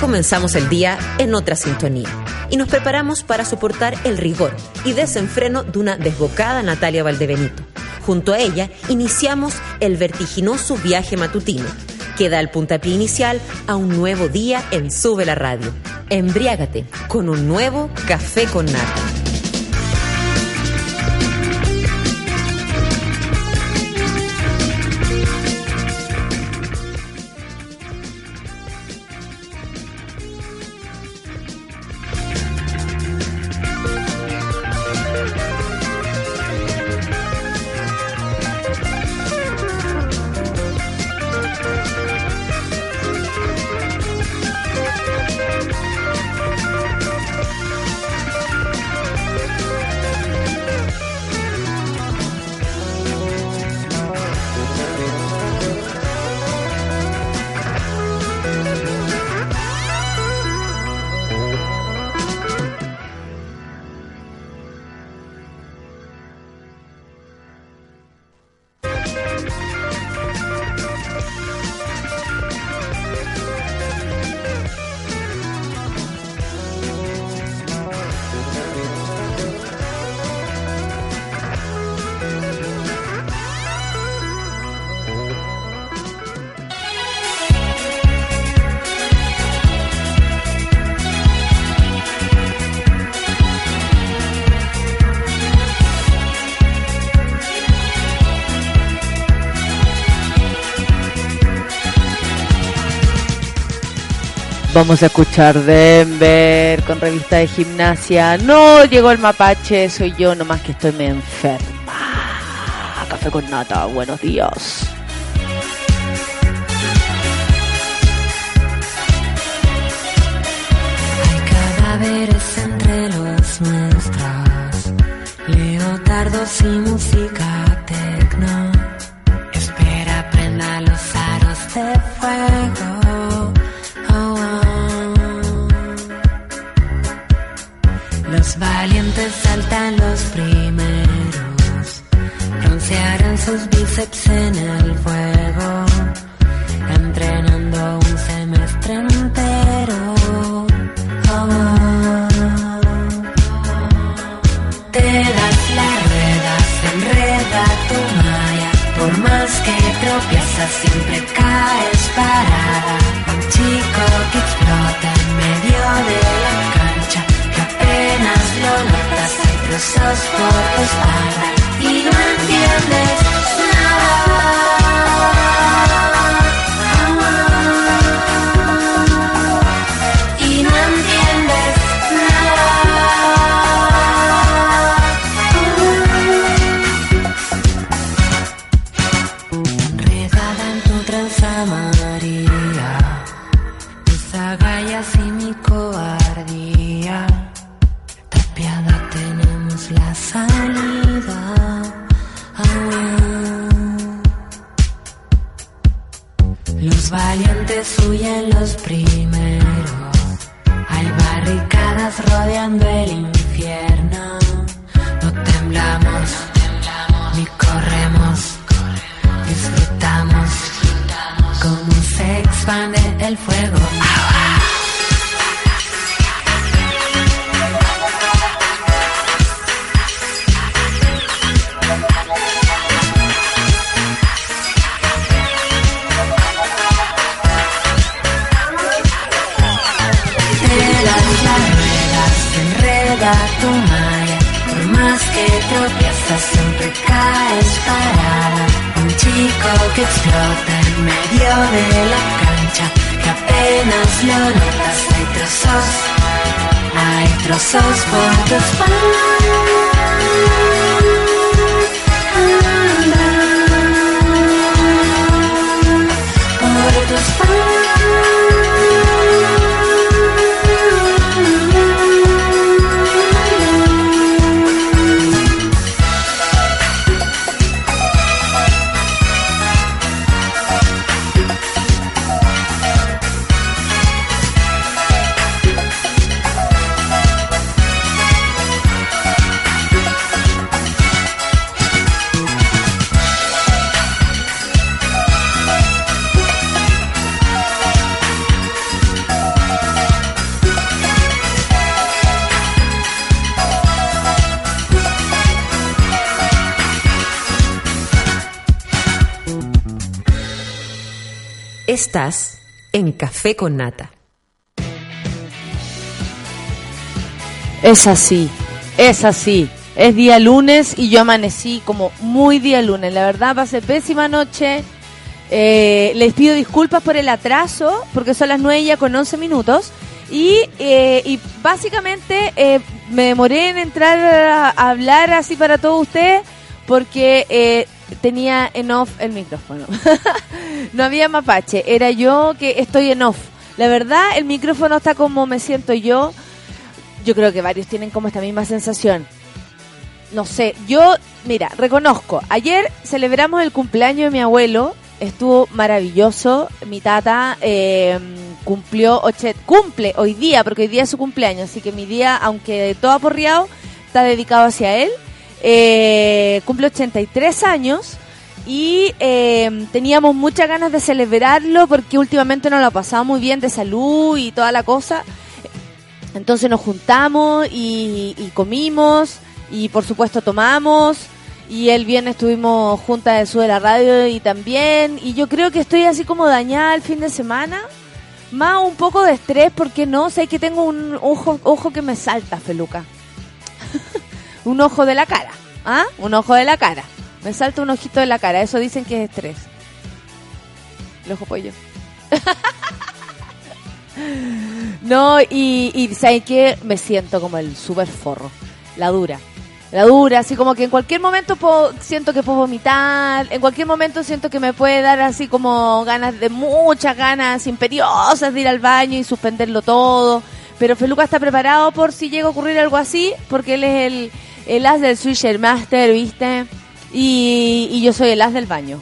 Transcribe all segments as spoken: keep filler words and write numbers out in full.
comenzamos el día en otra sintonía y nos preparamos para soportar el rigor y desenfreno de una desbocada Natalia Valdebenito. Junto a ella iniciamos el vertiginoso viaje matutino que da el puntapié inicial a un nuevo día en Sube la Radio. Embriágate con un nuevo café con nata. Vamos a escuchar Denver con revista de gimnasia. No llegó el mapache, soy yo nomás que estoy medio enferma. Café con nata, buenos días. Hay cadáveres entre los nuestros, leotardos y música tecno. Espera, prenda los aros de fuego. Los valientes saltan los primeros, broncearán sus bíceps en el fuego, entrenando un semestre entero. Oh, te das la rueda, se enreda tu malla, por más que tropiezas siempre caes parada. Un chico que explota en medio de la cancha, apenas lo notas, hay trozos por tu espalda y no entiendes nada. Y no entiendes nada. Enredada en tu tranza María, tus agallas y mi cobardía. Tenemos la salida. Oh. Los valientes huyen los primeros. Hay barricadas rodeando el infierno. No temblamos, no temblamos ni corremos. Disfrutamos, disfrutamos cómo se expande el fuego. Tu malla, por más que tropiezas siempre caes parada. Un chico que explota en medio de la cancha, que apenas lo notas. Hay trozos, hay trozos por tu espalda, por tu espalda. Estás en Café con Nata. Es así, es así. Es día lunes y yo amanecí como muy día lunes. La verdad, pasé pésima noche. Eh, les pido disculpas por el atraso, porque son las nueve ya con once minutos. Y, eh, y básicamente eh, me demoré en entrar a, a hablar así para todos ustedes, porque eh, tenía en off el micrófono. No había mapache, era yo que estoy en off. La verdad, el micrófono está como me siento yo. Yo creo que varios tienen como esta misma sensación. No sé, yo, mira, reconozco, ayer celebramos el cumpleaños de mi abuelo, estuvo maravilloso, mi tata eh, cumplió, oche, cumple hoy día, porque hoy día es su cumpleaños, así que mi día, aunque todo aporreado, está dedicado hacia él, eh, cumple ochenta y tres años y eh, teníamos muchas ganas de celebrarlo porque últimamente nos lo ha pasado muy bien de salud y toda la cosa, entonces nos juntamos y, y comimos. Y por supuesto tomamos, y el viernes estuvimos juntas de Sube la Radio y también, y yo creo que estoy así como dañada el fin de semana, más un poco de estrés, porque no sé, que tengo un ojo, ojo que me salta, Feluca. Un ojo de la cara, ¿ah? Un ojo de la cara, me salta un ojito de la cara, eso dicen que es estrés. El ojo pollo. No, y, y ¿sabes qué? Me siento como el super forro, la dura. La dura, así como que en cualquier momento puedo, siento que puedo vomitar, en cualquier momento siento que me puede dar así como ganas de muchas ganas imperiosas de ir al baño y suspenderlo todo, pero Feluca está preparado por si llega a ocurrir algo así, porque él es el, el as del Switcher Master, ¿viste? Y, y yo soy el as del baño.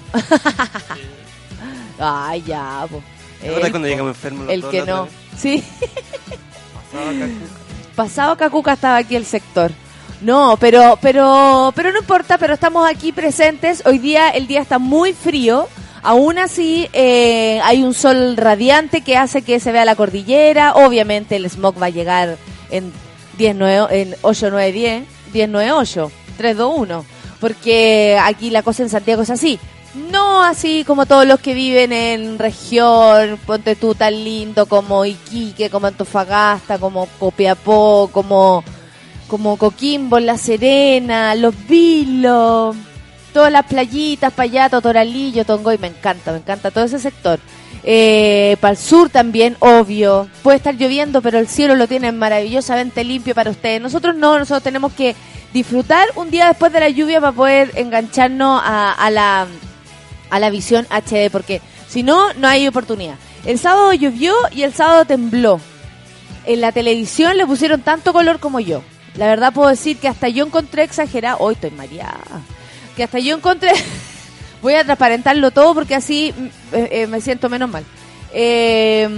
Ay, ya, po. ¿Te acuerdas cuando llegamos enfermos? El que no, sí. Pasado Cacuca. Pasado Cacuca estaba aquí el sector. No, pero pero pero no importa, pero estamos aquí presentes. Hoy día el día está muy frío. Aún así eh, hay un sol radiante que hace que se vea la cordillera. Obviamente el smog va a llegar en diez, nueve, en ocho, nueve, diez, diez, nueve, ocho, tres, dos, uno. Porque aquí la cosa en Santiago es así. No así como todos los que viven en región, ponte tú, tan lindo como Iquique, como Antofagasta, como Copiapó, como... como Coquimbo, La Serena, Los Vilos, todas las playitas, Payato, Toralillo, Tongoy, me encanta, me encanta todo ese sector. Eh, para el sur también, obvio, puede estar lloviendo, pero el cielo lo tienen maravillosamente limpio para ustedes. Nosotros no, nosotros tenemos que disfrutar un día después de la lluvia para poder engancharnos a, a la a la visión H D, porque si no, no hay oportunidad. El sábado llovió y el sábado tembló. En la televisión le pusieron tanto color como yo. La verdad puedo decir que hasta yo encontré exagerado. Hoy estoy mareada. Que hasta yo encontré... Voy a transparentarlo todo porque así eh, eh, me siento menos mal. Eh,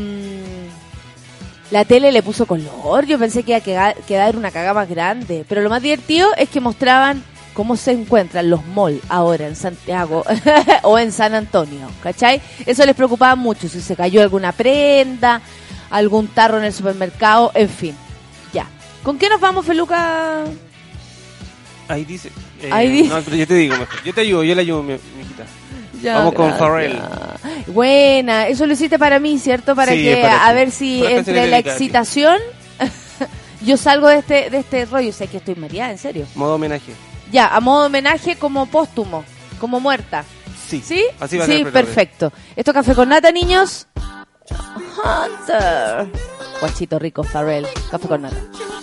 la tele le puso color. Yo pensé que iba a quedar, quedar una cagada más grande. Pero lo más divertido es que mostraban cómo se encuentran los malls ahora en Santiago o en San Antonio. ¿Cachai? Eso les preocupaba mucho. Si se cayó alguna prenda, algún tarro en el supermercado, en fin. Ya. ¿Con qué nos vamos, Feluca? Ahí dice. Eh, Ahí dice. No, pero yo te digo mejor. Yo te ayudo, yo le ayudo, mi, mi hijita. Ya, vamos gracias. con Pharrell. Buena, eso lo hiciste para mí, ¿cierto? Para sí, que para a ti. ver si Por las entre canciones la dedicadas, excitación yo salgo de este de este rollo. Sé que estoy mareada, en serio. Modo homenaje. Ya, a modo homenaje como póstumo, como muerta. Sí. ¿Sí? Así va a sí, ser. perfecto. Esto es Café con Nata, niños. Hunter. Guachito rico, Pharrell. Café con Nata.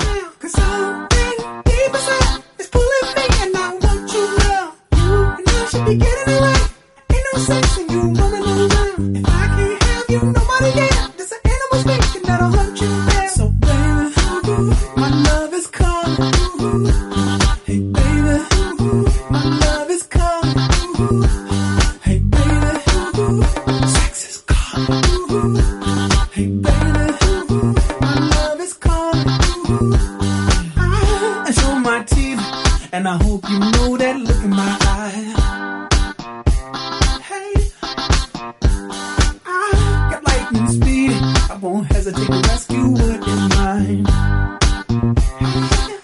And I hope you know that look in my eye. Hey, I got lightning speed. I won't hesitate to rescue what is mine. Hey.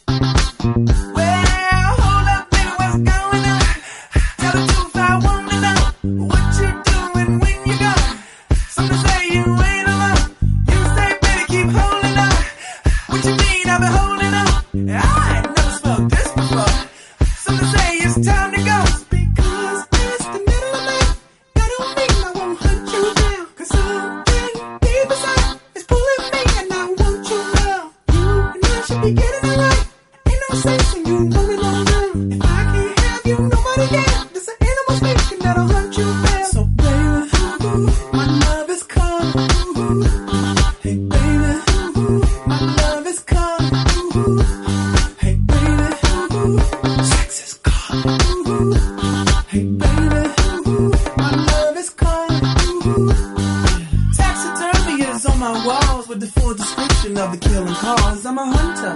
Well, hold up, baby, what's going on? Tell the truth, I wanna know what you're doing when you're gone. it's time to go. Because it's the middle of the night, that don't mean I won't hunt you down. Cause something deep inside is pulling me and I want you now. You and I should be getting it right. Ain't no sense in you rolling on down. If I can't have you, nobody can. There's an animal speaking that'll hunt you down. So baby, my love is calling. Hey baby, my love is calling. Hey baby, sex is calling. Hey baby, my love is calling. Taxidermy is on my walls with the full description of the killing cause. I'm a hunter.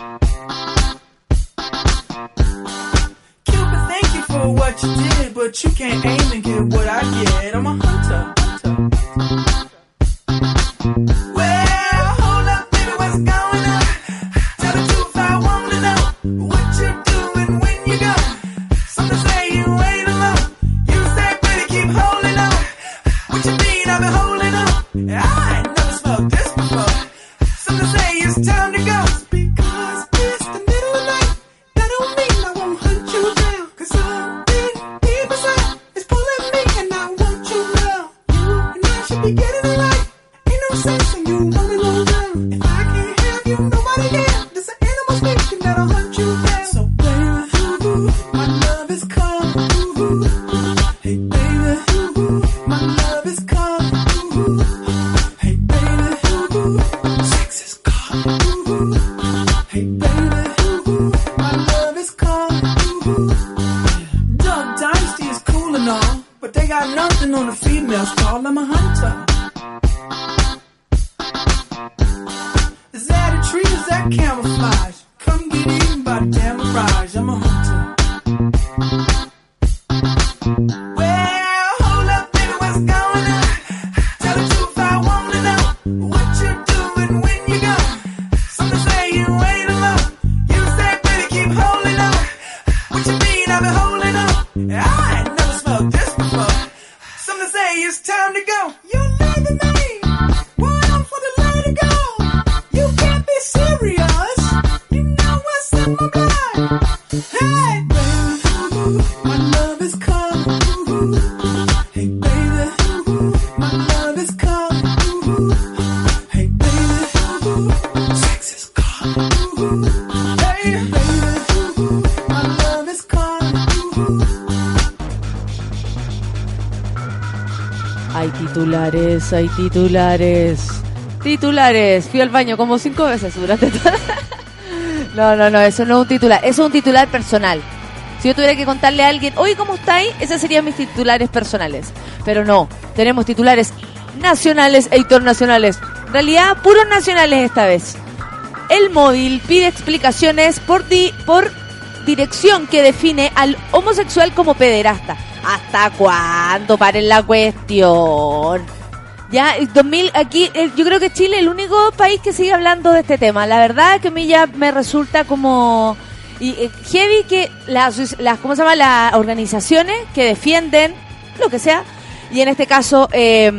Cupid, thank you for what you did, but you can't aim and get what I get. I'm a hunter. Well, hold up, baby, what's going on? Tell the truth, I wanna know what you're doing when you go. Some say you ain't alone. You say, baby, keep holding on. What you mean, I've been holding on? I ain't never smelled this before. Some say it's time to go. Because it's the middle of the night, that don't mean I won't hunt you down. Cause something deep inside is pulling me and I want you now. You and I should be getting it right. Ain't no sense in you rolling on down. If I can't have you, nobody can. There's an animal speaking that'll hunt you down. So baby, my love is calling. Hey baby, my love is calling. Hey baby, sex is calling. Hey baby, my love is calling. Dog Dynasty is cool and all, but they got nothing on the females call. I'm a hunter. Is that a tree? Is that camouflage? Come get eaten by damn mirage. I'm a hunter. Well, hold up, baby, what's going on? Tell the truth, I wanna know what you're doing when you go. Some say you ain't alone. You say, baby, keep holding on. What you mean, I've been holding on? I ain't never smelled this before. Some say it's time to go. You're leaving me. Why I'm for the let it go. You can't be serious. You know what's in my blood. Hey, baby, my love is calling. Hey, baby, my love is calling. Hey, baby, sex is calling. Hey, baby, my love is calling. Hay titulares, hay titulares. Titulares. Fui al baño como cinco veces durante toda... No, no, no, eso no es un titular. Eso es un titular personal. Si yo tuviera que contarle a alguien, oye, ¿cómo estáis? Esos serían mis titulares personales. Pero no, tenemos titulares nacionales e internacionales. En realidad, puros nacionales esta vez. El Móvil pide explicaciones por, di, por dirección que define al homosexual como pederasta. ¿Hasta cuándo? Paren la cuestión. Ya, dos mil, aquí, eh, yo creo que Chile es el único país que sigue hablando de este tema. La verdad que a mí ya me resulta como... Y eh, heavy que las, las, ¿cómo se llama? Las organizaciones que defienden lo que sea, y en este caso eh,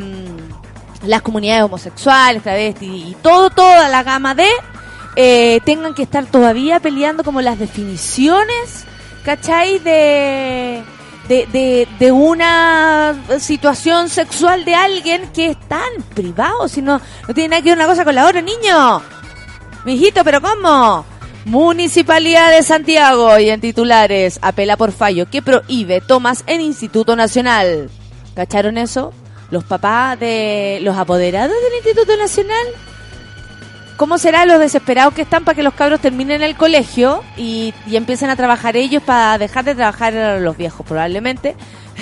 las comunidades homosexuales, travestis y todo, toda la gama de, eh, tengan que estar todavía peleando como las definiciones, ¿cachai? De... De, de, de una situación sexual de alguien que es tan privado, si no, no tiene nada que ver una cosa con la otra, niño. Mijito, ¿pero cómo? Municipalidad de Santiago, y en titulares, apela por fallo que prohíbe tomas en Instituto Nacional. ¿Cacharon eso? Los papás de los apoderados del Instituto Nacional. ¿Cómo será los desesperados que están para que los cabros terminen el colegio y, y empiecen a trabajar ellos para dejar de trabajar los viejos? Probablemente.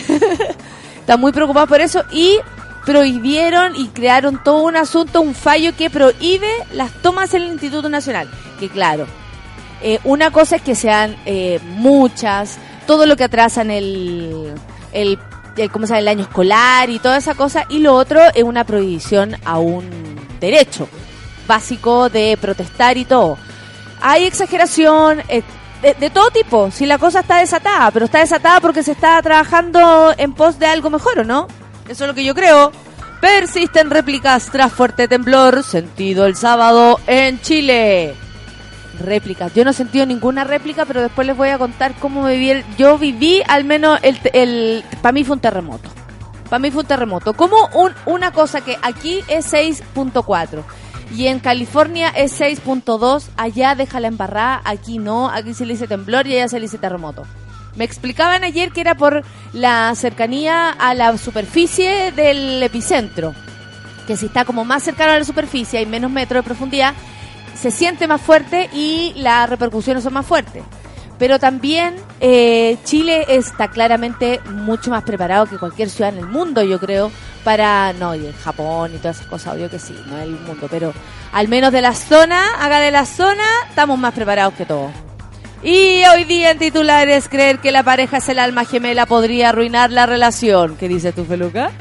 Están muy preocupados por eso y prohibieron y crearon todo un asunto, un fallo que prohíbe las tomas en el Instituto Nacional. Que claro, eh, una cosa es que sean eh, muchas, todo lo que atrasan el, el, el, ¿cómo se llama? El año escolar y toda esa cosa, y lo otro es una prohibición a un derecho básico de protestar y todo. Hay exageración eh, de, de todo tipo, si la cosa está desatada, pero está desatada porque se está trabajando en pos de algo mejor, ¿o no? Eso es lo que yo creo. Persisten réplicas tras fuerte temblor sentido el sábado en Chile. Réplicas. Yo no he sentido ninguna réplica, pero después les voy a contar cómo viví. El, yo viví, al menos, el, el para mí fue un terremoto. Para mí fue un terremoto. Como un, una cosa que aquí es seis punto cuatro y en California es seis punto dos, allá déjala embarrada, aquí no, aquí se le dice temblor y allá se le dice terremoto. Me explicaban ayer que era por la cercanía a la superficie del epicentro, que si está como más cercano a la superficie, hay menos metros de profundidad, se siente más fuerte y las repercusiones son más fuertes. Pero también eh, Chile está claramente mucho más preparado que cualquier ciudad en el mundo, yo creo, para... No, y en Japón y todas esas cosas, obvio que sí, no es el mundo, pero al menos de la zona, haga de la zona, estamos más preparados que todos. Y hoy día en titulares, creer que la pareja es el alma gemela podría arruinar la relación. ¿Qué dices tú, Feluca?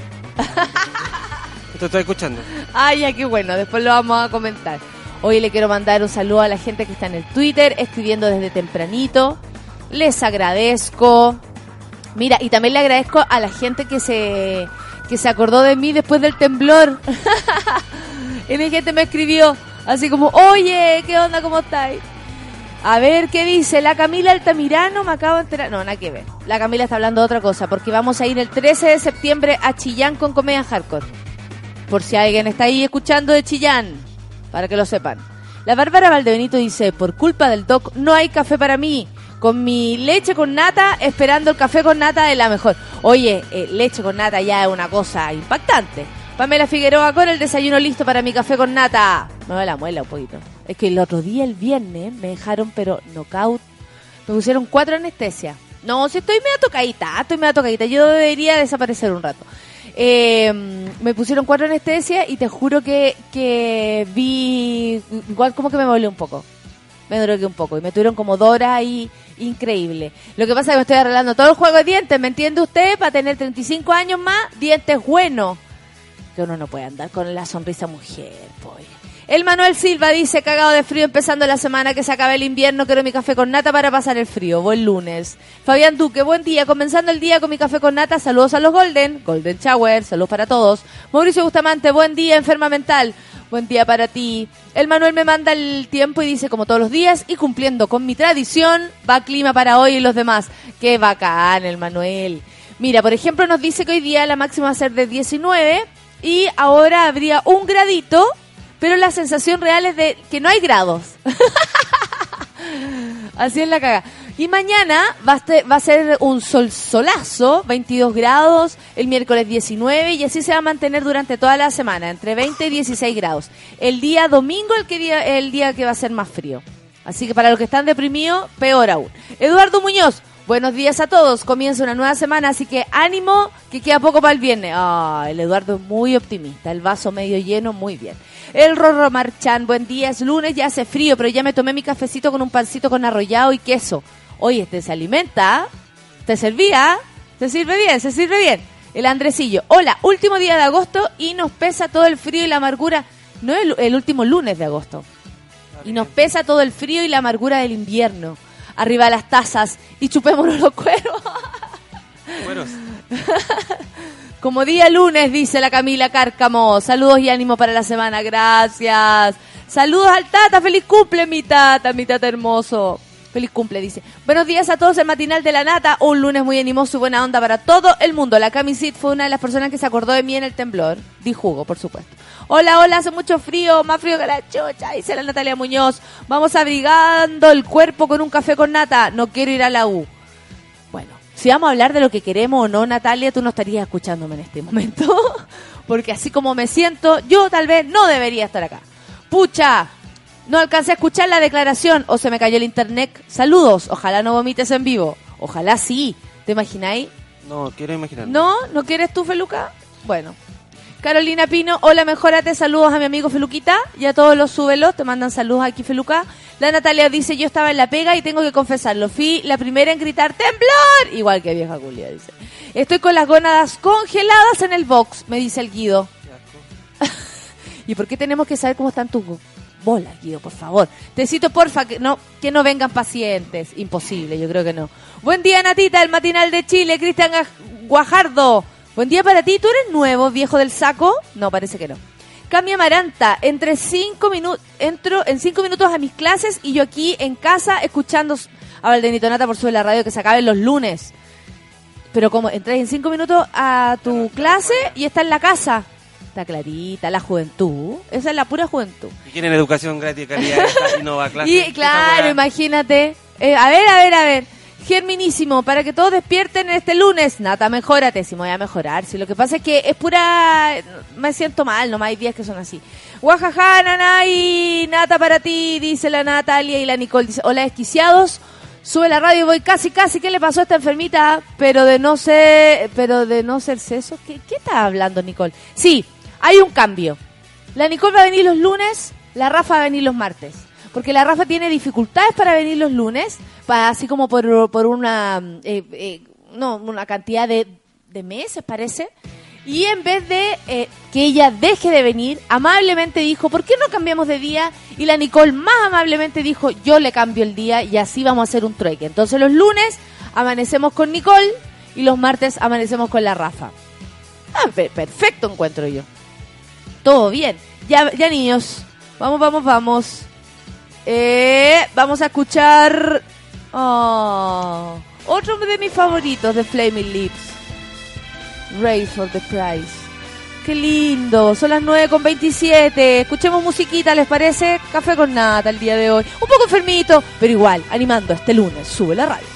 Te estoy escuchando. Ay, ya, qué bueno, después lo vamos a comentar. Hoy le quiero mandar un saludo a la gente que está en el Twitter, escribiendo desde tempranito. Les agradezco. Mira, y también le agradezco a la gente que se que se acordó de mí después del temblor. Y mi gente me escribió así como, oye, ¿qué onda? ¿Cómo estáis? A ver, ¿qué dice? La Camila Altamirano, me acabo de enterar. No, nada que ver. La Camila está hablando de otra cosa, porque vamos a ir el trece de septiembre a Chillán con Comedia Hardcore. Por si alguien está ahí escuchando de Chillán. Para que lo sepan. La Bárbara Valdebenito dice, por culpa del doc no hay café para mí. Con mi leche con nata, esperando el café con nata de la mejor. Oye, eh, leche con nata ya es una cosa impactante. Pamela Figueroa, con el desayuno listo para mi café con nata. Me va la muela un poquito. Es que el otro día, el viernes, me dejaron pero knockout. Me pusieron cuatro anestesias. No, si estoy medio tocadita, estoy medio tocadita. Yo debería desaparecer un rato. Eh, me pusieron cuatro anestesias y te juro que, que vi, igual como que me volé un poco, me drogué un poco y me tuvieron como dos horas ahí, increíble. Lo que pasa es que me estoy arreglando todo el juego de dientes, ¿me entiende usted? Para tener treinta y cinco años más, dientes buenos, que uno no puede andar con la sonrisa mujer, pues. El Manuel Silva dice, cagado de frío empezando la semana, que se acabe el invierno, quiero mi café con nata para pasar el frío. Buen lunes. Fabián Duque, buen día, comenzando el día con mi café con nata, saludos a los Golden, Golden Shower, saludos para todos. Mauricio Bustamante, buen día, enferma mental, buen día para ti. El Manuel me manda el tiempo y dice, como todos los días, y cumpliendo con mi tradición, va clima para hoy y los demás. Qué bacán el Manuel. Mira, por ejemplo, nos dice que hoy día la máxima va a ser de diecinueve y ahora habría un gradito, pero la sensación real es de que no hay grados. Así es la caga. Y mañana va a, ser, va a ser un sol solazo, veintidós grados, el miércoles diecinueve, y así se va a mantener durante toda la semana, entre veinte y dieciséis grados. El día domingo el, que día, el día que va a ser más frío. Así que para los que están deprimidos, peor aún. Eduardo Muñoz, buenos días a todos. Comienza una nueva semana, así que ánimo, que queda poco para el viernes. Ah, el Eduardo es muy optimista, el vaso medio lleno, muy bien. El Rorro Marchán, buen día, es lunes, ya hace frío, pero ya me tomé mi cafecito con un pancito con arrollado y queso. Oye, este se alimenta, te servía, se sirve bien, se sirve bien. El Andresillo, hola, último día de agosto y nos pesa todo el frío y la amargura. No el, el último lunes de agosto. Y nos pesa todo el frío y la amargura del invierno. Arriba las tazas y chupémonos los cueros. Cueros. Como día lunes, dice la Camila Cárcamo. Saludos y ánimo para la semana, gracias. Saludos al Tata, feliz cumple mi Tata, mi Tata hermoso. Feliz cumple, dice. Buenos días a todos, el matinal de la nata. Un lunes muy animoso y buena onda para todo el mundo. La Camisit fue una de las personas que se acordó de mí en el temblor. Di jugo, por supuesto. Hola, hola, hace mucho frío, más frío que la chocha, dice la Natalia Muñoz. Vamos abrigando el cuerpo con un café con nata. No quiero ir a la U. Bueno, si vamos a hablar de lo que queremos o no, Natalia, tú no estarías escuchándome en este momento. Porque así como me siento, yo tal vez no debería estar acá. Pucha, no alcancé a escuchar la declaración o se me cayó el internet. Saludos, ojalá no vomites en vivo. Ojalá sí, ¿te imagináis? No, quiero imaginar. ¿No? ¿No quieres tú, Feluca? Bueno. Carolina Pino, hola, mejórate, saludos a mi amigo Feluquita y a todos los súbelos, te mandan saludos aquí, Feluca. La Natalia dice, yo estaba en la pega y tengo que confesarlo, fui la primera en gritar ¡temblor! Igual que vieja culia, dice. Estoy con las gónadas congeladas en el box, me dice el Guido. ¿Y por qué tenemos que saber cómo están tus bolas, Guido, por favor? Te cito, porfa, que no, que no vengan pacientes. Imposible, yo creo que no. Buen día, Natita, el matinal de Chile, Cristian Guajardo. Buen día para ti, ¿tú eres nuevo, viejo del saco? No, parece que no. Cami Amaranta, entre cinco minutos, entro en cinco minutos a mis clases y yo aquí en casa escuchando a Valdenito Nata por sobre la radio que se acaben los lunes. Pero como entras en cinco minutos a tu clase y está en la casa. Está clarita, la juventud. Esa es la pura juventud. Y quieren educación gratis de calidad y no va a clase. Y claro, imagínate. Eh, a ver, a ver, a ver. Germinísimo, para que todos despierten este lunes. Nata, mejórate. Si me voy a mejorar. Si lo que pasa es que es pura... Me siento mal, nomás hay días que son así. Guajaja, nanay, Nata para ti, dice la Natalia y la Nicole. Dice, hola, desquiciados. Sube la radio y voy casi, casi. ¿Qué le pasó a esta enfermita? Pero de no ser... Pero de no ser seso. ¿Qué, qué está hablando, Nicole? Sí, hay un cambio. La Nicole va a venir los lunes, la Rafa va a venir los martes. Porque la Rafa tiene dificultades para venir los lunes, para, así como por, por una eh, eh, no una cantidad de, de meses, parece. Y en vez de eh, que ella deje de venir, amablemente dijo, ¿por qué no cambiamos de día? Y la Nicole más amablemente dijo, yo le cambio el día y así vamos a hacer un trueque. Entonces los lunes amanecemos con Nicole y los martes amanecemos con la Rafa. Ah, per- perfecto encuentro yo. Todo bien. Ya, ya niños, vamos, vamos, vamos. Eh, vamos a escuchar oh, otro de mis favoritos de Flaming Lips, Race for the Prize. Qué lindo, son las nueve con veintisiete. Escuchemos musiquita, ¿les parece? Café con Nata el día de hoy. Un poco enfermito, pero igual, animando este lunes. Sube la radio.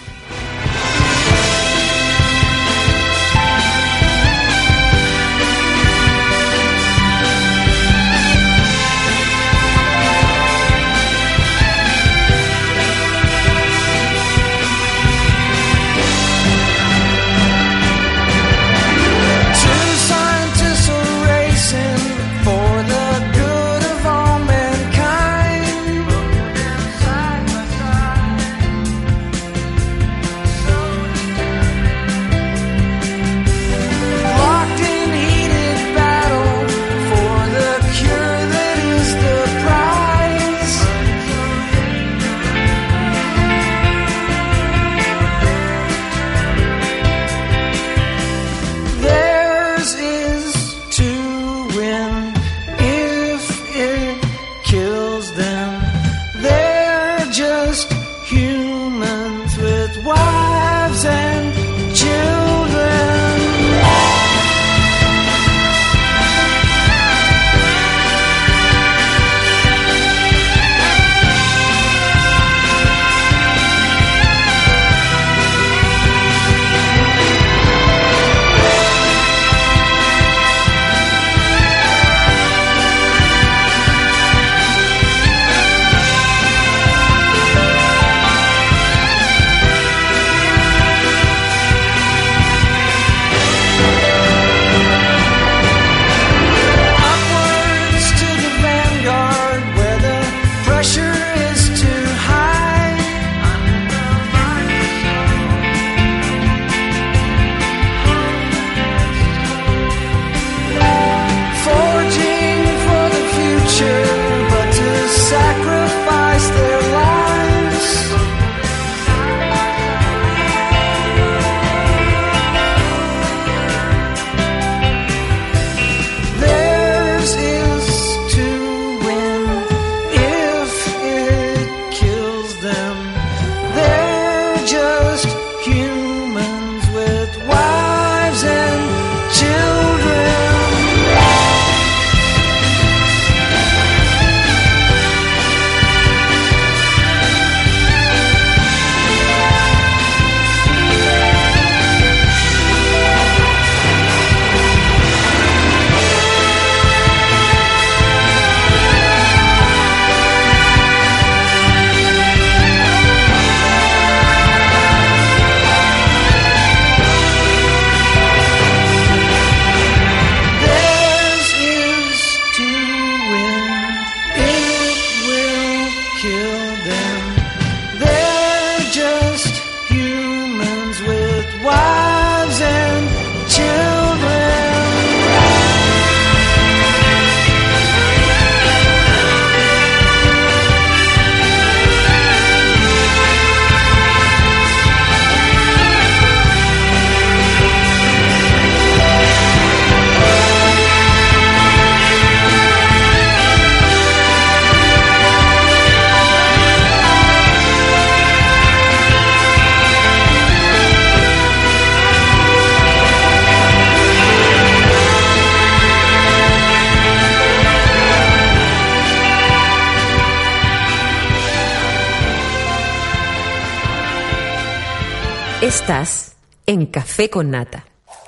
Estás en Café con Nata.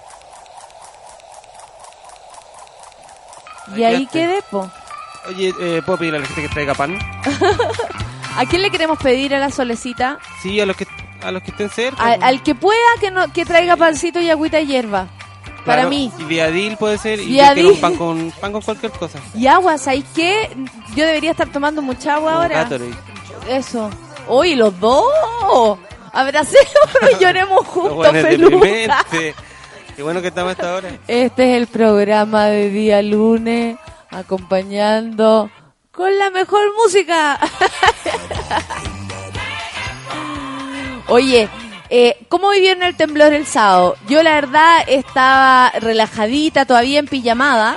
Y ahí quedé, po. Oye, eh, ¿puedo pedir a la gente que traiga pan? ¿A quién le queremos pedir a la Solecita? Sí, a los que a los que estén cerca. A- al que pueda que no que traiga pancito y agüita y hierba. Para Claro, mí. Y viadil puede ser. Y yo Viadil. quiero un pan con, pan con cualquier cosa. Y agua, ¿sabes qué? Yo debería estar tomando mucha agua Como ahora. Gatorade. Eso. Uy, los dos. Abracémonos y lloremos Los juntos, buenos peluca. deprimentes. Qué bueno que estamos a esta hora. Este es el programa de día lunes, acompañando con la mejor música. Oye, eh, ¿cómo vivieron el temblor el sábado? Yo la verdad estaba relajadita, todavía en pijamada.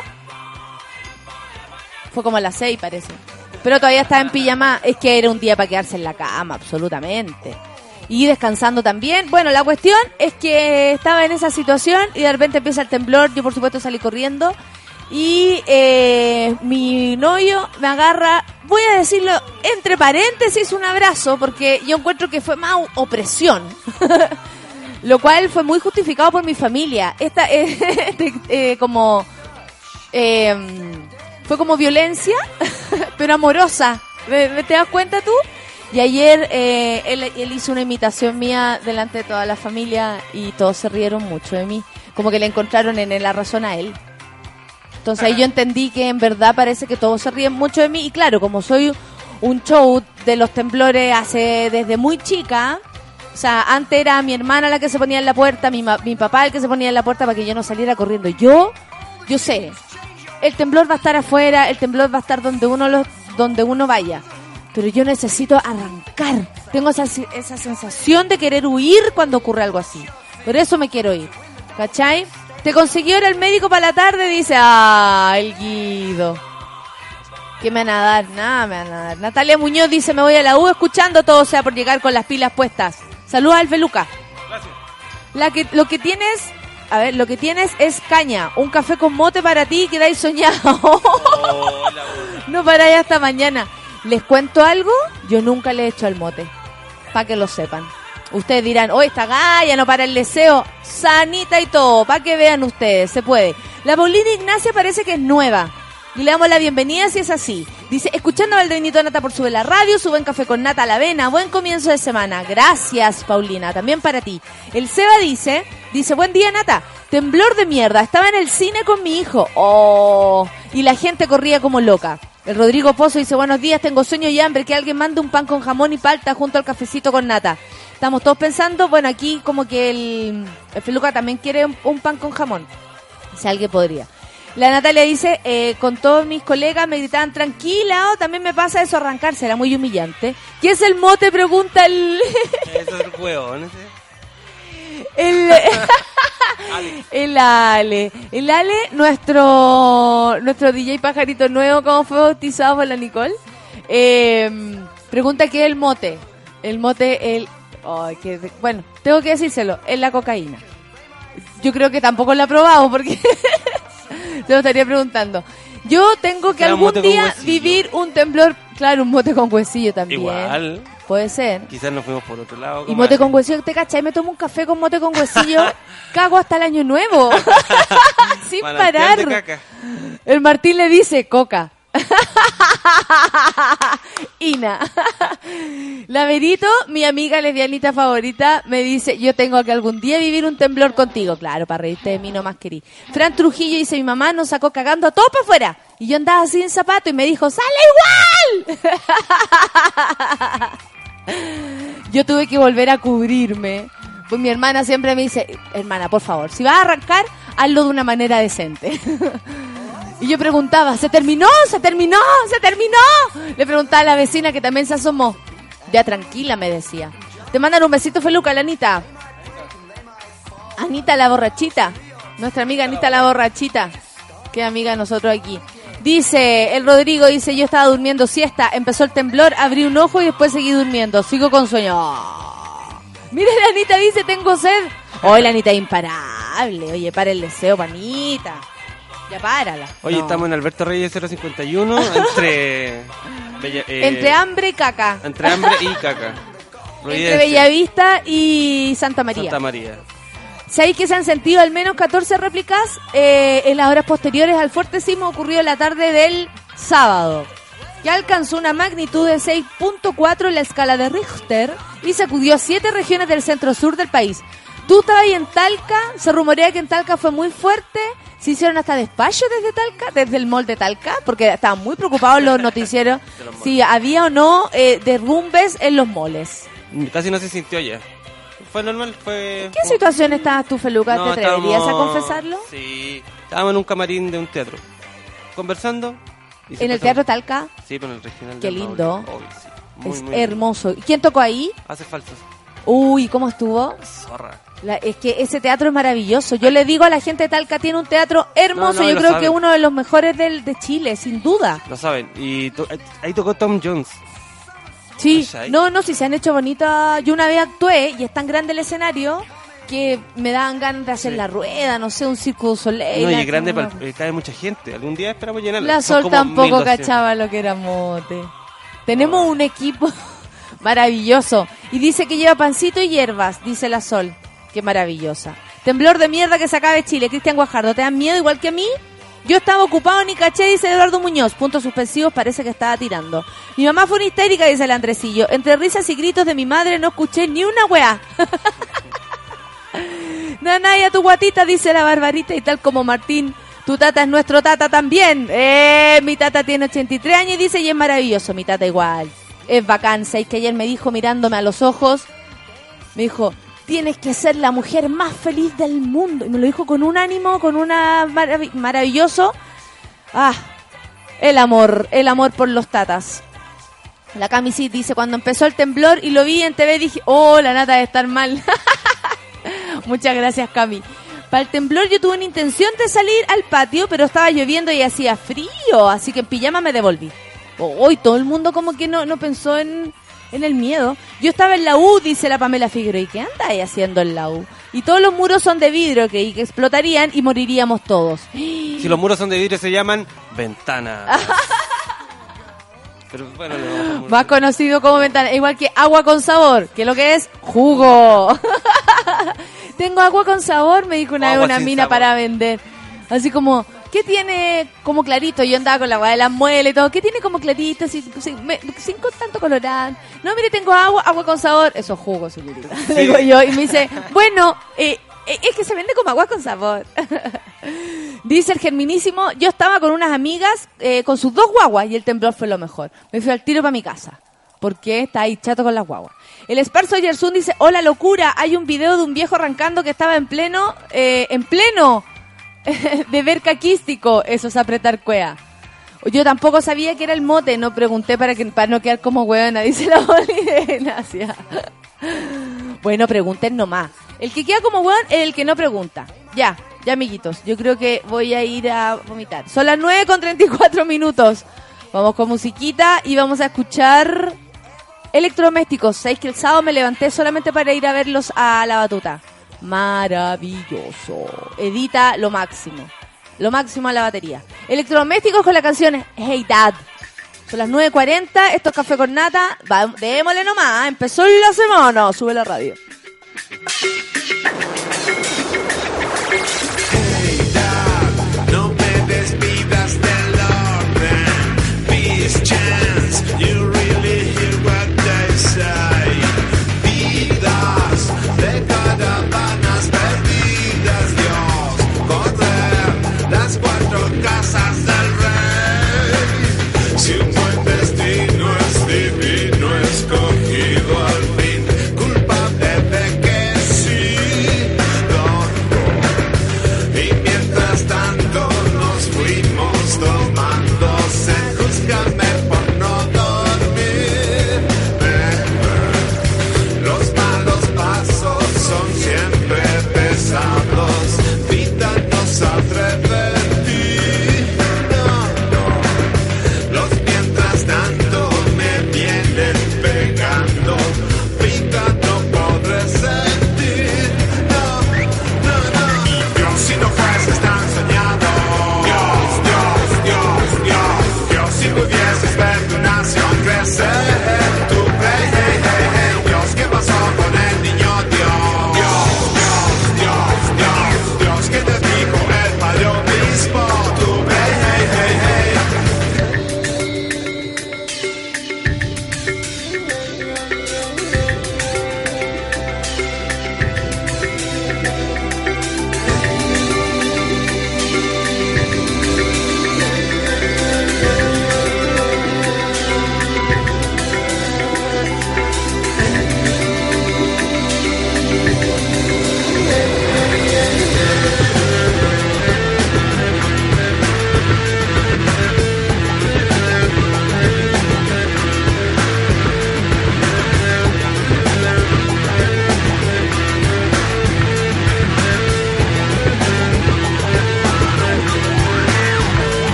Fue como a las seis parece. Pero todavía estaba en pijama. Es que era un día para quedarse en la cama, absolutamente. Y descansando también. Bueno, la cuestión es que estaba en esa situación y de repente empieza el temblor. Yo, por supuesto, salí corriendo. Y eh, mi novio me agarra, voy a decirlo entre paréntesis, un abrazo, porque yo encuentro que fue más opresión. Lo cual fue muy justificado por mi familia. Esta eh, eh, como... Eh, fue como violencia, pero amorosa. ¿Me, me te das cuenta tú? Y ayer eh, él, él hizo una imitación mía delante de toda la familia y todos se rieron mucho de mí. Como que le encontraron en la razón a él. Entonces ahí yo entendí que en verdad parece que todos se ríen mucho de mí. Y claro, como soy un show de los temblores hace desde muy chica, o sea, antes era mi hermana la que se ponía en la puerta, mi, ma- mi papá el que se ponía en la puerta para que yo no saliera corriendo. Yo, yo sé, el temblor va a estar afuera, el temblor va a estar donde uno lo, donde uno vaya. Pero yo necesito arrancar. Tengo esa, esa sensación de querer huir cuando ocurre algo así. Por eso me quiero ir. ¿Cachai? Te consiguió ahora el médico para la tarde, dice, ah, el Guido. ¿Qué me van a dar? Nada, me van a dar. Natalia Muñoz dice, me voy a la U escuchando, todo sea por llegar con las pilas puestas. Saludos al Feluca. Gracias. La que, lo que tienes, a ver, lo que tienes es caña. Un café con mote para ti, quedáis soñado. Hola, No paráis hasta mañana. ¿Les cuento algo? Yo nunca le he hecho al mote. Para que lo sepan. Ustedes dirán, oh, esta galla no para el deseo. Sanita y todo. Para que vean ustedes, se puede. La Paulina Ignacia parece que es nueva. Y le damos la bienvenida si es así. Dice, escuchando a Valdebenito Nata por Sube la Radio, suben café con Nata a la avena. Buen comienzo de semana. Gracias, Paulina. También para ti. El Seba dice, dice, buen día, Nata. Temblor de mierda. Estaba en el cine con mi hijo. Oh. Y la gente corría como loca. El Rodrigo Pozo dice, buenos días, tengo sueño y hambre, que alguien mande un pan con jamón y palta junto al cafecito con nata. Estamos todos pensando, bueno, aquí como que el, el Feluca también quiere un, un pan con jamón. Si alguien podría. La Natalia dice, eh, con todos mis colegas me gritaban, tranquila, oh, también me pasa eso, arrancarse, era muy humillante. ¿Qué es el mote? Pregunta el... Eso es el huevón, ese. El, el Ale, el Ale, nuestro nuestro D J pajarito nuevo, como fue bautizado por la Nicole, eh, pregunta qué es el mote. El mote, el, oh, que, bueno, tengo que decírselo, es la cocaína. Yo creo que tampoco la he probado porque se lo estaría preguntando. Yo tengo que Será un algún mote con día huesillo. vivir un temblor, claro, un mote con huesillo también. Igual. Puede ser. Quizás nos fuimos por otro lado. Y mote con huesillo, ¿te cachai? Me tomo un café con mote con huesillo, cago hasta el año nuevo. Sin Manantial parar. de caca. El Martín le dice, coca. Ina. La Verito, mi amiga lesbianita favorita, me dice, yo tengo que algún día vivir un temblor contigo. Claro, para reírte de mí nomás querí. Fran Trujillo dice, mi mamá nos sacó cagando a todos para afuera. Y yo andaba sin zapato y me dijo, ¡sale igual! Yo tuve que volver a cubrirme. Pues mi hermana siempre me dice, hermana, por favor, si vas a arrancar, hazlo de una manera decente. Y yo preguntaba, ¿se terminó? ¿Se terminó? ¿Se terminó? Le preguntaba a la vecina que también se asomó. Ya tranquila, me decía. Te mandan un besito, Feluca, la Anita. Anita la borrachita. Nuestra amiga Anita la borrachita. Que amiga de nosotros aquí. Dice, el Rodrigo dice, yo estaba durmiendo siesta, empezó el temblor, abrí un ojo y después seguí durmiendo. Sigo con sueño. Oh. Mira, la Anita dice, tengo sed. Hoy la Anita es imparable. Oye, para el deseo, panita. Ya párala. Oye, No. estamos en Alberto Reyes cero cincuenta y uno entre... Bella- eh, Entre hambre y caca. Entre hambre y caca. Providencia. Entre Bellavista y Santa María. Santa María. ¿Sabéis que se han sentido al menos catorce réplicas eh, en las horas posteriores al fuerte sismo ocurrido la tarde del sábado, que alcanzó una magnitud de seis punto cuatro en la escala de Richter y sacudió siete regiones del centro-sur del país? Tú estabas ahí en Talca, se rumorea que en Talca fue muy fuerte, se hicieron hasta despachos desde Talca, desde el mall de Talca, porque estaban muy preocupados los noticieros si había o no eh, derrumbes en los moles. Casi no se sintió allá. Fue normal, fue... ¿En qué situación estabas tú, Feluca? No, ¿Te atreverías estábamos- a confesarlo? Sí, estábamos en un camarín de un teatro, conversando. y se ¿En el empezó- Teatro Talca? Sí, pero en el regional. Qué de lindo. Maule. Obvio, sí. Muy, Es muy hermoso. ¿Y quién tocó ahí? lindo. Hace falsos. Uy, ¿cómo estuvo? Zorra. La- es que ese teatro es maravilloso. Yo le digo a la gente de Talca, tiene un teatro hermoso. No, no, Yo lo creo saben. que uno de los mejores del, de Chile, sin duda. Lo saben. Y to- ahí tocó Tom Jones. Sí, ¿Cachai? no, no, si se han hecho bonitas. Yo una vez actué y es tan grande el escenario que me daban ganas de hacer Sí. la rueda, no sé, un circo du Soleil. No, y la- es grande, como- pal- eh, cae mucha gente. Algún día esperamos llenarlo. La Son Sol como tampoco mil doscientos. cachaba lo que era mote. Tenemos un equipo maravilloso. Y dice que lleva pancito y hierbas, dice la Sol. Qué maravillosa. Temblor de mierda que se acabe Chile. Cristian Guajardo, ¿te dan miedo igual que a mí? Yo estaba ocupado ni caché, dice Eduardo Muñoz. Puntos suspensivos, parece que estaba tirando. Mi mamá fue una histérica, dice el Andresillo. Entre risas y gritos de mi madre no escuché ni una weá. Nanaya, tu guatita, dice la Barbarita, y tal como Martín, tu tata es nuestro tata también. Eh, mi tata tiene ochenta y tres años y dice, y es maravilloso, mi tata igual. Es bacán, ¿sabes? Que ayer me dijo, mirándome a los ojos, me dijo, tienes que ser la mujer más feliz del mundo. Y me lo dijo con un ánimo, con una marav- maravilloso. Ah, el amor, el amor por los tatas. La Camisit dice, cuando empezó el temblor y lo vi en T V dije, oh, la nata de estar mal. Muchas gracias, Cami. Para el temblor yo tuve una intención de salir al patio, pero estaba lloviendo y hacía frío, así que en pijama me devolví. Hoy todo el mundo como que no, no pensó en, en el miedo. Yo estaba en la U, dice la Pamela Figueroa, ¿y qué andáis haciendo en la U? Y todos los muros son de vidrio que, que explotarían y moriríamos todos. Si los muros son de vidrio se llaman ventanas. Pero bueno, le vamos a poner muro. Más conocido como ventana, igual que agua con sabor, que lo que es jugo. Tengo agua con sabor, me dijo una vez Agua una sin mina sabor. para vender. Así como, ¿qué tiene como clarito? Yo andaba con la agua de las muelas y todo. ¿Qué tiene como clarito, sin, sin, me- sin con tanto colorante? No, mire, tengo agua, agua con sabor. Eso es jugo, señorita. Le digo yo, y me dice, bueno, eh, eh, es que se vende como agua con sabor. Dice el Germinísimo, yo estaba con unas amigas eh, con sus dos guaguas y el temblor fue lo mejor. Me fui al tiro para mi casa, porque está ahí chato con las guaguas. El Esparzo Yersun dice, hola locura, hay un video de un viejo arrancando que estaba en pleno, eh, en pleno de ver caquístico. Eso es apretar cuea. Yo tampoco sabía que era el mote, no pregunté para que para no quedar como huevona, dice la Oli de Nacia. Bueno, pregunten nomás. El que queda como hueón es el que no pregunta. Ya, ya amiguitos, yo creo que voy a ir a vomitar. Son las nueve con treinta y cuatro minutos. Vamos con musiquita y vamos a escuchar Electrodomésticos. Sabéis que el sábado me levanté solamente para ir a verlos a la batuta. Maravilloso. Edita lo máximo. Lo máximo a la batería. Electrodomésticos con la canción Hey Dad. Son las nueve cuarenta, esto es Café con Nata. Va, démosle nomás, empezó la semana. Sube la radio. No me despidas del orden. Peace chance, you really hear what they say. Vidas de caravanas perdidas, Dios, correr las cuatro casas del rey. Si un buen destino es divino, escogido al fin, culpable de que sí.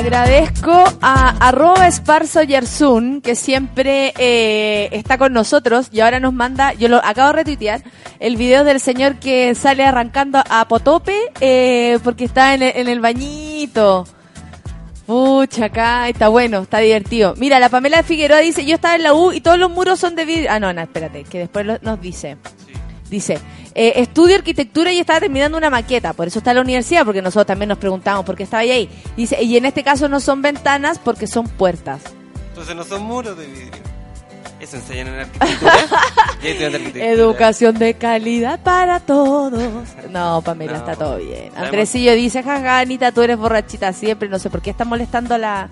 Agradezco a arroba Esparzo Yersun, que siempre eh, está con nosotros y ahora nos manda, yo lo acabo de retuitear, el video del señor que sale arrancando a potope eh, porque está en el, en el bañito. Pucha, acá está bueno, está divertido. Mira, la Pamela Figueroa dice, yo estaba en la U y todos los muros son de vidrio. Ah, no, no, espérate, que después lo, nos dice. Dice, eh, estudio arquitectura y estaba terminando una maqueta, por eso está en la universidad, porque nosotros también nos preguntamos por qué estaba ahí. Dice, y en este caso no son ventanas porque son puertas. Entonces no son muros de vidrio. Eso enseñan en arquitectura. Yo estoy en arquitectura. Educación de calidad para todos. No, Pamela, No. está todo bien. Andresillo dice, jaja, Anita, tú eres borrachita siempre, no sé por qué está molestando a la...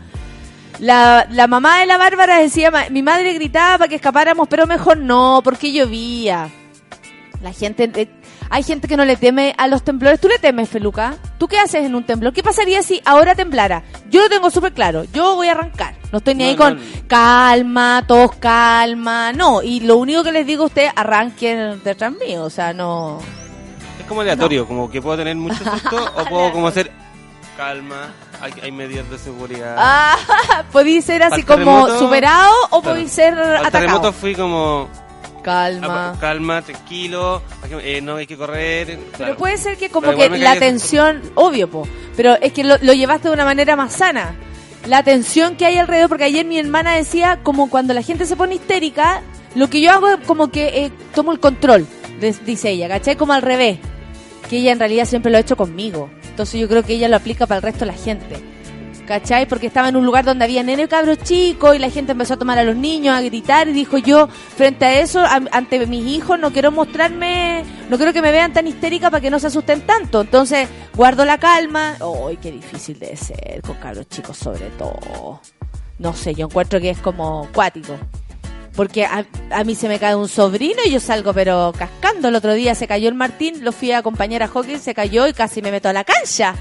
La, la mamá de la Bárbara decía, "Ma- mi madre gritaba para que escapáramos, pero mejor no, porque llovía". La gente, eh, hay gente que no le teme a los temblores. ¿Tú le temes, Feluca? ¿Tú qué haces en un temblor? ¿Qué pasaría si ahora temblara? Yo lo tengo súper claro. Yo voy a arrancar. No estoy ni No, ahí no, con no. calma, todos calma. No, y lo único que les digo a ustedes, arranquen detrás mío. O sea, no... Es como aleatorio, como que puedo tener mucho susto o puedo como hacer calma, hay, hay medidas de seguridad. Ah, podéis ser así Para el como terremoto, superado o claro. podéis ser Al atacado. terremoto fui como Calma. ah, calma, tranquilo, eh, no hay que correr. Pero claro. puede ser que como Pero que igual me la caí de tensión, obvio, po, pero es que lo, lo llevaste de una manera más sana. La tensión que hay alrededor, porque ayer mi hermana decía como cuando la gente se pone histérica, lo que yo hago es como que eh, tomo el control, des- dice ella, ¿cachai? Como al revés, que ella en realidad siempre lo ha hecho conmigo. Entonces yo creo que ella lo aplica para el resto de la gente. ¿Cachai? Porque estaba en un lugar donde había nene cabros chicos y la gente empezó a tomar a los niños, a gritar y dijo yo, frente a eso, a- ante mis hijos no quiero mostrarme, no quiero que me vean tan histérica para que no se asusten tanto. Entonces guardo la calma. ¡Ay, qué difícil debe ser con cabros chicos sobre todo! No sé, yo encuentro que es como cuático. Porque a, a mí se me cae un sobrino y yo salgo pero cascando. El otro día se cayó el Martín, lo fui a acompañar a hockey, se cayó y casi me meto a la cancha.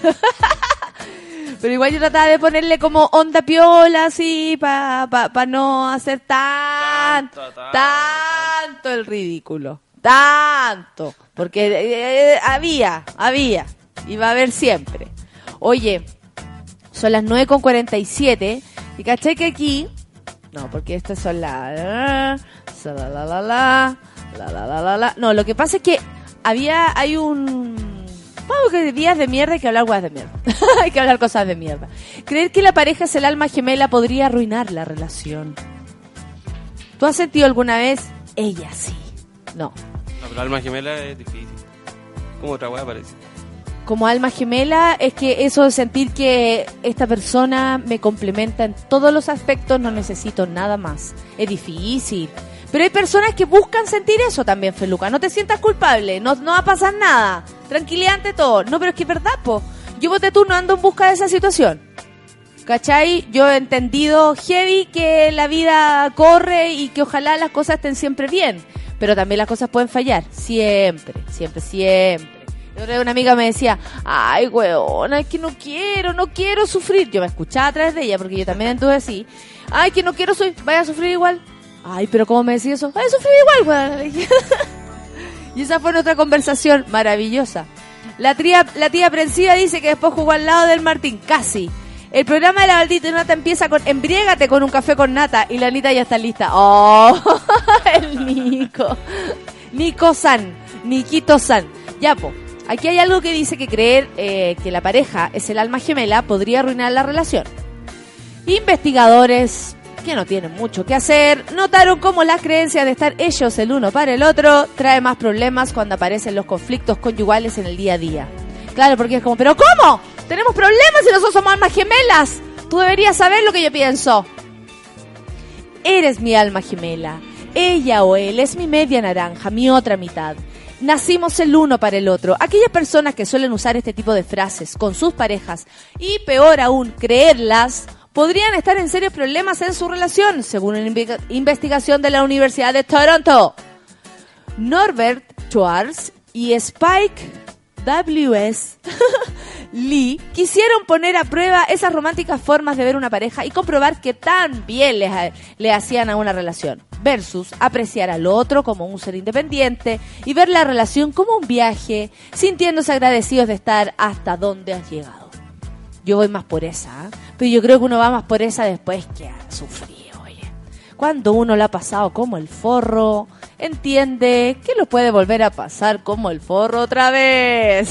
Pero igual yo trataba de ponerle como onda piola así para pa, pa no hacer tan, Tanto, tanto, tanto el ridículo. Tanto. Porque eh, eh, había, había. Y va a haber siempre. Oye, son las nueve con cuarenta y siete y caché que aquí... No, porque estas son las... La, la, la, la, la, la, la, la, la, la. No, lo que pasa es que había... Hay un... Vamos, que días de mierda hay que hablar guas de mierda. Hay que hablar cosas de mierda. Creer que la pareja es el alma gemela podría arruinar la relación. ¿Tú has sentido alguna vez? Ella sí. No. No, pero alma gemela es difícil. Como otra weá parece. Como alma gemela es que eso de sentir que esta persona me complementa en todos los aspectos, no necesito nada más. Es difícil. Pero hay personas que buscan sentir eso también, Feluca. No te sientas culpable, no, no va a pasar nada. Tranquilidad ante todo. No, pero es que es verdad, po. Yo, ponte tú, no ando en busca de esa situación. ¿Cachai? Yo he entendido heavy que la vida corre y que ojalá las cosas estén siempre bien. Pero también las cosas pueden fallar. Siempre, siempre, siempre. La otra vez una amiga me decía, ay, weona, es que no quiero, no quiero sufrir. Yo me escuchaba a través de ella porque yo también estuve así. Ay, que no quiero, soy, vaya a sufrir igual. Ay, pero ¿cómo me decía eso? Ay, sufrir igual, weón. Y esa fue nuestra conversación maravillosa. La tía, la tía aprensiva dice que después jugó al lado del Martín, casi. El programa de la Maldita Nata empieza con embriégate con un café con nata y la Anita ya está lista. Oh, el Nico. Nico San, Nikito San. Ya, po. Aquí hay algo que dice que creer eh, que la pareja es el alma gemela podría arruinar la relación. Investigadores que no tienen mucho que hacer notaron cómo las creencias de estar ellos el uno para el otro trae más problemas cuando aparecen los conflictos conyugales en el día a día. Claro, porque es como, ¿pero cómo? Tenemos problemas y nosotros somos almas gemelas. Tú deberías saber lo que yo pienso. Eres mi alma gemela. Ella o él es mi media naranja, mi otra mitad. Nacimos el uno para el otro. Aquellas personas que suelen usar este tipo de frases con sus parejas y peor aún, creerlas, podrían estar en serios problemas en su relación, según una inve- investigación de la Universidad de Toronto. Norbert Schwartz y Spike W S Lee quisieron poner a prueba esas románticas formas de ver una pareja y comprobar que tan bien les, le hacían a una relación, versus apreciar al otro como un ser independiente y ver la relación como un viaje, sintiéndose agradecidos de estar hasta donde has llegado. Yo voy más por esa, ¿eh? Pero yo creo que uno va más por esa después que ha sufrido, oye. Cuando uno la ha pasado como el forro, entiende que lo puede volver a pasar como el forro otra vez.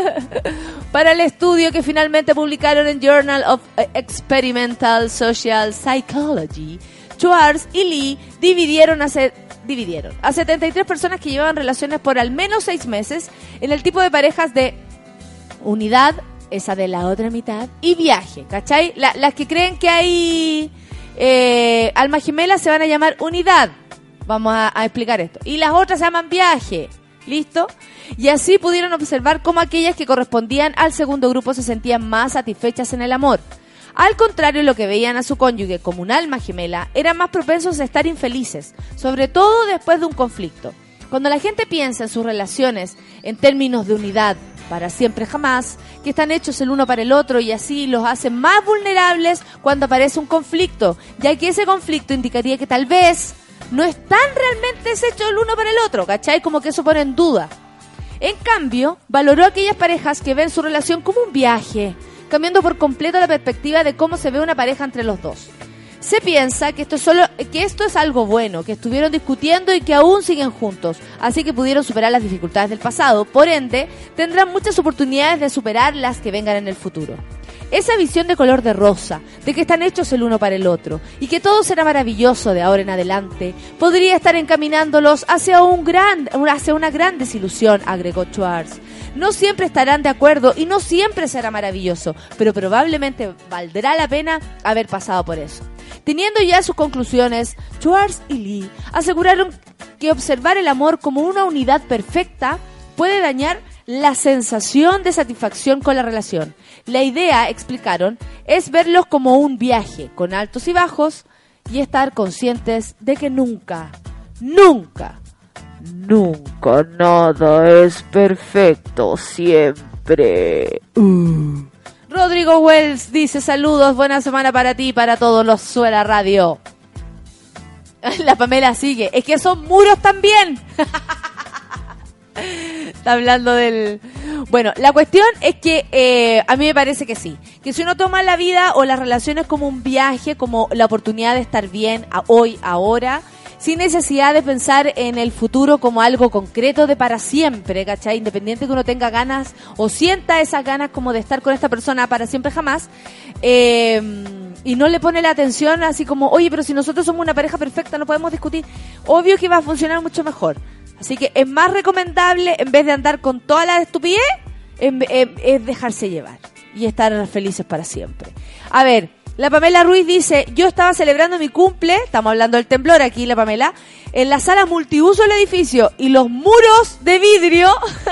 Para el estudio que finalmente publicaron en Journal of Experimental Social Psychology, Schwartz y Lee dividieron a, se- dividieron a setenta y tres personas que llevaban relaciones por al menos seis meses en el tipo de parejas de unidad, esa de la otra mitad, y viaje, ¿cachai? La- las que creen que hay eh, almas gemelas se van a llamar unidad. Vamos a, a explicar esto. Y las otras se llaman viaje. ¿Listo? Y así pudieron observar cómo aquellas que correspondían al segundo grupo se sentían más satisfechas en el amor. Al contrario, lo que veían a su cónyuge como un alma gemela eran más propensos a estar infelices, sobre todo después de un conflicto. Cuando la gente piensa en sus relaciones en términos de unidad, para siempre jamás, que están hechos el uno para el otro y así los hacen más vulnerables cuando aparece un conflicto, ya que ese conflicto indicaría que tal vez no están realmente hechos el uno para el otro, ¿cachai? Como que eso pone en duda. En cambio, valoró a aquellas parejas que ven su relación como un viaje, cambiando por completo la perspectiva de cómo se ve una pareja entre los dos. Se piensa que esto, es solo, que esto es algo bueno, que estuvieron discutiendo y que aún siguen juntos, así que pudieron superar las dificultades del pasado, por ende, tendrán muchas oportunidades de superar las que vengan en el futuro. Esa visión de color de rosa, de que están hechos el uno para el otro, y que todo será maravilloso de ahora en adelante, podría estar encaminándolos hacia, un gran, hacia una gran desilusión, agregó Schwartz. No siempre estarán de acuerdo y no siempre será maravilloso, pero probablemente valdrá la pena haber pasado por eso. Teniendo ya sus conclusiones, Schwartz y Lee aseguraron que observar el amor como una unidad perfecta puede dañar la sensación de satisfacción con la relación. La idea, explicaron, es verlos como un viaje con altos y bajos y estar conscientes de que nunca, nunca, nunca nada es perfecto siempre. Uh. Rodrigo Wells dice saludos, buena semana para ti y para todos los Suela Radio. La Pamela sigue, es que son muros también. Está hablando del... Bueno, la cuestión es que eh, a mí me parece que sí. Que si uno toma la vida o las relaciones como un viaje, como la oportunidad de estar bien a hoy, ahora, sin necesidad de pensar en el futuro como algo concreto de para siempre, ¿cachai? Independiente que uno tenga ganas o sienta esas ganas como de estar con esta persona para siempre jamás, eh, y no le pone la atención así como, oye, pero si nosotros somos una pareja perfecta no podemos discutir, obvio que va a funcionar mucho mejor. Así que es más recomendable, en vez de andar con toda la estupidez, en, en, es dejarse llevar y estar felices para siempre. A ver, la Pamela Ruiz dice, yo estaba celebrando mi cumple, estamos hablando del temblor aquí, la Pamela, en la sala multiuso del edificio y los muros de vidrio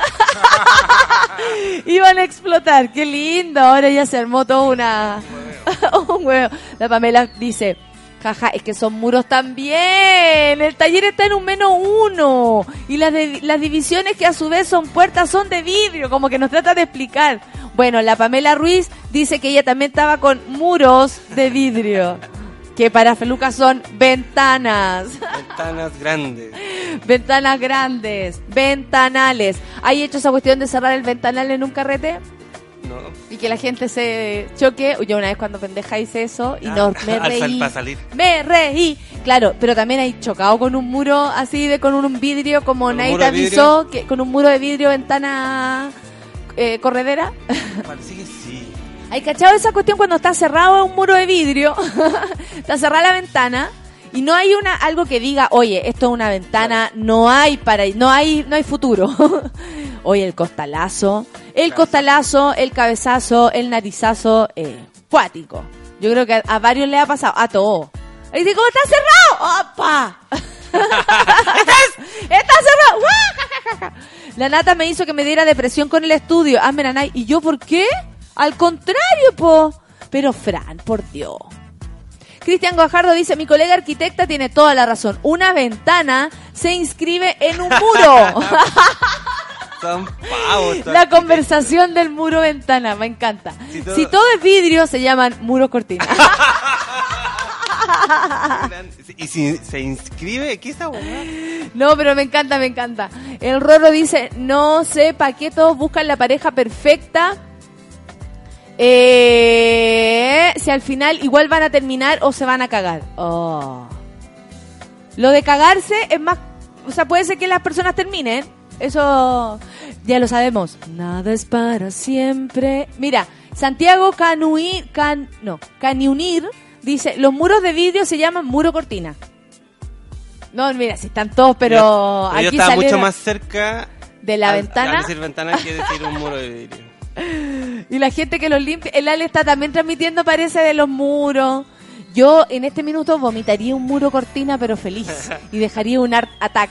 iban a explotar. Qué lindo, ahora ya se armó toda una... un huevo. La Pamela dice... Jaja, es que son muros también. El taller está en un menos uno. Y las, de, las divisiones que a su vez son puertas son de vidrio. Como que nos trata de explicar. Bueno, la Pamela Ruiz dice que ella también estaba con muros de vidrio. Que para Feluca son ventanas. Ventanas grandes. Ventanas grandes. Ventanales. ¿Hay hecho esa cuestión de cerrar el ventanal en un carrete? No. Y que la gente se choque. Yo una vez cuando pendeja hice eso y no, me Al reí. sal- para salir. Me reí. Claro, pero también hay chocado con un muro así de con un vidrio como ¿Con un nadie muro te de avisó, que con un muro de vidrio, ventana eh, corredera. Parece que sí. ¿Hay cachado esa cuestión cuando está cerrado un muro de vidrio? Está cerrada la ventana y no hay una algo que diga, oye, esto es una ventana, no hay para no hay no hay futuro. Oye, el costalazo, el costalazo, el cabezazo, el narizazo, eh, cuático. Yo creo que a, a varios le ha pasado, a todos. Y dice, ¿cómo está cerrado? ¡Opa! ¡Está, está cerrado! La Nata me hizo que me diera depresión con el estudio. Hazme nanay. ¿Y yo por qué? Al contrario, po. Pero Fran, por Dios. Cristian Guajardo dice, mi colega arquitecta tiene toda la razón. Una ventana se inscribe en un muro. Son pavos. son- La conversación del muro ventana, me encanta. Si todo- Si todo es vidrio, se llaman muros cortina. Y si se inscribe, ¿qué es esa weá? No, pero me encanta, me encanta. El Rorro dice, no sé para qué todos buscan la pareja perfecta. Eh, si al final igual van a terminar o se van a cagar. Oh. Lo de cagarse es más... O sea, puede ser que las personas terminen. Eso ya lo sabemos. Nada es para siempre. Mira, Santiago Canuir... Can, no, Caniunir dice, los muros de vidrio se llaman muro cortina. No, mira, si están todos, pero... Yo, pero yo aquí estaba mucho salieron más cerca de la al- ventana. al decir ventana que decir un muro de vidrio. Y la gente que los limpia. El Ale está también transmitiendo, parece, de los muros. Yo en este minuto vomitaría un muro cortina, pero feliz. Y dejaría un art attack.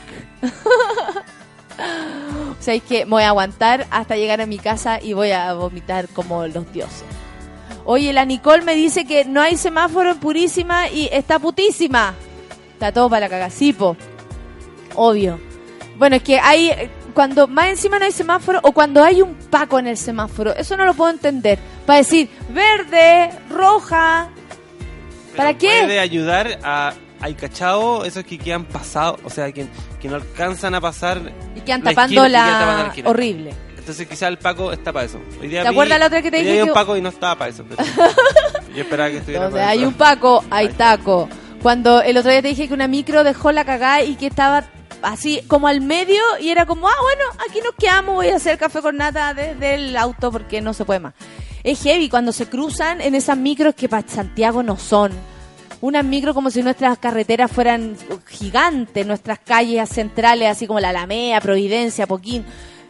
O sea, es que me voy a aguantar hasta llegar a mi casa y voy a vomitar como los dioses. Oye, la Nicole me dice que no hay semáforo en Purísima y está putísima. Está todo para la cagacipo. Obvio. Bueno, es que hay... Cuando más encima no hay semáforo o cuando hay un Paco en el semáforo, eso no lo puedo entender. Para decir verde, roja, ¿para Pero qué? Puede ayudar a... Hay cachao, esos que quedan pasados, o sea, que, que no alcanzan a pasar. Y que han la tapando esquina, y la... quedan tapando la esquina. horrible. Entonces quizá el Paco está para eso. Hoy día ¿Te vi- acuerdas la otra que te hoy dije día vi que- un Paco y no estaba para eso. Pero yo esperaba que estuviera Donde para hay eso. un Paco, hay taco. Cuando el otro día te dije que una micro dejó la cagada y que estaba así como al medio y era como, ah, bueno, aquí nos quedamos, voy a hacer café con nata desde el auto porque no se puede más. Es heavy cuando se cruzan en esas micros que para Santiago no son. Unas micros como si nuestras carreteras fueran gigantes, nuestras calles centrales, así como la Alameda, Providencia, Poquín,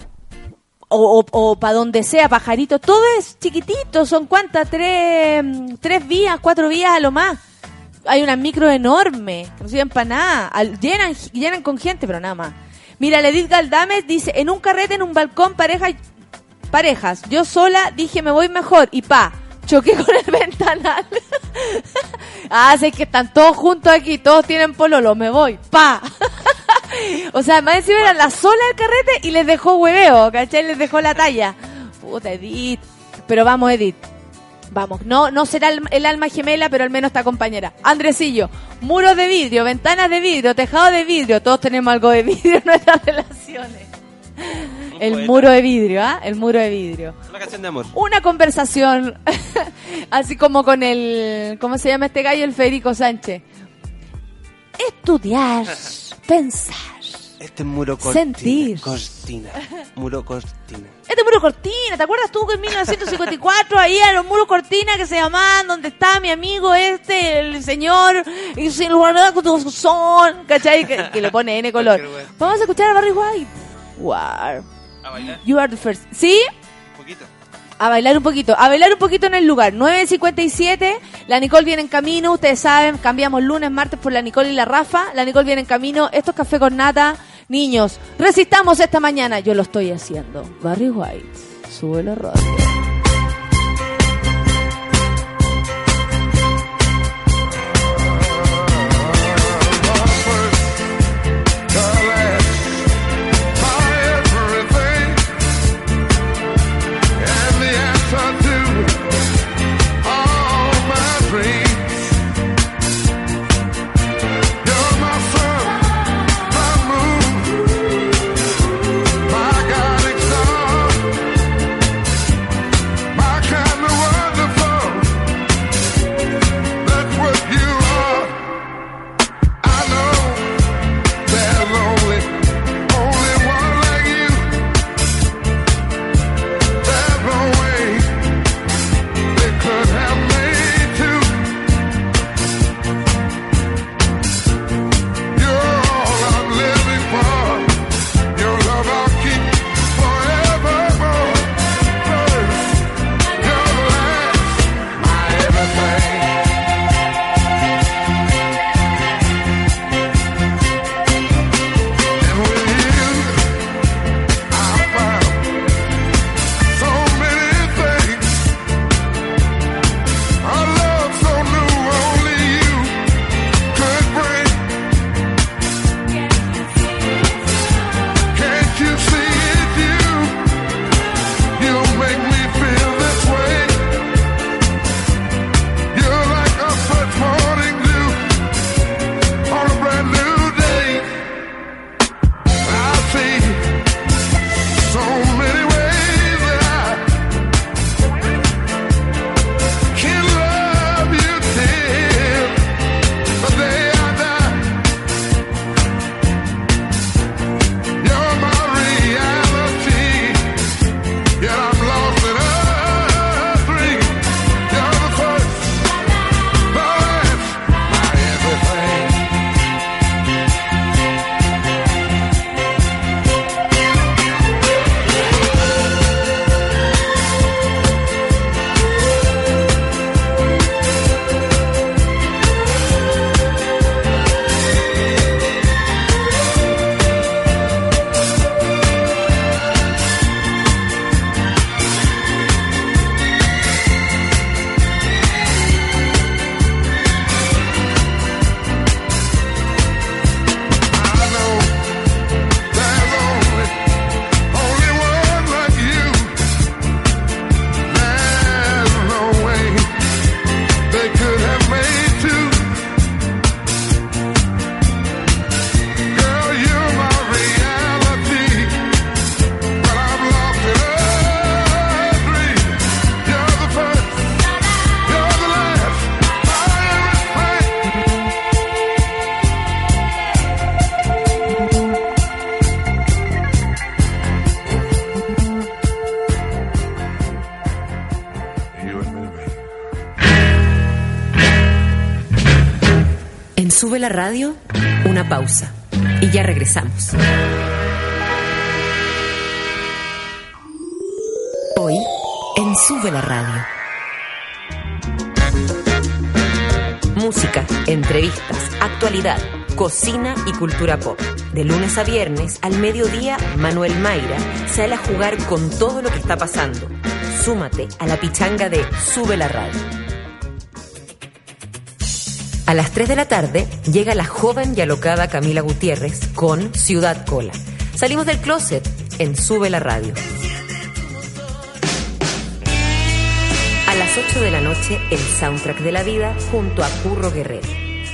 o, o, o para donde sea, Pajarito, todo es chiquitito, son cuántas, tres, tres vías, cuatro vías a lo más. Hay unas micros enormes, que no sirven para nada, Al- llenan, llenan con gente, pero nada más. Mira, la Edith Galdames dice, en un carrete, en un balcón, pareja, parejas, yo sola dije me voy mejor, y pa, choqué con el ventanal. Ah, sé que están todos juntos aquí, todos tienen pololo, me voy, pa. O sea, más encima era la sola del carrete y les dejó hueveo, ¿cachai? Les dejó la talla. Puta, Edith. Pero vamos, Edith. Vamos, no no será el, el alma gemela, pero al menos esta compañera. Andresillo, muros de vidrio, ventanas de vidrio, tejado de vidrio. Todos tenemos algo de vidrio en nuestras relaciones. El poeta. muro de vidrio, ¿ah? El muro de vidrio. Una canción de amor. Una conversación, así como con el, ¿cómo se llama este gallo? El Federico Sánchez. Estudiar, pensar. Este es muro cortina. Sentir. Cortina. Muro cortina. Este muro cortina, ¿te acuerdas tú que en mil novecientos cincuenta y cuatro ahí a los muros cortina que se llamaban, donde está mi amigo este, el señor, y sin lugar con tu son, ¿cachai? Que, que le pone N color. Cualquier wea. Vamos a escuchar a Barry White. Wow. A bailar. You are the first. ¿Sí? Un poquito. A bailar un poquito, a bailar un poquito en el lugar. nueve cincuenta y siete, la Nicole viene en camino, ustedes saben, cambiamos lunes, martes por la Nicole y la Rafa. La Nicole viene en camino, esto es Café con Nata. Niños, resistamos esta mañana, yo lo estoy haciendo. Barry White, sube la radio. Sube la Radio, una pausa. Y ya regresamos. Hoy, en Sube la Radio. Música, entrevistas, actualidad, cocina y cultura pop. De lunes a viernes, al mediodía, Manuel Mayra sale a jugar con todo lo que está pasando. Súmate a la pichanga de Sube la Radio. A las tres de la tarde llega la joven y alocada Camila Gutiérrez con Ciudad Cola. Salimos del closet en Sube la Radio. A las ocho de la noche, el soundtrack de la vida junto a Curro Guerrero.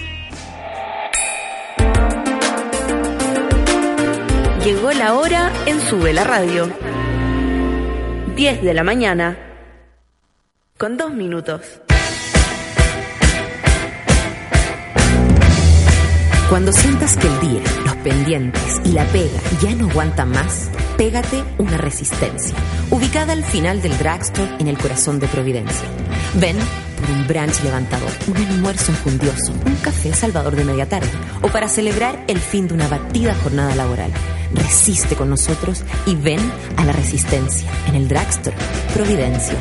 Llegó la hora en Sube la Radio. diez de la mañana, con dos minutos. Cuando sientas que el día, los pendientes y la pega ya no aguantan más, pégate una Resistencia, ubicada al final del drugstore en el corazón de Providencia. Ven por un brunch levantador, un almuerzo enjundioso, un café salvador de media tarde o para celebrar el fin de una batida jornada laboral. Resiste con nosotros y ven a la Resistencia en el drugstore Providencia.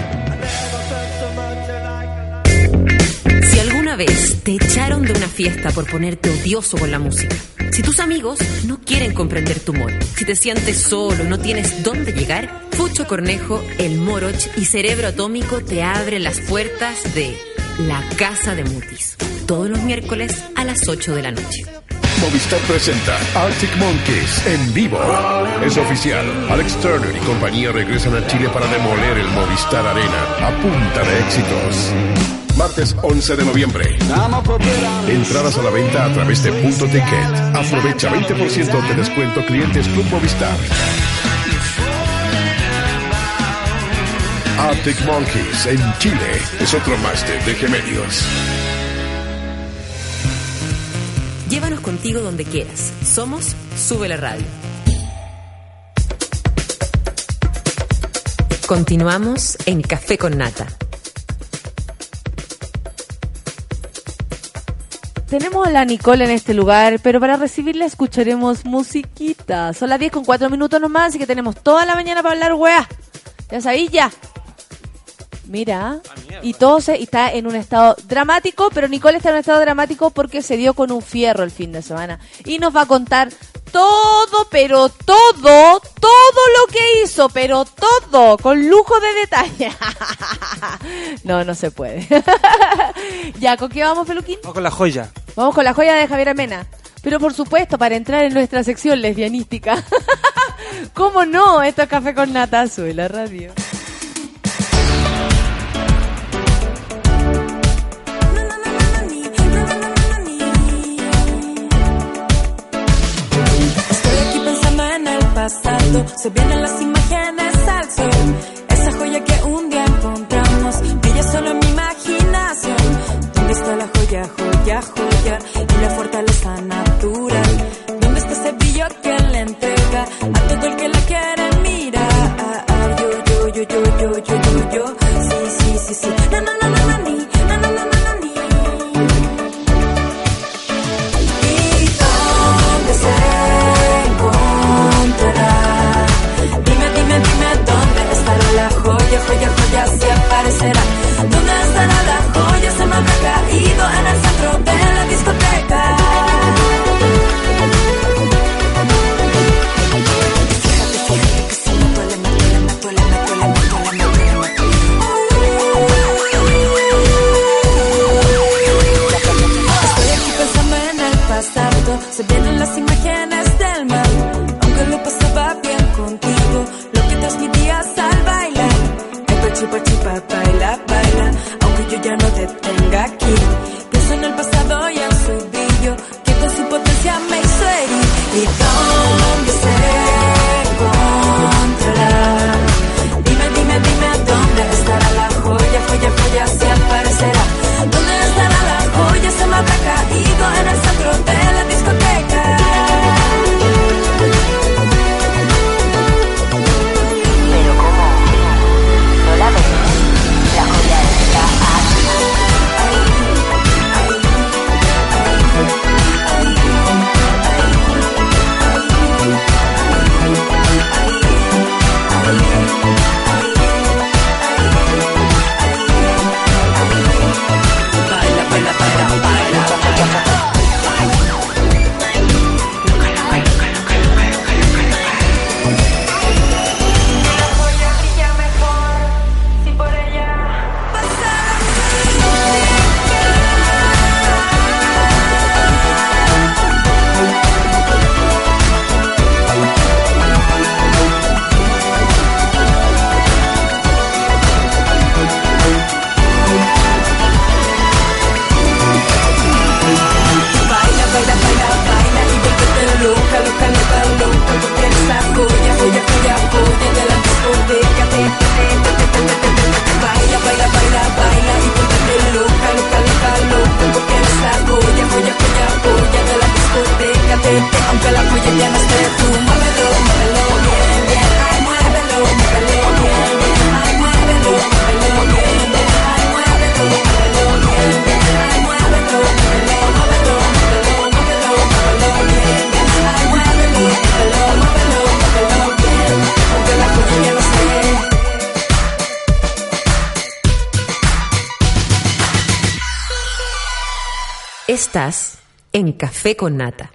Si alguna vez te echaron de una fiesta por ponerte odioso con la música, si tus amigos no quieren comprender tu humor, si te sientes solo y no tienes dónde llegar, Fucho Cornejo, El Moroch y Cerebro Atómico te abren las puertas de La Casa de Mutis, todos los miércoles a las ocho de la noche. Movistar presenta Arctic Monkeys en vivo. Es oficial. Alex Turner y compañía regresan a Chile para demoler el Movistar Arena a punta de éxitos. Martes once de noviembre. Entradas a la venta a través de Punto Ticket. Aprovecha veinte por ciento de descuento clientes Club Movistar. Arctic Monkeys en Chile es otro más de D G Medios. Llévanos contigo donde quieras. Somos Sube la Radio. Continuamos en Café con Nata. Tenemos a la Nicole en este lugar, pero para recibirla escucharemos musiquita. Son las diez con cuatro minutos nomás, así que tenemos toda la mañana para hablar, weá. Ya sabéis, ya. Mira, y todo se, y está en un estado dramático, pero Nicole está en un estado dramático porque se dio con un fierro el fin de semana. Y nos va a contar todo, pero todo, todo lo que hizo, pero todo, con lujo de detalle. No, no se puede. Ya, ¿con qué vamos, Peluquín? Vamos con la joya. Vamos con la joya de Javier Amena. Pero por supuesto, para entrar en nuestra sección lesbianística. ¿Cómo no? Esto es Café con Nata, Sube la Radio. Pasado, se vienen las imágenes al sol. Esa joya que un día encontramos brilla solo en mi imaginación. ¿Dónde está la joya, joya, joya? Y la fortaleza natural. ¿Dónde está ese brillo que le entrega a todo el que la quiere mirar? Ah, ah, yo, yo, yo, yo, yo, yo, yo, yo. Sí, sí, sí, sí. Na, na, na, na, na, ni. Na, na, na, na, na, ni. ¿Y dónde se Dime, dime, dime dónde estará la joya, joya, joya, si aparecerá. ¿Dónde estará la joya? Se me habrá caído en el centro de la discoteca. Estás en Café con Nata.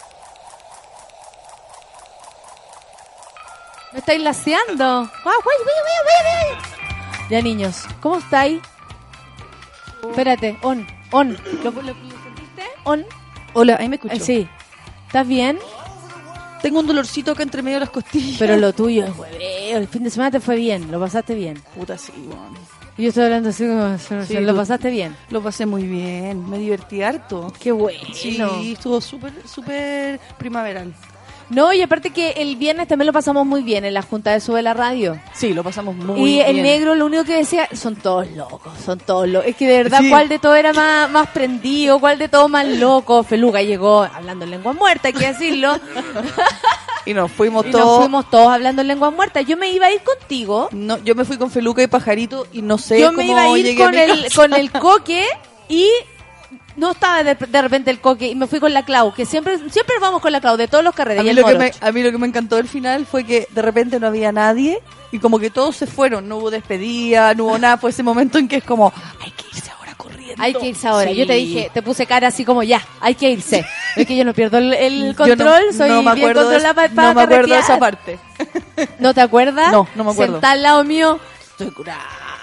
Me estáis laseando. Ah, guay, guay, guay, guay, guay. Ya, niños, ¿cómo estáis? Espérate, on, on. ¿Lo, lo, lo sentiste? On. Hola, ahí me escucho. Eh, sí. ¿Estás bien? Tengo un dolorcito acá entre medio de las costillas. Pero lo tuyo es hueveo. El fin de semana te fue bien, lo pasaste bien. Puta, sí, bueno. Y yo estoy hablando así como... Sí, lo tú- pasaste bien. Lo pasé muy bien, me divertí harto. Qué bueno. Sí, estuvo súper, súper primaveral. No, y aparte que el viernes también lo pasamos muy bien en la junta de Sube la Radio. Sí, lo pasamos muy y bien. el negro lo único que decía, son todos locos, son todos locos. Es que de verdad, Sí. ¿cuál de todo era más, más prendido? ¿Cuál de todo más loco? Feluca llegó hablando en lengua muerta, hay que decirlo. Y nos fuimos y todos. nos fuimos todos hablando en lengua muerta. Yo me iba a ir contigo. No, yo me fui con Feluca y Pajarito y no sé Yo cómo me iba a ir llegué con a mi el, casa. con el coque y no estaba de, de repente el coque y me fui con la Clau, que siempre siempre vamos con la Clau de todos los carretes. A y mí, el lo que Moroch. me, a mí lo que me encantó del final fue que de repente no había nadie y como que todos se fueron, no hubo despedida, no hubo nada, fue ese momento en que es como, hay que irse ahora corriendo. Hay que irse ahora. Sí. Yo te dije, te puse cara así como ya, hay que irse. Es que yo no pierdo el, el Yo control, no, soy no me bien acuerdo de, controlada no para me acuerdo de esa carretear. parte. ¿No te acuerdas? No, no me acuerdo. Sentada al lado mío, estoy curada.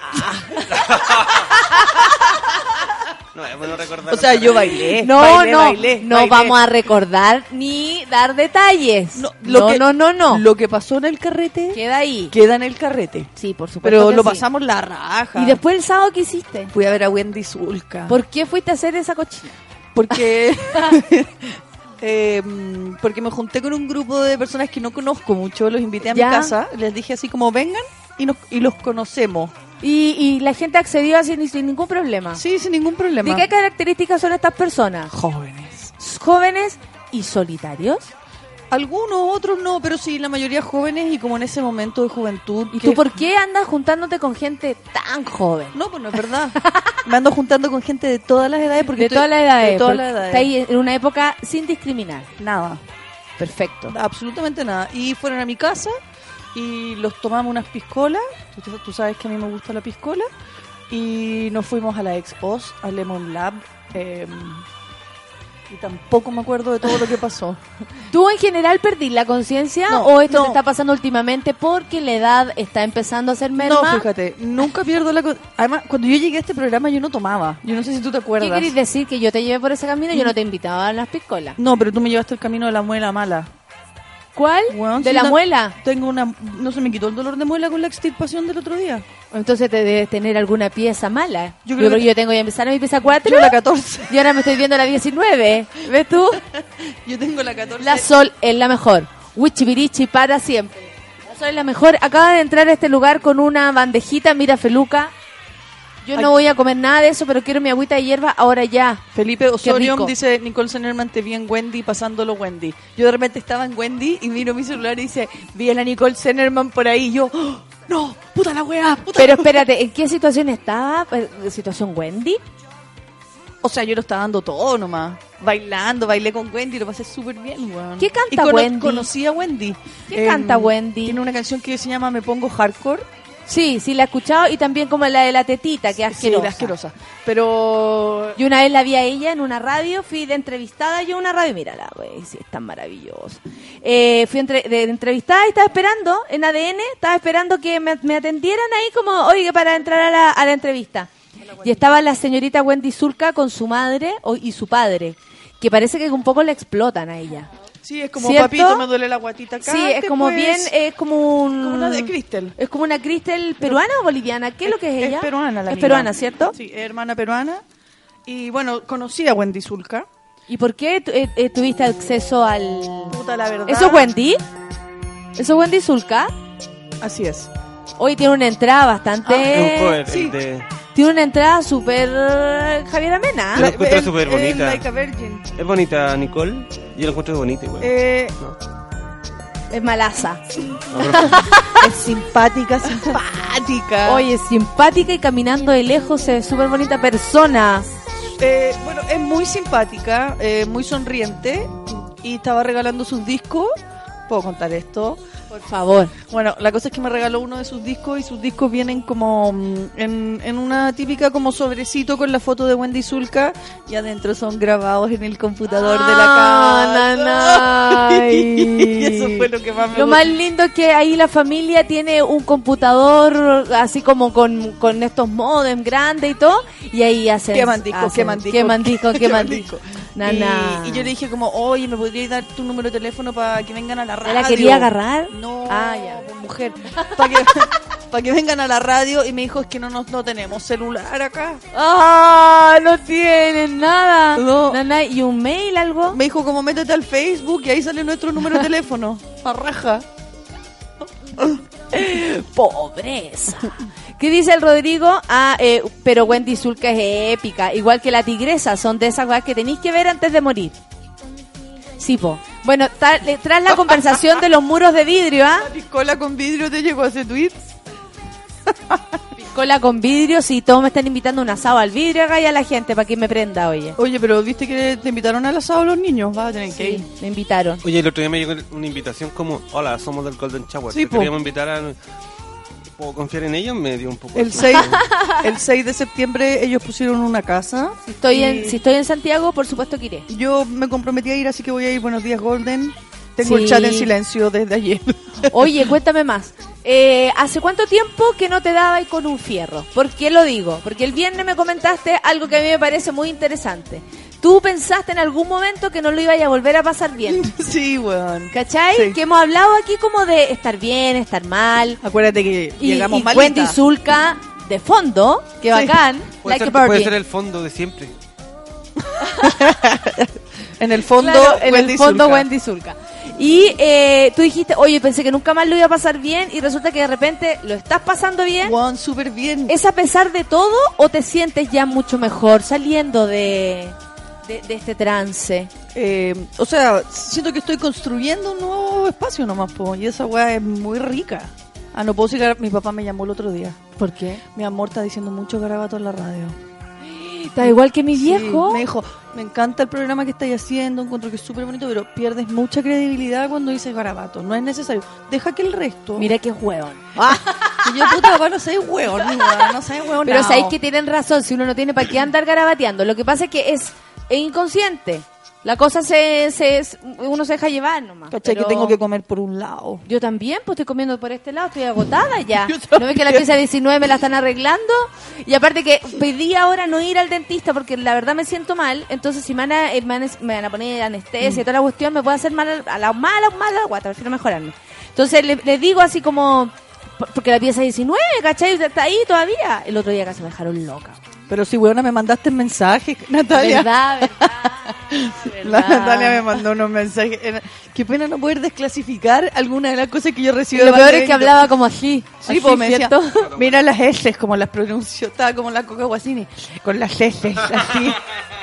No, es bueno recordar. O sea, yo bailé. No, bailé, no, bailé, no bailé. vamos a recordar ni dar detalles. No, No, lo que- no, no, no. Lo que pasó en el carrete Queda ahí. queda en el carrete. Sí, por supuesto. Pero que lo sí. pasamos la raja. ¿Y después el sábado qué hiciste? Fui a ver a Wendy Zulka. ¿Por qué fuiste a hacer esa cochina? Porque eh, porque me junté con un grupo de personas que no conozco mucho, los invité a ¿Ya? mi casa, les dije así como vengan y nos y los conocemos. Y, y la gente accedió así ni- sin ningún problema. Sí, sin ningún problema. ¿De qué características son estas personas? Jóvenes. Jóvenes y solitarios. Algunos, otros no, pero sí, la mayoría jóvenes y como en ese momento de juventud. ¿Y que- tú por qué andas juntándote con gente tan joven? No, pues no es verdad. Me ando juntando con gente de todas las edades porque De estoy- todas las edades. De todas porque las edades. Está ahí en una época sin discriminar. Nada. Perfecto. Absolutamente nada. Y fueron a mi casa y los tomamos unas piscolas. Tú, tú sabes que a mí me gusta la piscola. Y nos fuimos a la Expos, a Lemon Lab. eh, y tampoco me acuerdo de todo lo que pasó. ¿Tú en general perdís la conciencia No, o esto no. te está pasando últimamente porque la edad está empezando a ser No, merma? fíjate, nunca pierdo la... con- Además, cuando yo llegué a este programa yo no tomaba. Yo no sé si tú te ¿Qué acuerdas. querés decir? ¿Que yo te llevé por ese camino? Yo no te invitaba a las piscolas. No, pero tú me llevaste el camino de la muela mala. ¿Cuál? Weón, ¿De sí, la ta- muela? Tengo una... No se me quitó el dolor de muela con la extirpación del otro día. Entonces te debes tener alguna pieza mala. Yo Yo creo creo que- que yo tengo ya empezar a mi pieza cuatro Yo la catorce. y ahora me estoy viendo la diecinueve. ¿Ves tú? Yo tengo la catorce. La Sol es la mejor. Wichibirichi para siempre. La Sol es la mejor. Acaba de entrar a este lugar con una bandejita. Mira, Feluca. Yo no Ay. voy a comer nada de eso, pero quiero mi agüita de hierba ahora ya. Felipe Osorio rico. dice, Nicole Sennerman, te vi en Wendy pasándolo Wendy. Yo de repente estaba en Wendy y miro mi celular y dice, vi a la Nicole Sennerman por ahí. Y yo, ¡oh, no, puta la weá, puta Pero la- espérate, ¿en qué situación estaba? Eh, ¿Situación Wendy? O sea, yo lo estaba dando todo nomás. Bailando, bailé con Wendy, lo pasé súper bien, weón. ¿Qué canta Y cono- Wendy? Conocí a Wendy. ¿Qué Em, canta Wendy? Tiene una canción que se llama Me Pongo Hardcore. Sí, sí la he escuchado y también como la de la tetita, que es Sí, asquerosa. la asquerosa. Pero... Yo una vez la vi a ella en una radio, fui de entrevistada yo a una radio, mírala, güey, sí, es tan maravillosa. Eh, fui entre- de entrevistada y estaba esperando en A D N, estaba esperando que me, me atendieran ahí como, oye, para entrar a la, a la entrevista. Y estaba la señorita Wendy Zulka con su madre o- y su padre, que parece que un poco le explotan a ella. Sí, es como, ¿Cierto? papito, me duele la guatita acá. Sí, es como pues, bien, es como un... como una de Crystal. Es como una Cristel peruana o boliviana, ¿qué es lo que es ella? Es peruana la Es amiga. peruana, ¿cierto? Sí, es hermana peruana. Y bueno, conocí a Wendy Zulka. ¿Y por qué tu- eh, eh, tuviste acceso al...? Puta, la verdad. ¿Eso es Wendy? ¿Eso es Wendy Zulka? Así es. Hoy tiene una entrada bastante... Ah, Es un cover Sí. de... Tiene una entrada súper... eh, Javier Amena. Yo la encuentro En- súper en bonita. Like a Virgin. Es bonita, Nicole. Yo la encuentro bonita, igual. Eh, Es malaza. es simpática, simpática. Oye, es simpática y caminando de lejos es súper bonita persona. Eh, bueno, es muy simpática, eh, muy sonriente y estaba regalando sus discos. Puedo contar esto. Por favor. Bueno, la cosa es que me regaló uno de sus discos y sus discos vienen como mm, en, en una típica como sobrecito con la foto de Wendy Zulka y adentro son grabados en el computador de la Ah, casa. nanay. Y eso fue lo que más me Lo gustó. más lindo es que ahí la familia tiene un computador así como con, con estos modems grandes y todo, y ahí hacen... Queman discos, hacen- queman discos. Queman discos, queman Queman discos. discos. Nana. Y, y yo le dije como, oye, ¿me podrías dar tu número de teléfono para que vengan a la radio? ¿La quería agarrar? No, Ah, ya. pues, mujer. Para que, pa' que vengan a la radio. Y me dijo, es que no, nos no tenemos celular acá. ¡Ah! No tienen nada. No. Nana, ¿y un mail, algo? Me dijo, como métete al Facebook y ahí sale nuestro número de teléfono. Parraja. Pobreza. ¿Qué dice el Rodrigo? Ah, eh, pero Wendy Zulka es épica. Igual que la tigresa. Son de esas cosas que tenéis que ver antes de morir. Sí, po. Bueno, ta- eh, tras la conversación de los muros de vidrio, ¿ah? La piscola con vidrio te llegó a ese tweet. Cola con vidrio, sí, todos me están invitando a un asado al vidrio acá y a la gente para que me prenda, oye. Oye, pero viste que te invitaron al asado los niños. Vas a tener que ir. Sí, me invitaron. Oye, el otro día me llegó una invitación como, hola, somos del Golden Shower. Sí, Te po. queríamos invitar a... ¿Puedo confiar en ellos? Me dio un poco... El seis, el seis de septiembre ellos pusieron una casa. Si estoy, y en, si estoy en Santiago, por supuesto que iré. Yo me comprometí a ir, así que voy a ir. Buenos días, Golden. Tengo Sí. el chat en silencio desde ayer. Oye, cuéntame más. Eh, ¿Hace cuánto tiempo que no te dabas con un fierro? ¿Por qué lo digo? Porque el viernes me comentaste algo que a mí me parece muy interesante. Tú pensaste en algún momento que no lo ibas a volver a pasar bien. Sí, weón. ¿Cachai? Sí. Que hemos hablado aquí como de estar bien, estar mal. Acuérdate que Y, llegamos y malita. Wendy Zulka de fondo, que Sí. bacán, Puede, like ser, a puede birdie. ser el fondo de siempre. En el fondo, Claro, en Wendy el fondo Zulka. Wendy Zulka. Y eh, tú dijiste, oye, pensé que nunca más lo iba a pasar bien y resulta que de repente lo estás pasando bien. Weón, súper bien. ¿Es a pesar de todo o te sientes ya mucho mejor saliendo de, de, de este trance? Eh, o sea, siento que estoy construyendo un nuevo espacio nomás, po, y esa weá es muy rica. Ah, no puedo seguir. Mi papá me llamó el otro día. ¿Por qué? Mi amor está diciendo mucho garabato en la radio. Está igual que mi Sí, viejo. me dijo, me encanta el programa que estáis haciendo, encuentro que es súper bonito, pero pierdes mucha credibilidad cuando dices garabato. No es necesario. Deja que el resto... Mira qué hueón. Ah, y yo, puta, papá, no soy hueón, ni weón, no soy hueón. Pero sabéis que tienen razón, si uno no tiene para qué andar garabateando. Lo que pasa es que es, es inconsciente. La cosa se, se uno se deja llevar nomás. ¿Cachai? pero- Que tengo que comer por un lado. Yo también, pues estoy comiendo por este lado, estoy agotada ya. Yo ¿No ves que la pieza diecinueve me la están arreglando? Y aparte que pedí ahora no ir al dentista porque la verdad me siento mal, entonces si me van a, eh, me van a, me van a poner anestesia y toda la cuestión, me puede hacer mal a la mala, mala la guata, prefiero mejorarme. Entonces le, le digo así como, por- porque la pieza diecinueve, ¿cachai? Está ahí todavía. El otro día casi me dejaron loca. Pero si, weona, me mandaste mensajes, Natalia. ¿Verdad? ¿Verdad? La ¿Verdad? Natalia me mandó unos mensajes. Era- Qué pena no poder desclasificar alguna de las cosas que yo Y recibo. lo de peor es Valdebenito. que hablaba como así. Sí, así, pues me decía, ¿cierto? mira las S como las pronuncio. Estaba como la Coca Guasini. Con las S, así.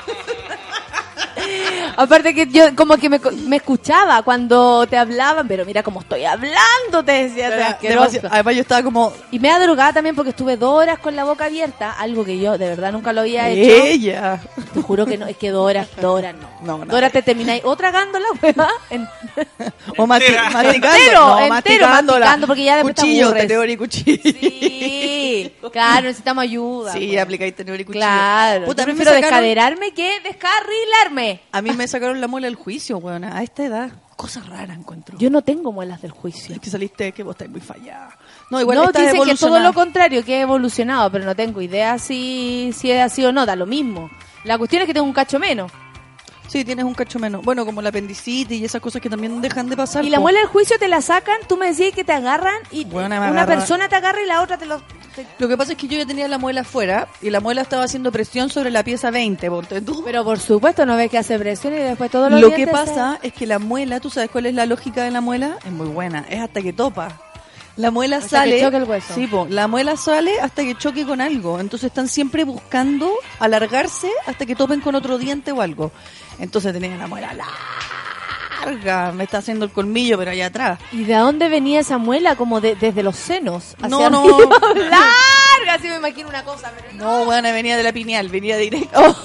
Aparte que yo como que me, me escuchaba cuando te hablaban, pero mira cómo estoy hablando, te decía. Era te asqueroso. demasiado- Además yo estaba como... Y me ha drogado también porque estuve dos horas con la boca abierta, algo que yo de verdad nunca lo había hecho. Ella. Te juro que no, es que dos horas, dos horas no. No, no. Dos horas te termináis o tragando la hueva. En... O mati- Entera. masticando. Entero, no, entero, masticándola. masticando, porque ya después te Cuchillo, aburres. tenedor y cuchillo. Sí, claro, necesitamos ayuda. Sí, pues. aplicáis tenedor y cuchillo. Claro, Puta, yo a mí me prefiero sacaron- descaderarme que descarrilarme. A mí me sacaron la muela del juicio, weona, a esta edad. Cosas raras encuentro. Yo no tengo muelas del juicio. Es que saliste que vos estáis muy fallada. No, igual No, estás dicen que todo evolucionada. lo contrario, que he evolucionado, pero no tengo idea si, si es así o no, da lo mismo. La cuestión es que tengo un cacho menos. Sí, tienes un cacho menos. Bueno, como la apendicitis y esas cosas que también dejan de pasar. Y la po. muela del juicio te la sacan, tú me decías que te agarran y Bueno, me una agarra- persona te agarra y la otra te lo... te- Lo que pasa es que yo ya tenía la muela afuera y la muela estaba haciendo presión sobre la pieza veinte. ponte tú. Pero por supuesto no ves que hace presión y después todo lo Lo que pasa es que la muela, ¿tú sabes cuál es la lógica de la muela? Es muy buena, es hasta que topa. La muela Hasta sale, que choque el hueso. sí, po, la muela sale hasta que choque con algo. Entonces están siempre buscando alargarse hasta que topen con otro diente o algo. Entonces tenía la muela larga, me está haciendo el colmillo, pero allá atrás. ¿Y de dónde venía esa muela? Como de, desde los senos. hacia No, no. arriba. Larga, así me imagino una cosa. Pero No, bueno, venía de la pineal, venía directo.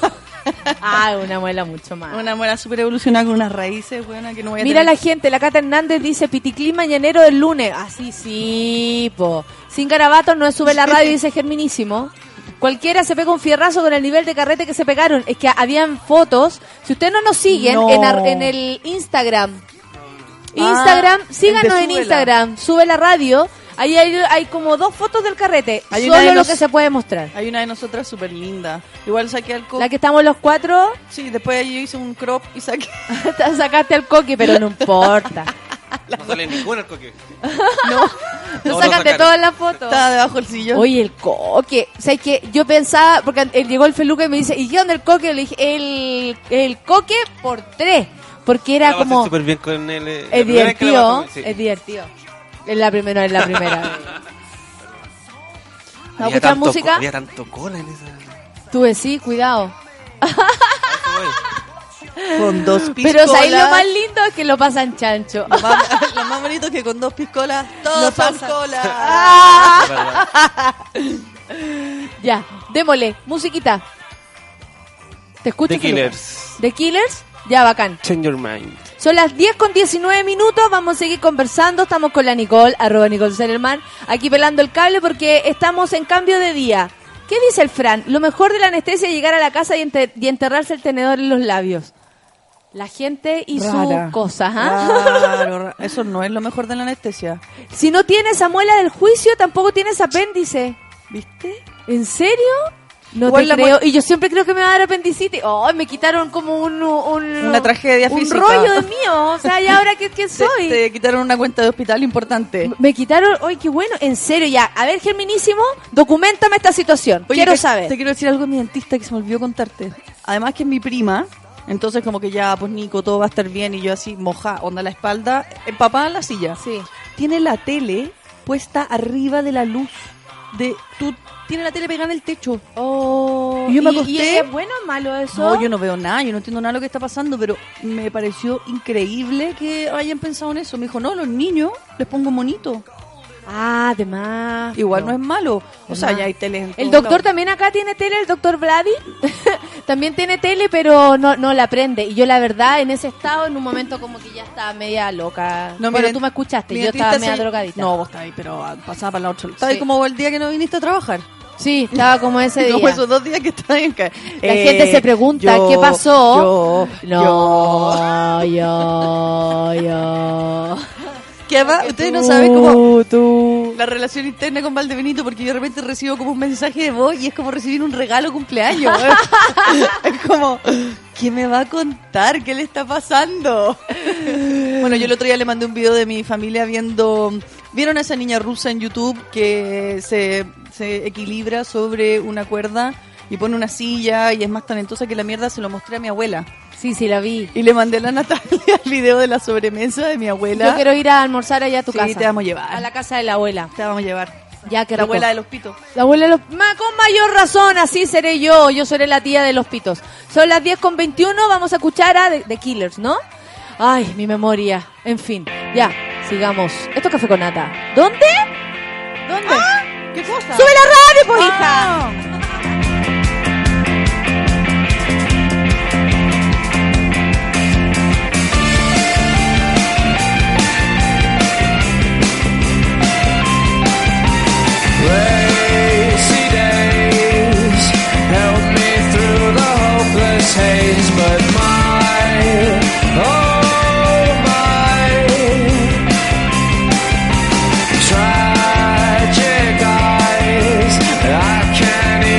Ah, una muela mucho más. Una muela súper evolucionada con unas raíces, buena, que no voy a Mira tener. la gente, la Cata Hernández dice Piticlín mañanero del lunes. Así sí, po. Sin garabatos no es sube la radio, dice Germinísimo. Cualquiera se pega un fierrazo con el nivel de carrete que se pegaron. Es que habían fotos. Si ustedes no nos siguen No. en, ar- en el Instagram, Instagram, Ah, síganos el de en Súbela. Instagram, sube la radio. Ahí hay, hay como dos fotos del carrete. Hay una Solo de lo nos- que se puede mostrar. Hay una de nosotras súper linda. Igual saqué al coque. La que estamos los cuatro, Sí, después yo hice un crop y saqué. sacaste al coqui, pero no importa. No sale ninguna el coque. No No, sacan lo de sacaron. todas las fotos. Estaba debajo del sillón. Oye, el coque. O sea, es que yo pensaba, porque él llegó el Feluca y me dice, ¿y qué onda el coque? Le dije, el, el coque por tres. Porque era La pasé como. súper bien con él. eh, la Es primera vez que la divertido. pasé, sí. Es divertido. Es la primera, es la primera. ¿Vamos a Había escuchar tanto música? co- Había tanto cola en esa. Tú decís, cuidado. A eso voy. Con dos piscolas. Pero ¿sabes lo más lindo? Es que lo pasan chancho. Lo más, lo más bonito es que con dos piscolas todos Lo son pasa. cola. Ah. Es verdad. Ya, démosle, musiquita. ¿Te escucho? The Feluca? Killers. The Killers, ya bacán. Change your mind. Son las diez con diecinueve minutos, vamos a seguir conversando, estamos con la Nicole, arroba Nicole Serelman, aquí pelando el cable porque estamos en cambio de día. ¿Qué dice el Fran? Lo mejor de la anestesia es llegar a la casa y, enter- y enterrarse el tenedor en los labios. La gente y Rara. sus cosas, ¿ah? Claro, ra- eso no es lo mejor de la anestesia. Si no tienes esa muela del juicio, tampoco tienes apéndice. ¿Viste? ¿En serio? No Igual te la creo. muela- Y yo siempre creo que me va a dar apendicitis. Oh, me quitaron como un... un Una tragedia un física. rollo de mío. O sea, ¿y ahora qué, qué Te, soy? te quitaron una cuenta de hospital importante. Me quitaron, ¡ay, qué bueno! En serio, ya. A ver, Germinísimo, documentame esta situación. Oye, Quiero que- saber. Te quiero decir algo de mi dentista que se me olvidó contarte. Además que es mi prima, entonces como que ya, pues Nico, todo va a estar bien y yo así moja, onda la espalda, empapada en la silla. Sí. Tiene la tele puesta arriba de la luz. De, tú, tiene la tele pegada en el techo. Oh, Y yo me ¿y- acosté- ¿Y es bueno o malo eso? No, yo no veo nada, yo no entiendo nada de lo que está pasando, pero me pareció increíble que hayan pensado en eso. Me dijo, no, los niños les pongo monito. Ah, además. Igual no es malo. O sea, Además. ya hay teles en El todos doctor lados. también acá tiene tele, el doctor Vladi. También tiene tele, pero no, no la prende. Y yo, la verdad, en ese estado, en un momento como que ya estaba media loca. No, bueno, miren, tú me escuchaste, mi yo dentista estaba media se- drogadita. No, vos estabas ahí, pero ah, pasaba para la otra. Estaba Sí. ahí como el día que no viniste a trabajar. Sí, estaba como ese día. Como esos dos días que estaba en ca- La Eh, gente se pregunta, yo- ¿qué pasó? Yo, No, yo, yo. Que además, ustedes no saben cómo la relación interna con Valdebenito, porque yo de repente recibo como un mensaje de voz y es como recibir un regalo cumpleaños. Es como, ¿qué me va a contar? ¿Qué le está pasando? Bueno, yo el otro día le mandé un video de mi familia viendo... ¿Vieron a esa niña rusa en YouTube que se, se equilibra sobre una cuerda y pone una silla y es más talentosa que la mierda? Se lo mostré a mi abuela. Sí, sí, la vi. Y le mandé a la Natalia el video de la sobremesa de mi abuela. Yo quiero ir a almorzar allá a tu Sí, casa. te vamos a llevar. A la casa de la abuela. Te vamos a llevar. Ya, que La abuela de los pitos. La abuela de los... Ma, con mayor razón, así seré yo. Yo seré la tía de los pitos. Son las diez con veintiuno, vamos a escuchar a The, The Killers, ¿no? Ay, mi memoria. En fin, ya, sigamos. Esto es Café con Nata. ¿Dónde? ¿Dónde? ¿Qué cosa? ¡Sube la radio, pues, hija! Ah. Lazy days help me through the hopeless haze, but my, oh my, tragic eyes, I can't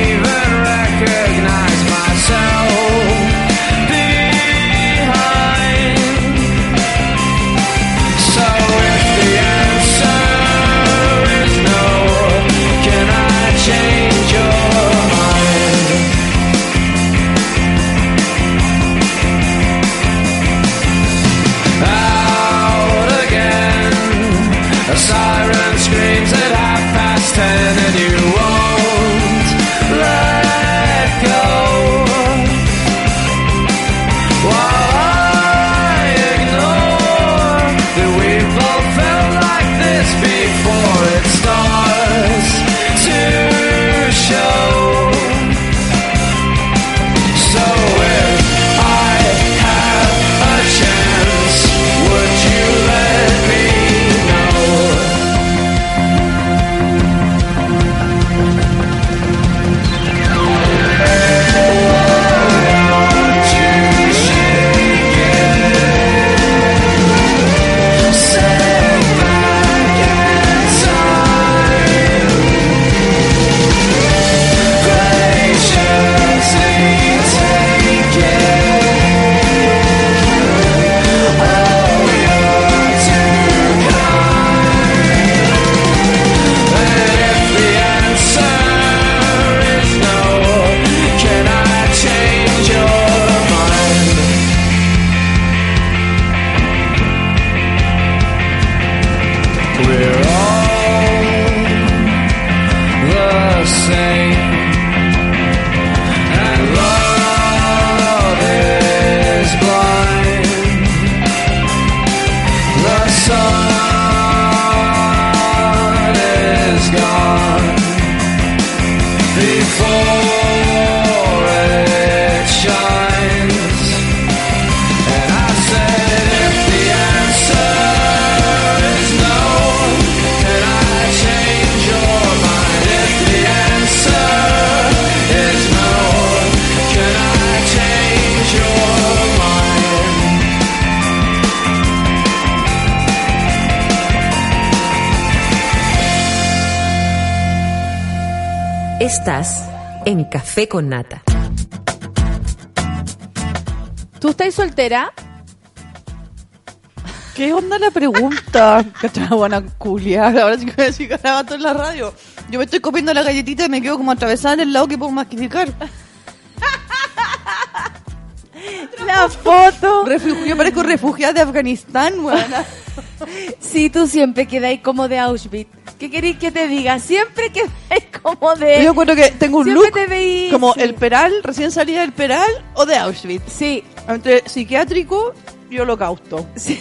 Estás en Café con Nata. ¿Tú estás soltera? ¿Qué onda la pregunta? Que te la van a culiar. Ahora sí que voy a decir garabato en la radio. Yo me estoy comiendo la galletita y me quedo como atravesada en el lado que puedo masticar. La foto. Refugio, yo parezco refugiada de Afganistán, weón. Sí, tú siempre quedáis como de Auschwitz. ¿Qué queréis que te diga? Siempre quedáis como de... Yo encuentro que tengo un Siempre look te veí, como sí. el Peral, recién salida del Peral o de Auschwitz. Sí. Entre psiquiátrico y holocausto. Sí.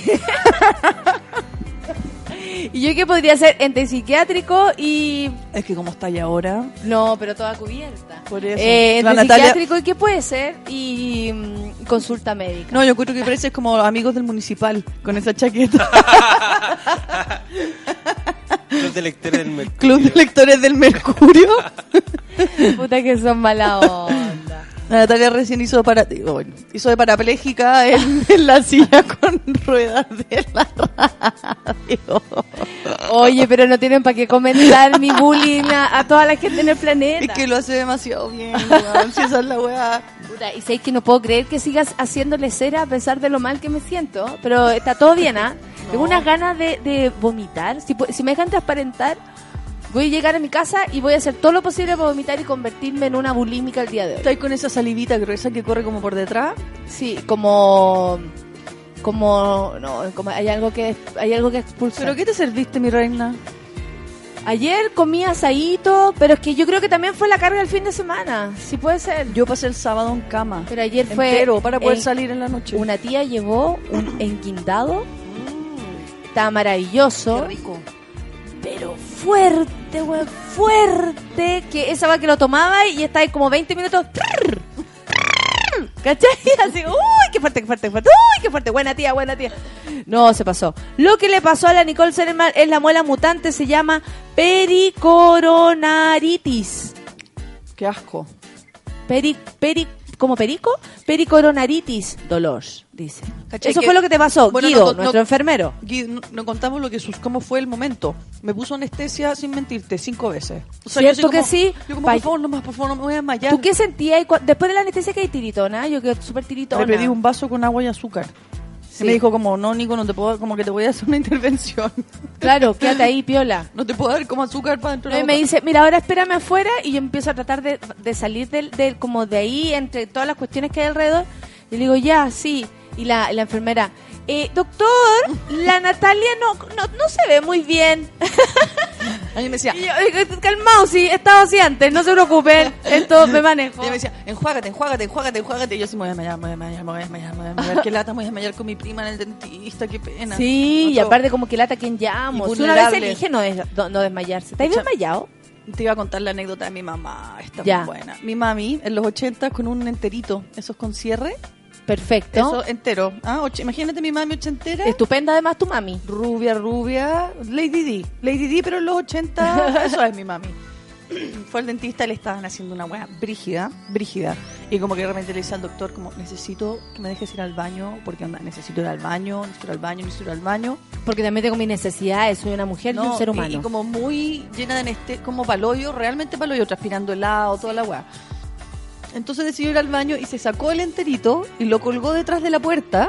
¿Y yo qué podría ser? Entre psiquiátrico y... Es que como está ahí ahora. No, pero toda cubierta. Por eso. Eh, La entre Natalia- psiquiátrico y qué puede ser y mm, consulta médica. No, yo creo que pareces como amigos del municipal con esa chaqueta. Club de lectores del Mercurio. Club de lectores del Mercurio. Puta que son mala onda. La Natalia recién hizo para bueno, hizo de parapléjica en, en la silla con ruedas de la radio. Oye, pero no tienen para qué comentar mi bullying a, a toda la gente en el planeta. Es que lo hace demasiado bien, weón. Si esa es la weá. Puta, y sabéis que no puedo creer que sigas haciéndole cera a pesar de lo mal que me siento. Pero está todo bien, ¿ah? No. Tengo unas ganas de, de vomitar. Si, pu- si me dejan transparentar, voy a llegar a mi casa y voy a hacer todo lo posible para vomitar y convertirme en una bulímica el día de hoy. ¿Estás con esa salivita gruesa que corre como por detrás? Sí, como... Como... No, como hay algo que hay algo que expulsar. ¿Pero qué te serviste, mi reina? Ayer comí asadito, pero es que yo creo que también fue la carga del fin de semana. Sí puede ser. Yo pasé el sábado en cama. Pero ayer fue... Entero, para poder en- salir en la noche. Una tía llevó un enguindado. Estaba maravilloso. Qué rico. Pero fuerte, güey, fuerte. Que esa va que lo tomaba y estaba ahí como veinte minutos. ¿Cachai? Así, uy, qué fuerte, qué fuerte, qué fuerte. Uy, qué fuerte. Buena tía, buena tía. No, se pasó. Lo que le pasó a la Nicole Sederman es la muela mutante. Se llama pericoronaritis. Qué asco. Peri, peri, ¿Como perico? Pericoronaritis, dolor, dice. ¿Cachai Eso que- fue lo que te pasó, Bueno, Guido, no- no- nuestro enfermero. Gui- no, no contamos lo que sus, cómo fue el momento. Me puso anestesia, sin mentirte, cinco veces. O ¿Cierto yo soy que como- sí? Yo como, Vaya. por favor, no más, por favor, no me voy a desmayar. ¿Tú qué sentías? Y cua- Después de la anestesia que hay tiritona, yo quedé súper tiritona. Le pedí un vaso con agua y azúcar. Sí. Y me dijo como, no, Nico, no te puedo, como que te voy a hacer una intervención. Claro, quédate ahí, piola. No te puedo dar como azúcar para dentro de No, la y me boca. dice, mira, ahora espérame afuera, y yo empiezo a tratar de, de salir del, del- como de ahí, entre todas las cuestiones que hay alrededor, y le digo, ya, sí, y la, la enfermera, eh, doctor, la Natalia no, no, no se ve muy bien. A mí me decía, Y yo, eh, calmado, sí, he estado así antes, no se preocupen, esto me manejo. ella me decía, enjuágate, enjuágate, enjuágate, enjuágate. Y yo sí me voy a desmayar, me voy a desmayar, me voy a desmayar, me voy a desmayar. Qué lata, me voy a desmayar con mi prima en el dentista, qué pena. Sí, y Otro- aparte como que lata quien llamo. Y Si una vez vulnerable. elige no, des- no, no desmayarse. ¿Estás Escucha, desmayado? Te iba a contar la anécdota de mi mamá, está Ya. muy buena. Mi mami, en los ochenta, con un enterito, esos con cierre, Perfecto. eso entero. ¿Ah? Och- Imagínate mi mami ochentera. Estupenda además tu mami. Rubia, rubia, Lady D. Lady D, pero en los ochenta, eso es mi mami. Fue al dentista, le estaban haciendo una weá brígida, brígida. Y como que de repente le dice al doctor, como, necesito que me dejes ir al baño, porque onda, necesito ir al baño, necesito ir al baño, necesito ir al baño. Porque también tengo mis necesidades, soy una mujer y un ser y- humano. Y, como muy llena de aneste, como paloyo, realmente paloyo, transpirando helado, toda la weá. Entonces decidió ir al baño y se sacó el enterito y lo colgó detrás de la puerta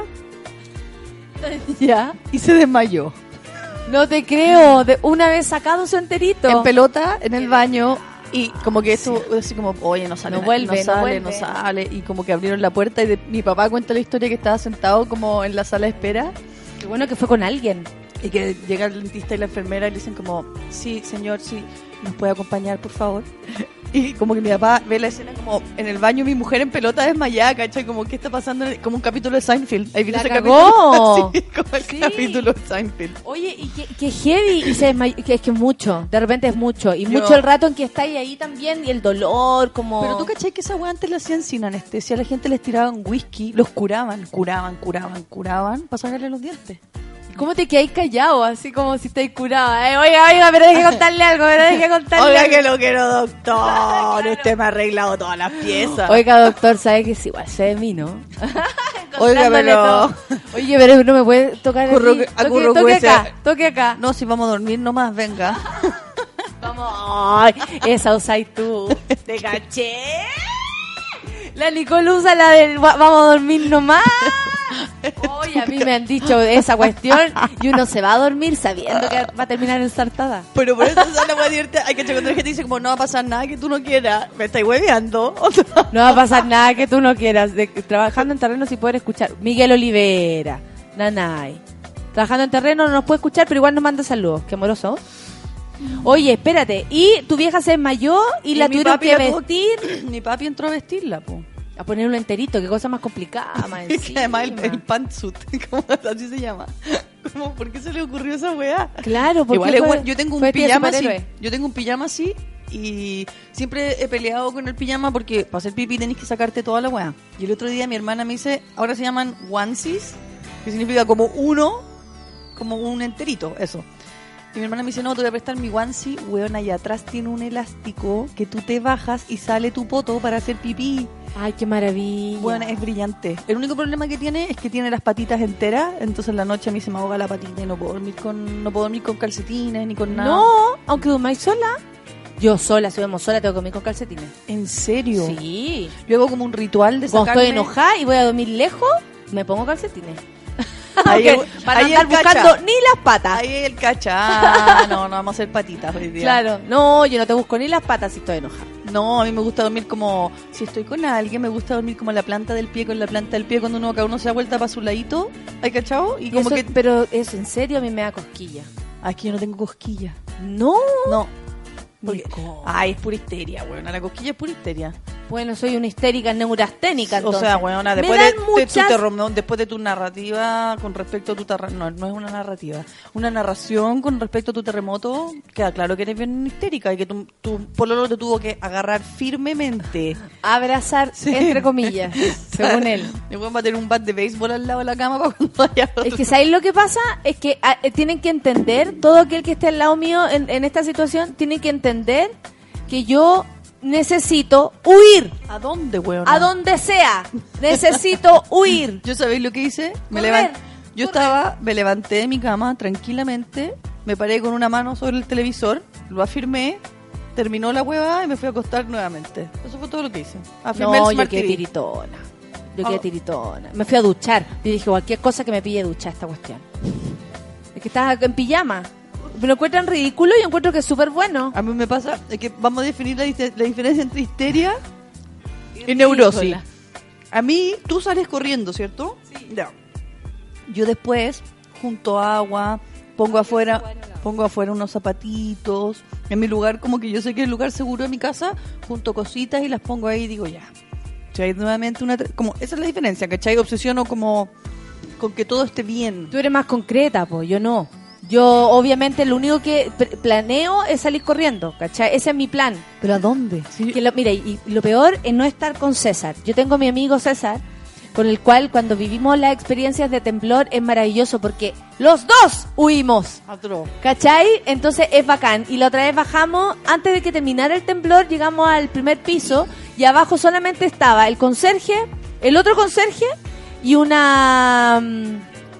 ¿Ya? y se desmayó. No te creo. De una vez sacado su enterito. En pelota, en el baño, y como que eso, así como, oye, no sale, No vuelve, no no sale, no, vuelve. sale, y como que abrieron la puerta y de- mi papá cuenta la historia que estaba sentado como en la sala de espera Qué bueno que fue con alguien. y que llega el dentista y la enfermera y le dicen como, sí, señor, sí, ¿nos puede acompañar, por favor? Y como que mi papá ve la escena como en el baño, mi mujer en pelota desmayada, ¿cachai? Como, ¿qué está pasando? Como un capítulo de Seinfeld. Ahí viene ¡La ese cagó! capítulo. Sí, como el Sí. capítulo de Seinfeld. Oye, y que, que heavy, y se desmayó, que es que es mucho, de repente es mucho, y Yo- mucho el rato en que estáis ahí también, y el dolor, como... Pero tú cachai que esa weá antes la hacían sin anestesia, la gente les tiraban whisky, los curaban, curaban, curaban, curaban para sacarle los dientes. ¿Cómo te quedáis callado? Así como si estáis curada. Eh, oiga, oiga, pero deje contarle algo, pero deje contarle Oiga, algo. que lo quiero, doctor. Usted me ha arreglado todas las piezas. Oiga, doctor, sabe que es igual, sé de mí, ¿no? Oiga, Contándole pero- todo. Oye, pero no me puede tocar Curru- aquí. a Toque, curru- toque ese- acá, toque acá. No, si vamos a dormir nomás, venga. Vamos como, ay, esa usáis tú. Te caché. La Nicole usa la del va- vamos a dormir nomás. Oye, a mí me han dicho esa cuestión y uno se va a dormir sabiendo que va a terminar ensartada. Pero por eso es la más divertida. Hay que checar cuando la gente dice como no va a pasar nada que tú no quieras. Me estáis hueveando. No va a pasar nada que tú no quieras. De, trabajando en terreno sin poder escuchar. Miguel Olivera, Nanay. Trabajando en terreno no nos puede escuchar, pero igual nos manda saludos. Qué amoroso. Oye, espérate. Y tu vieja se desmayó y, Y la mi tuvieron papi que la tuvo- vestir. Mi papi entró a vestirla, po. A ponerlo enterito. Qué cosa más complicada, más Es que además el, encima. el pantsuit, ¿cómo así se llama? ¿Cómo, ¿Por qué se le ocurrió esa weá? Claro, porque Igual es fue- bueno. Yo tengo un fue tía pijama así. superhéroe. Yo tengo un pijama así y siempre he peleado con el pijama porque para hacer pipí tenés que sacarte toda la weá. Y el otro día mi hermana me dice, ahora se llaman onesies, que significa como uno, como un enterito, eso. Y mi hermana me dice, no, te voy a prestar mi onesie, weón, allá atrás tiene un elástico que tú te bajas y sale tu poto para hacer pipí. Ay, qué maravilla. Bueno, es brillante. El único problema que tiene es que tiene las patitas enteras, entonces en la noche a mí se me ahoga la patita y no puedo dormir con no puedo dormir con calcetines ni con nada. No, aunque durmáis sola. Yo sola, si vemos sola, tengo que dormir con calcetines. ¿En serio? Sí. Yo hago como un ritual de Cuando sacarme... estoy enojada y voy a dormir lejos, me pongo calcetines. Ahí Porque el- para ahí andar el cacha. buscando ni las patas. Ahí el cacha. Ah, no, no vamos a hacer patitas hoy día. Claro, no, yo no te busco ni las patas si estoy enojada. No, a mí me gusta dormir como... Si estoy con alguien, me gusta dormir como la planta del pie con la planta del pie cuando uno cada uno se da vuelta para su ladito. ¿Hay cachado? Y Y como eso- que... Pero eso en serio a mí me da cosquilla. Aquí yo no tengo cosquilla. No. No. Porque- Porque... Ay, es pura histeria, weón. La cosquilla es pura histeria. Bueno, soy una histérica neurasténica, entonces. O sea, weona, Me después de, dan de tu muchas- terror- después de tu narrativa con respecto a tu terremoto, no, no es una narrativa, una narración con respecto a tu terremoto, queda claro que eres bien histérica y que tu, tu pololo te tuvo que agarrar firmemente. Abrazar, Sí. entre comillas, según él. El weón va a tener un bat de béisbol al lado de la cama para cuando vaya. Es que ¿sabéis lo que pasa? Es que ah, eh, tienen que entender, todo aquel que esté al lado mío en, en esta situación, tiene que entender que yo necesito huir. ¿A dónde, weón? A donde sea. Necesito huir. ¿Yo sabéis lo que hice? Me Correr, levan- Yo correr. estaba, me levanté de mi cama tranquilamente, me paré con una mano sobre el televisor, lo afirmé, terminó la hueva y me fui a acostar nuevamente. Eso fue todo lo que hice. Afirmé No, el yo Smart quedé T V. tiritona. Yo Ah. quedé tiritona. Me fui a duchar. Y dije, cualquier cosa que me pille duchar esta cuestión. Es que estás en pijama. Me lo encuentran ridículo y yo encuentro que es súper bueno. A mí me pasa, es que vamos a definir la, diste- la diferencia entre histeria y neurosis. Ridícula. A mí, tú sales corriendo, ¿cierto? Sí. Ya. Yo después, junto a agua, pongo afuera, pongo afuera unos zapatitos. En mi lugar, como que yo sé que es el lugar seguro de mi casa, junto cositas y las pongo ahí y digo, ya. ¿Cachai? Nuevamente una... tra- Como, esa es la diferencia, ¿cachai? Obsesiono como con que todo esté bien. Tú eres más concreta, pues yo no. Yo, obviamente, lo único que pr- planeo es salir corriendo, ¿cachai? Ese es mi plan. ¿Pero a dónde? Sí. Que lo, mira, y y lo peor es no estar con César. Yo tengo a mi amigo César, con el cual cuando vivimos las experiencias de temblor es maravilloso porque los dos huimos. Atro. ¿Cachai? Entonces es bacán. Y la otra vez bajamos, antes de que terminara el temblor, llegamos al primer piso y abajo solamente estaba el conserje, el otro conserje y una... mm,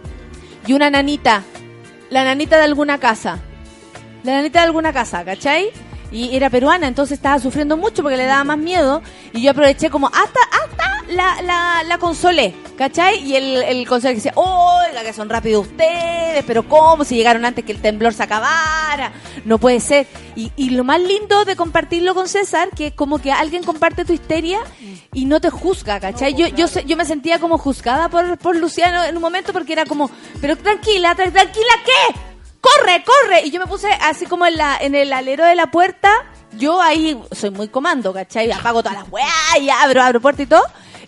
y una nanita. La nanita de alguna casa. La nanita de alguna casa, ¿cachai? Y era peruana, entonces estaba sufriendo mucho porque le daba más miedo. Y yo aproveché como hasta, hasta la, la, la consolé, ¿cachai? Y el, el conserje decía, oiga, que son rápidos ustedes, pero ¿cómo? Si llegaron antes que el temblor se acabara. No puede ser. Y, y lo más lindo de compartirlo con César, que es como que alguien comparte tu histeria y no te juzga, ¿cachai? Yo, yo, se- yo me sentía como juzgada por, por Luciano en un momento porque era como, pero tranquila, tra- tranquila, ¿qué? ¡Corre, corre! Y yo me puse así como en, la, en el alero de la puerta. Yo ahí soy muy comando, ¿cachai? Apago todas las weas y abro, abro puerta y todo.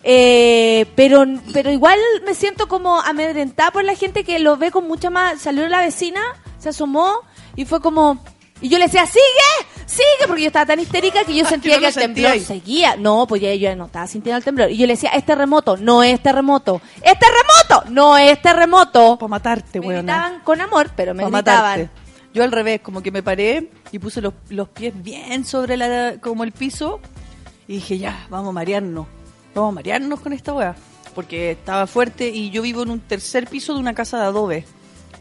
Eh, pero, pero igual me siento como amedrentada por la gente que lo ve con mucha más... Salió la vecina, se asomó y fue como... Y yo le decía, sigue, sigue, porque yo estaba tan histérica que yo sentía no que lo el temblor sentíais. seguía. No, pues ya yo no estaba sintiendo el temblor. Y yo le decía, es terremoto, no es terremoto. ¡Es terremoto! No es terremoto. Para matarte, Me weón. gritaban con amor, pero me Pa' gritaban. matarte. Yo al revés, como que me paré y puse los, los pies bien sobre la como el piso y dije, ya, vamos a marearnos. Vamos a marearnos con esta weá. Porque estaba fuerte y yo vivo en un tercer piso de una casa de adobe.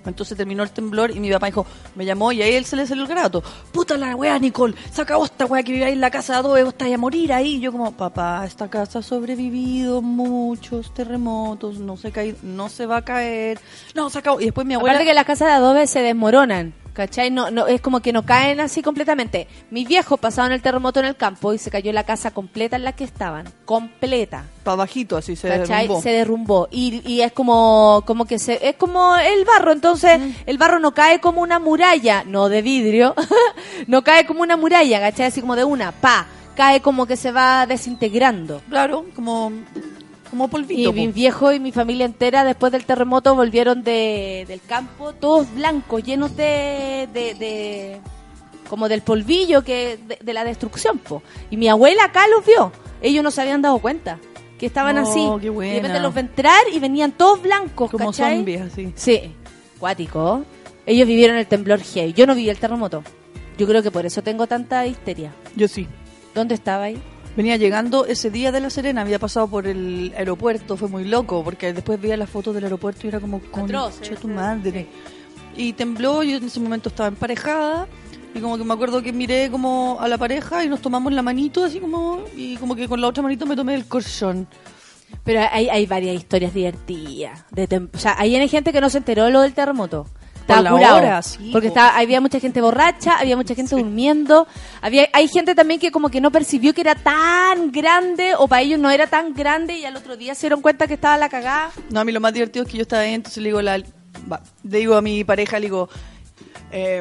Entonces terminó el temblor y mi papá dijo, me llamó y ahí él se le salió el grato. Puta la weá, Nicole, se acabó esta weá que vive ahí en la casa de adobe, vos estás a morir ahí. Y yo como, papá, esta casa ha sobrevivido muchos terremotos, no se, cae, no se va a caer. No, se acabó. Y después mi abuela... Aparte que las casas de adobe se desmoronan, ¿cachai? No, no, es como que no caen así completamente. Mis viejos pasaban el terremoto en el campo y se cayó la casa completa en la que estaban. Completa. Para bajito, así se ¿cachai? derrumbó. Se derrumbó. Y, y es como, como que se, es como el barro. Entonces, mm. el barro no cae como una muralla, no de vidrio, no cae como una muralla, ¿cachai? Así como de una, pa, cae como que se va desintegrando. Claro, como... como polvito. Y mi viejo y mi familia entera después del terremoto volvieron de, del campo, todos blancos, llenos de, de, de como del polvillo que de, de la destrucción, po. Y mi abuela acá los vio. Ellos no se habían dado cuenta que estaban oh, así. Qué buena. Y de repente los ve entrar y venían todos blancos, como ¿cachai? zombies así. Sí, cuático. Ellos vivieron el temblor heavy. Yo no viví el terremoto. Yo creo que por eso tengo tanta histeria. Yo sí. ¿Dónde estaba ahí? Venía llegando ese día de La Serena, había pasado por el aeropuerto, fue muy loco, porque después veía las fotos del aeropuerto y era como, concha tu madre. Y tembló, yo en ese momento estaba emparejada, y como que me acuerdo que miré como a la pareja y nos tomamos la manito, así como, y como que con la otra manito me tomé el colchón. Pero hay, hay varias historias divertidas. De tem- o sea, ahí hay gente que no se enteró de lo del terremoto. Estaba la curado, hora, sí, porque po. estaba, había mucha gente borracha, había mucha gente Sí. durmiendo, había hay gente también que como que no percibió que era tan grande o para ellos no era tan grande y al otro día se dieron cuenta que estaba la cagada. No, a mí lo más divertido es que yo estaba ahí, entonces le digo, la, va, le digo a mi pareja, le digo, eh,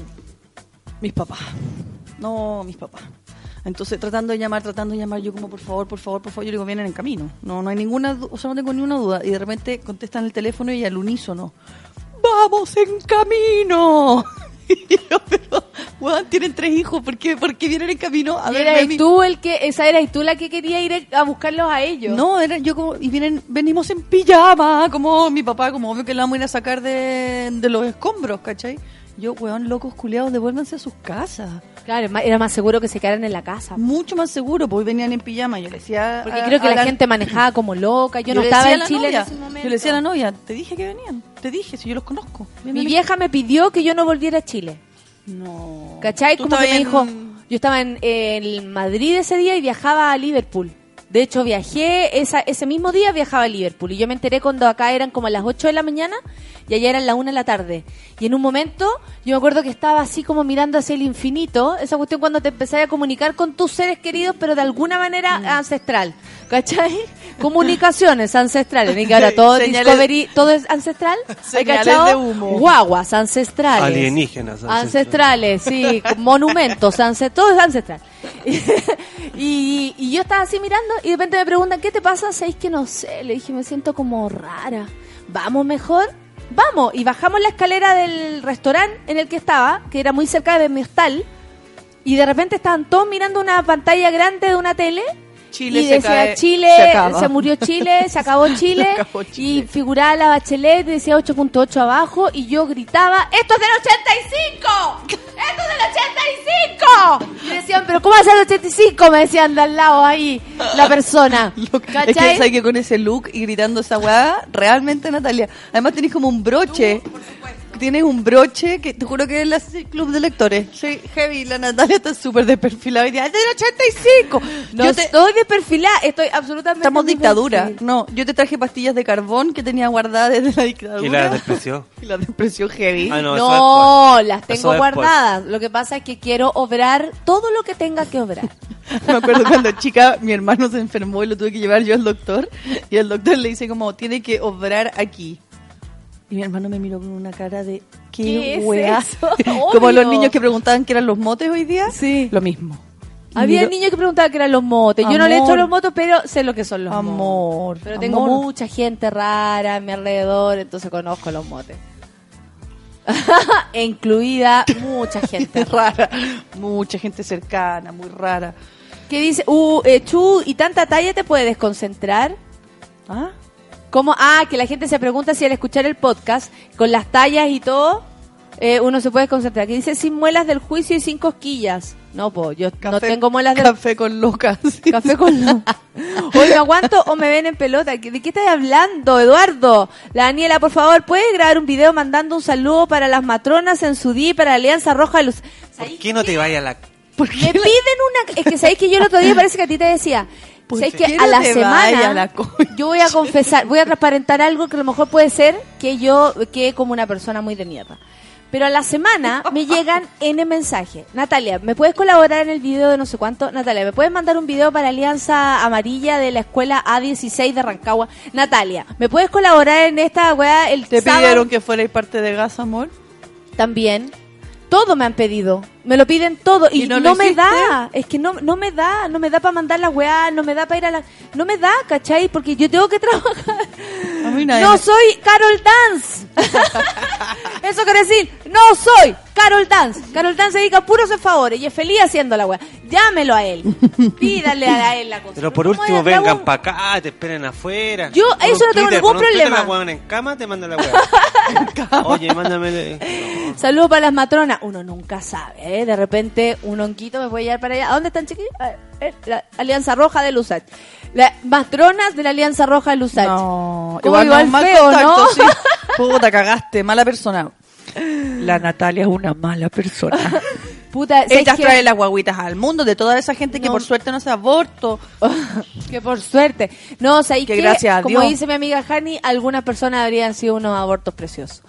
mis papás, no, mis papás. Entonces tratando de llamar, tratando de llamar, yo como por favor, por favor, por favor, yo le digo, vienen en camino, no, no hay ninguna, du- o sea, no tengo ni una duda, y de repente contestan el teléfono y al unísono, ¡vamos en camino! Y yo, pero, weón, tienen tres hijos, ¿por qué, ¿por qué vienen en camino? A Y ver, eras ven mi- tú el que, esa eras tú la que quería ir a buscarlos a ellos. No, era yo como, y vienen, venimos en pijama, como mi papá, como obvio que la vamos a ir a sacar de, de los escombros, ¿cachai? Yo, weón, locos culiados, devuélvanse a sus casas. Claro, es más- era más seguro que se quedaran en la casa. Mucho más seguro, porque venían en pijama. Yo le decía. Porque a- creo que a la gente manejaba como loca. Yo, no le estaba decía a en la Chile novia, en ese momento. Yo le decía a la novia, te dije que venían, te dije, si yo los conozco. Mi Vienen en- vieja me pidió que yo no volviera a Chile. No. ¿Cachai? Tú Como que me estabas dijo, en- yo estaba en, en Madrid ese día y viajaba a Liverpool. De hecho, viajé, esa, ese mismo día viajaba a Liverpool. Y yo me enteré cuando acá eran como las ocho de la mañana y allá eran las una de la tarde. Y en un momento, yo me acuerdo que estaba así como mirando hacia el infinito. Esa cuestión cuando te empezás a comunicar con tus seres queridos, pero de alguna manera Mm. ancestral. ¿Cachai? Comunicaciones ancestrales. Y que ahora todo Señales- Discovery, todo es ancestral. ¿Hay Señales cachado? de humo. Guaguas ancestrales. Alienígenas. Ancestrales, sí, monumentos, ance- todo es ancestral. y, y yo estaba así mirando y de repente me preguntan, ¿qué te pasa? ¿Sabéis que no sé? Le dije, me siento como rara. ¿Vamos mejor? Vamos. Y bajamos la escalera del restaurante en el que estaba, que era muy cerca de mi hostal, y de repente estaban todos mirando una pantalla grande de una tele. Chile y se decía cae, Chile, se se, acaba. murió Chile, se acabó Chile, Se acabó Chile. y figuraba la Bachelet, decía ocho punto ocho abajo, y yo gritaba, ¡esto es del ochenta y cinco! ¡Esto es del ochenta y cinco! Y decían, ¿pero cómo va a ser el ochenta y cinco? Me decían de al lado ahí, la persona. Lo- Es que ¿Cachai? sabes que con ese look y gritando esa weá, realmente Natalia. Además tenés como un broche. Tienes un broche que te juro que es el club de lectores. Sí, heavy, la Natalia está súper desperfilada y dice, ¡es del ochenta y cinco! No Yo te- estoy de perfilada, estoy absolutamente... Estamos en mi dictadura. perfil. No, yo te traje pastillas de carbón que tenía guardadas desde la dictadura. Y la despreció. Y la despreció heavy. Ah, no, eso No, las Eso tengo después. guardadas. Lo que pasa es que quiero obrar todo lo que tenga que obrar. Me acuerdo cuando chica mi hermano se enfermó y lo tuve que llevar yo al doctor. Y el doctor le dice como, tiene que obrar aquí. Y mi hermano me miró con una cara de, ¿qué, ¿Qué es weá? eso? Como Obvio. los niños que preguntaban qué eran los motes hoy día. Sí. Lo mismo. Había Miro- niños que preguntaban qué eran los motes. Yo no le he hecho Amor. los motos, pero sé lo que son los motes. Amor. Pero tengo amor. mucha gente rara a mi alrededor, entonces conozco los motes. Incluida mucha gente rara. rara. Mucha gente cercana, muy rara. Que dice, uh, eh, Chu, ¿y tanta talla te puede desconcentrar? ¿Ah? ¿Cómo? Ah, que la gente se pregunta si al escuchar el podcast, con las tallas y todo, eh, uno se puede concentrar. Que dice, sin muelas del juicio y sin cosquillas. No, pues yo Café, no tengo muelas de... Café con Lucas. Sí. Café con lo... Hoy me aguanto o me ven en pelota. ¿De qué estás hablando, Eduardo? La Daniela, por favor, ¿puedes grabar un video mandando un saludo para las matronas en su día y para la Alianza Roja de Luz? ¿Por qué no te vayas a la... Me piden una... Es que sabéis que yo el otro día parece que a ti te decía... ¿Sabéis que qué a no la te semana vayas a la concha? yo voy a confesar, voy a transparentar algo que a lo mejor puede ser que yo quede como una persona muy de mierda? Pero a la semana me llegan N mensajes. Natalia, ¿me puedes colaborar en el video de no sé cuánto? Natalia, ¿me puedes mandar un video para Alianza Amarilla de la escuela A dieciséis de Rancagua? Natalia, ¿me puedes colaborar en esta weá el ¿Te sábado? pidieron que fuerais parte de Gas Amor? También. Todo me han pedido. Me lo piden todo. Y, ¿Y no no, lo me hiciste? da. Es que no, no me da. No me da para mandar la weá. No me da para ir a la... No me da, ¿cachai? Porque yo tengo que trabajar. A mí nadie No me- soy Carol Dance. Eso quiere decir, no soy Carol Dance. Carol Dance se dedica a puros favores y es feliz haciendo la weá. Llámelo a él. Pídale a él la cosa. Pero por ¿Cómo último voy a grabar vengan un- para acá, te esperen afuera. Yo, Con eso un no tengo Twitter, ningún con un Twitter, problema. la huevan en cama, te mandan la hueá. Oye, mándame... Saludos para las matronas. Uno nunca sabe, ¿eh? De repente un honguito me puede llevar para allá. ¿A dónde están, chiquillos? A ver, eh, la Alianza Roja de Lusach. Las matronas de la Alianza Roja de Lusach. No, ¿Cómo igual no, mal feo, contacto, no? sí. Puta, cagaste, mala persona. La Natalia es una mala persona. Puta, ¿sabes Ella qué? trae las guaguitas al mundo de toda esa gente que No. por suerte no se aborto. Que por suerte. No, o sea, y Que que, gracias a como Dios. dice mi amiga Hani, algunas personas habrían sido unos abortos preciosos.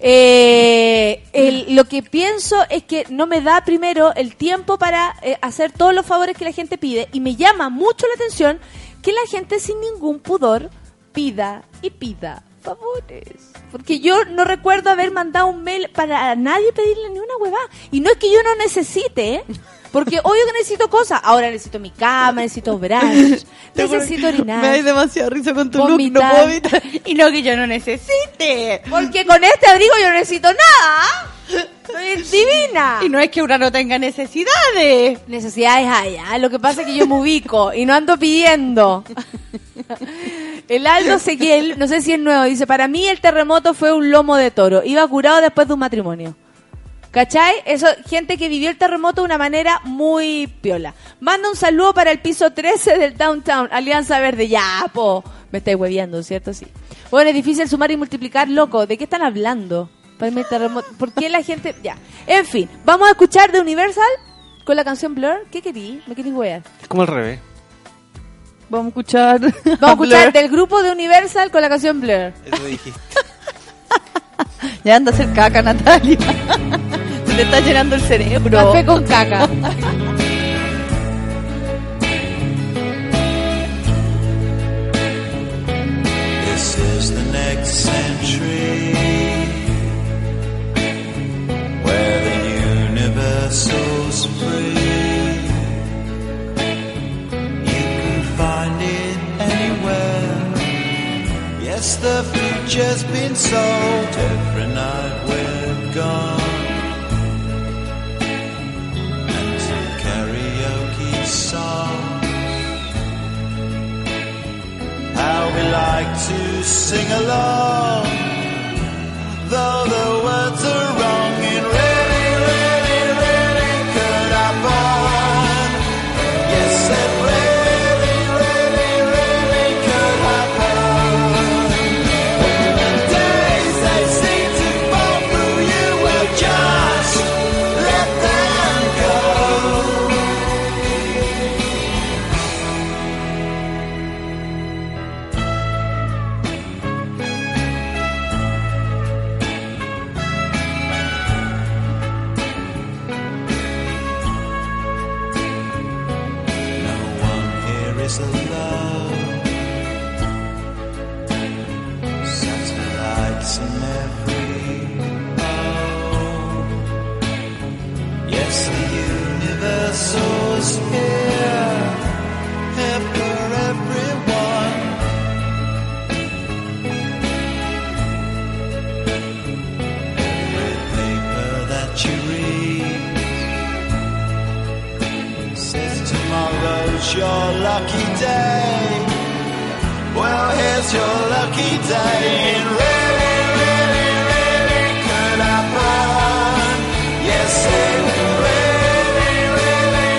Eh, el- lo que pienso es que no me da primero el tiempo para eh, hacer todos los favores que la gente pide y me llama mucho la atención que la gente sin ningún pudor pida y pida favores. Porque yo no recuerdo haber mandado un mail para a nadie pedirle ni una huevada. Y no es que yo no necesite, ¿eh? Porque obvio que necesito cosas. Ahora necesito mi cama, necesito brunch, necesito orinar. Me da demasiada risa con tu Vomitar. look, no puedo evitar. Y no que yo no necesite. Porque con este abrigo yo no necesito nada. Soy divina. Y no es que una no tenga necesidades. Necesidades hay, ¿ah? Lo que pasa es que yo me ubico y no ando pidiendo. El Aldo Seguiel, no sé si es nuevo, dice, para mí el terremoto fue un lomo de toro. Iba curado después de un matrimonio. ¿Cachai? Eso, gente que vivió el terremoto de una manera muy piola. Manda un saludo para el piso trece del Downtown, Alianza Verde. Ya, po. Me estáis hueviando, ¿cierto? Sí. Bueno, es difícil sumar y multiplicar, loco. ¿De qué están hablando? Para mí el terremoto. ¿Por qué la gente...? Ya. En fin, vamos a escuchar de Universal con la canción Blur. ¿Qué querí? ¿Me querí huear? Es como al revés. Vamos a escuchar. Vamos a escuchar del grupo de Universal con la canción Blur. Eso dijiste. Ya anda a hacer caca, Natalia. Se te está llenando el cerebro. Café con caca. This is the next century where the universal's free. You can find it anywhere. Yes, the future's been sold every night we're gone. And to karaoke songs. How we like to sing along, though the words are wrong. It really, really, really could happen. Yes, it really, really, really could happen. Days they seem to fall through you, will just let them go. Is alone. Satellites in every home. Yes, the universal's here, here for everyone. Every paper that you read says tomorrow's your lucky day. Well, here's your lucky day. It really, really, really could happen. Yes, it really, really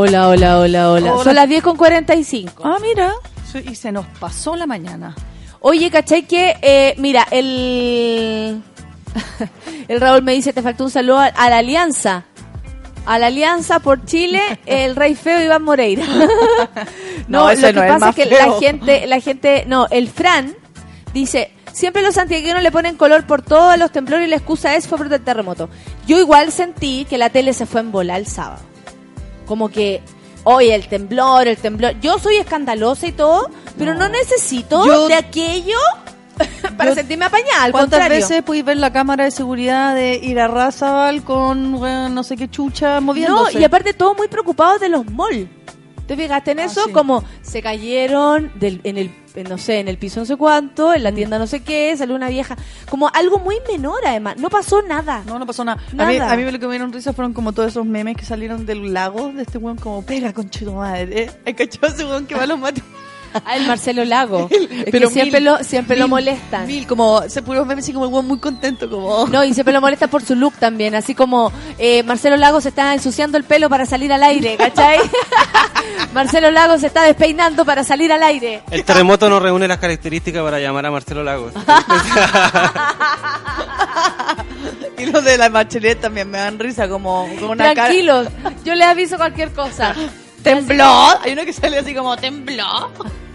Hola, hola, hola, hola. Hola. Son las diez con cuarenta y cinco. Ah, mira. Sí, y se nos pasó la mañana. Oye, ¿cachai que? Eh, mira, el... el Raúl me dice, te faltó un saludo a, a la Alianza. A la Alianza por Chile, el Rey Feo Iván Moreira. No, no, ese lo que no es el pasa más es que feo. la gente, la gente, no, el Fran dice, siempre los santiagueños le ponen color por todos los temblores y la excusa es fue por el terremoto. Yo igual sentí que la tele se fue en bola el sábado. Como que, oye, el temblor, el temblor. Yo soy escandalosa y todo, pero no, No. necesito Yo- de aquello para Yo- sentirme apañada. Al ¿Cuántas contrario. veces pudiste ver la cámara de seguridad de Irarrázaval con bueno, no sé qué chucha No, moviéndose? y aparte todos muy preocupados de los malls. ¿Te fijaste en Ah, eso? sí. Como se cayeron del, en el, en, no sé, en el piso no sé cuánto, en la tienda no sé qué, salió una vieja. Como algo muy menor además. No pasó nada. No, no pasó nada. A Nada. mí, a mí lo que me dieron risa fueron como todos esos memes que salieron del lago de este weón como, pega conchito madre. ¿Hay cachado ese weón que va a los mates? Ah, el Marcelo Lago. Es Pero que siempre mil, lo, siempre lo mil, molestan. Mil, como, se puros memes así como el weón muy contento, como... No, y siempre lo molesta por su look también. Así como eh, Marcelo Lago se está ensuciando el pelo para salir al aire, ¿cachai? Marcelo Lago se está despeinando para salir al aire. El terremoto no reúne las características para llamar a Marcelo Lagos. Y los de la Bachelet también me dan risa, como con una cara... Tranquilos, yo les aviso cualquier cosa. ¿Tembló? Hay uno que sale así como, ¿tembló?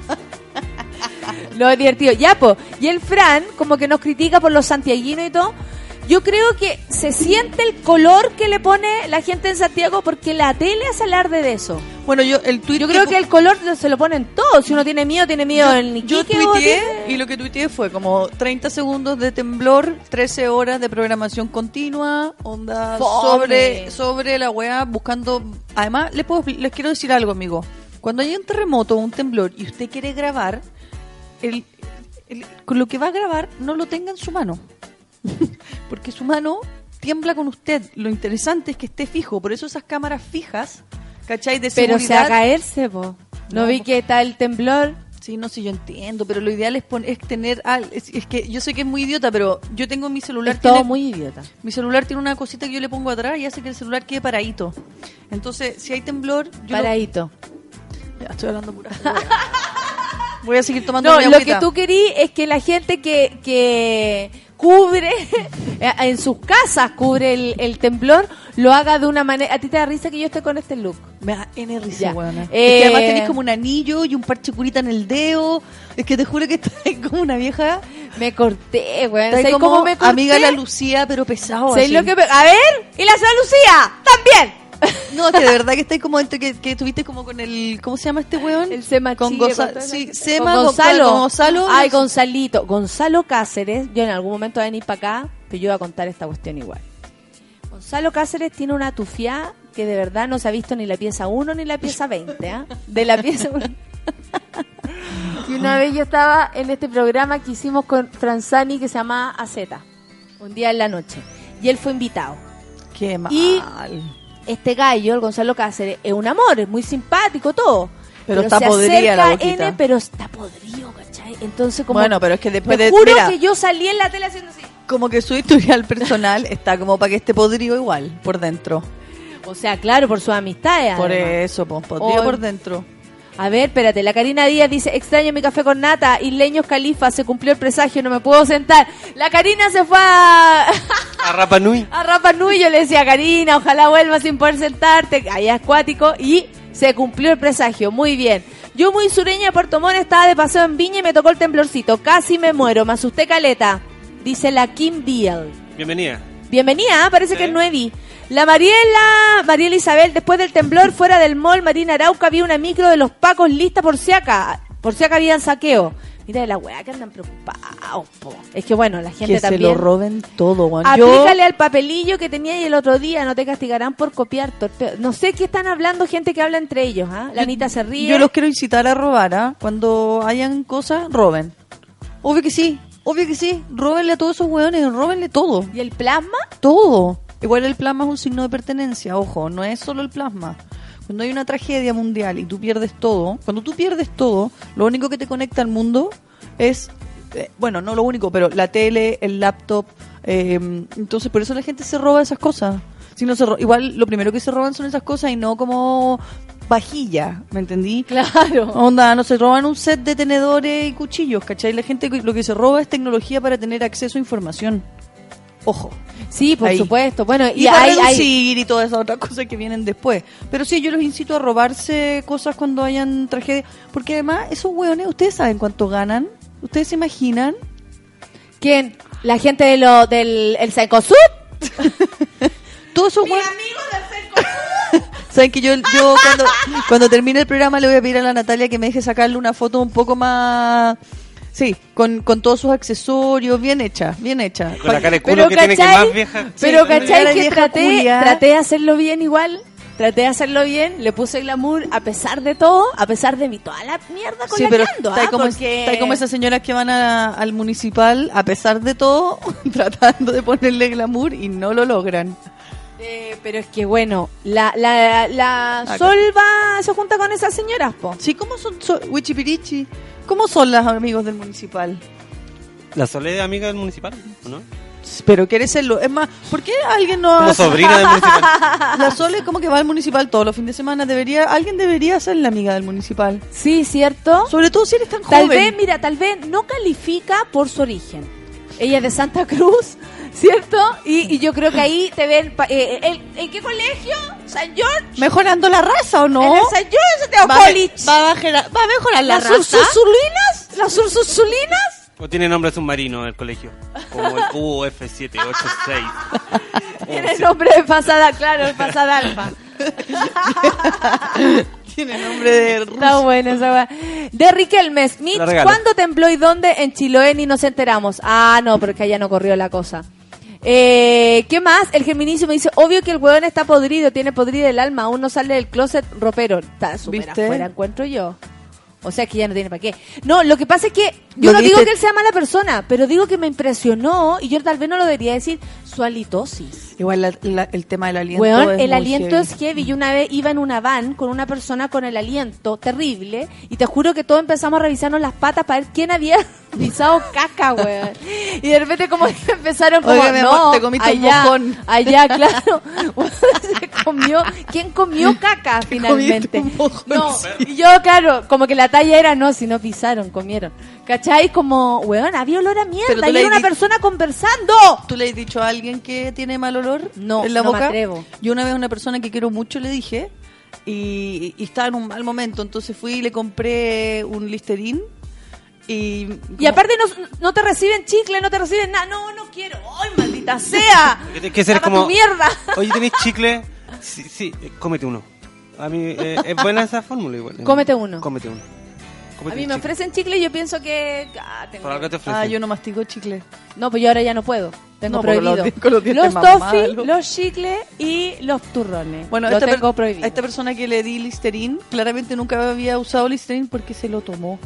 Lo divertido. Ya, po. Y el Fran, como que nos critica por los santiaguinos y todo. Yo creo que se siente el color que le pone la gente en Santiago porque la tele hace alarde de eso. Bueno, yo el tuit Yo creo que el color se lo ponen todos. Si uno tiene miedo, tiene miedo en Yo Iquique o tuiteé tiene- y lo que tuiteé fue como treinta segundos de temblor, trece horas de programación continua, onda Fome. sobre sobre la weá buscando. Además, les puedo les quiero decir algo, amigo. Cuando hay un terremoto o un temblor y usted quiere grabar, el, el- con lo que va a grabar no lo tenga en su mano. Porque su mano tiembla con usted. Lo interesante es que esté fijo. Por eso esas cámaras fijas, ¿cachai? De Pero seguridad. se a caerse, po. No, No, vi po. que está el temblor. Sí, no sé, yo entiendo, pero lo ideal es, pon- es tener... al- es, es que yo sé que es muy idiota, pero yo tengo mi celular... Es todo tiene- muy idiota. Mi celular tiene una cosita que yo le pongo atrás y hace que el celular quede paradito. Entonces, si hay temblor... Yo lo- Paradito. Ya, estoy hablando pura hueá. Voy a seguir tomando No, mi lo agüita. que tú querí es que la gente que, que cubre en sus casas, cubre el, el temblor, lo haga de una manera... ¿A ti te da risa que yo esté con este look? Me da N risa, Ya. weona. Es Eh, que además tenés como un anillo y un parche curita en el dedo. Es que te juro que estás como una vieja... Me corté, güey. Estás ¿Sabes como cómo me corté? amiga la Lucía, pero pesado ¿Sabes así. lo que me- A ver, y la señora Lucía, también. No, que de verdad que estáis como entre que, que estuviste como con el... ¿Cómo se llama este weón? El Sema Con Chile, Goza- con toda sí, la- Sema, con con- Gonzalo. con Gonzalo. Ay, Gonzalito. Gonzalo Cáceres, yo en algún momento voy a venir para acá, pero yo voy a contar esta cuestión igual. Gonzalo Cáceres tiene una tufiá que de verdad no se ha visto ni la pieza uno ni la pieza veinte, ¿ah? De la pieza uno. Y una vez yo estaba en este programa que hicimos con Franzani que se llamaba A Z, un día en la noche, y él fue invitado. Qué mal. Y este gallo, el Gonzalo Cáceres, es un amor, es muy simpático, todo. Pero está se podrida la acerca boquita. N, pero está podrido, ¿cachai? Entonces, como... Bueno, pero es que después te de... juro mira, que yo salí en la tele haciendo así. como que su historial personal está como para que esté podrido igual, por dentro. O sea, claro, por sus amistades. Por además. eso, pues, podrido Hoy- por dentro. A ver, espérate, la Karina Díaz dice, extraño mi café con nata, Isleños Califa, se cumplió el presagio, no me puedo sentar. La Karina se fue a, A Rapa Nui. a Rapa Nui, yo le decía, Karina, ojalá vuelvas sin poder sentarte, allá es cuático, y se cumplió el presagio, muy bien. Yo muy sureña de Puerto Montt, estaba de paseo en Viña y me tocó el temblorcito, casi me muero, me asusté caleta, dice la Kim Deal. Bienvenida. Bienvenida, ¿eh? Parece Sí. que es nuevi. La Mariela, Mariela Isabel, después del temblor fuera del mall Marina Arauca había una micro de los pacos lista por si acá, por si acá habían saqueo. Mira de la weá que andan preocupados, po. Es que bueno, la gente Que se también. lo roben todo, weón. Yo, Aplícale al papelillo que tenía ahí el otro día, no te castigarán por copiar torpeo. No sé qué están hablando, gente que habla entre ellos, ¿ah? La Anita se ríe. yo los quiero incitar a robar, ¿ah? Cuando hayan cosas, roben. Obvio que sí, obvio que sí. Róbenle a todos esos weones, róbenle todo. ¿Y el plasma? Todo. Igual el plasma es un signo de pertenencia, ojo, no es solo el plasma. Cuando hay una tragedia mundial y tú pierdes todo, cuando tú pierdes todo, lo único que te conecta al mundo es, eh, bueno, no lo único, pero la tele, el laptop, eh, entonces por eso la gente se roba esas cosas. Si no se ro- igual lo primero que se roban son esas cosas y no como vajilla, ¿me entendí? Claro. Onda, no se roban un set de tenedores y cuchillos, ¿cachai? La gente lo que se roba es tecnología para tener acceso a información. Ojo. Sí, por Ahí. supuesto. Bueno, Y, y, para hay, hay- reducir y todas esas otras cosas que vienen después. Pero sí, yo los incito a robarse cosas cuando hayan tragedia. Porque además, esos hueones, ¿ustedes saben cuánto ganan? ¿Ustedes se imaginan? ¿Quién? La gente de lo, del el Cencosud. Todos esos hueones. Saben que yo, yo cuando, cuando termine el programa le voy a pedir a la Natalia que me deje sacarle una foto un poco más... Sí, con, con todos sus accesorios, bien hecha, bien hecha. Con la cara de Pero, culo que tiene que ¿cachai? más vieja. Pero Sí, cara ¿cachai? de Que vieja traté, culia. traté de hacerlo bien igual. Traté de hacerlo bien, le puse glamour a pesar de todo, a pesar de mi toda la mierda con Sí, la pero que ando, está ahí ¿ah? como, Porque- está ahí como esas señoras que van a- al municipal, a pesar de todo, tratando de ponerle glamour y no lo logran. Eh, pero es que bueno, la, la, la Acá. Sol va, se junta con esas señoras, po. Sí, ¿cómo son? son Wichipirichi. ¿Cómo son las amigos del municipal? La Soledad amiga del municipal, ¿o no? Pero quiere serlo. Es más, ¿por qué alguien no Como hace- sobrina del municipal. La Sol es como que va al municipal todos los fines de semana. Debería, alguien debería ser la amiga del municipal. Sí, ¿cierto? Sobre todo si eres tan Tal joven. vez, mira, tal vez no califica por su origen. Ella es de Santa Cruz, ¿cierto? Y, y yo creo que ahí te ven... pa- eh, el- ¿En qué colegio? ¿San George? ¿Mejorando la raza o no? ¿En el San George o Santiago va, a- College? va a bajar- va a mejorar la ¿Las raza. ursulinas? ¿Las ursulinas? O tiene nombre submarino el colegio. Como el U F siete ocho seis. Tiene el nombre de pasada, claro, de pasada alfa. Tiene nombre de Está bueno esa weá. De Riquelmes, Mitch, La regalo. ¿cuándo tembló y dónde? En Chiloé ni nos enteramos. Ah, no, porque allá no corrió la cosa. Eh, ¿Qué más? El Geminicio me dice, obvio que el huevón está podrido, tiene podrido el alma, aún no sale del closet ropero. Está súper ¿Viste? afuera, encuentro yo. O sea que ya no tiene para qué. No, lo que pasa es que yo Lo no digo dice- que él sea mala persona, pero digo que me impresionó, y yo tal vez no lo debería decir, su halitosis. Igual la- la- el tema del aliento Weón, es el muy aliento heavy. es heavy. Yo una vez iba en una van con una persona con el aliento terrible y te juro que todos empezamos a revisarnos las patas para ver quién había pisado caca, weón. Y de repente como que empezaron como, Oiga, mi amor, no, te comiste un allá, mojón. allá, claro. Se comió, ¿quién comió caca finalmente? comiste un mojón, No, sí. y yo, claro, como que la talla era no, si no pisaron, comieron. ¿Cachai? Como, weón, había olor a Pero mierda tú y le era una di- persona conversando. ¿Tú le has dicho a alguien que tiene mal olor No, en la no me boca? atrevo. Yo una vez a una persona que quiero mucho le dije y, y estaba en un mal momento, entonces fui y le compré un Listerine y... Y aparte no, no te reciben chicle, no te reciben nada. No, no quiero. ¡Ay, maldita sea! Que tiene que ser Tapa como... tu mierda! Oye, ¿tenés chicle? Sí, sí, eh, cómete uno. A mí eh, es buena esa fórmula igual. Cómete uno. Cómete uno. A Cómete mí un me chicle. ofrecen chicle y yo pienso que... Ah, tengo- Por algo te ofrecen. Ah, yo no mastico chicle. No, pues yo ahora ya no puedo. Tengo No, porque prohibido. los di- con los dientes Los más toffee, malos. los chicles y los turrones. Bueno, lo esta, per- tengo prohibido. a esta persona que le di Listerine, claramente nunca había usado Listerine porque se lo tomó.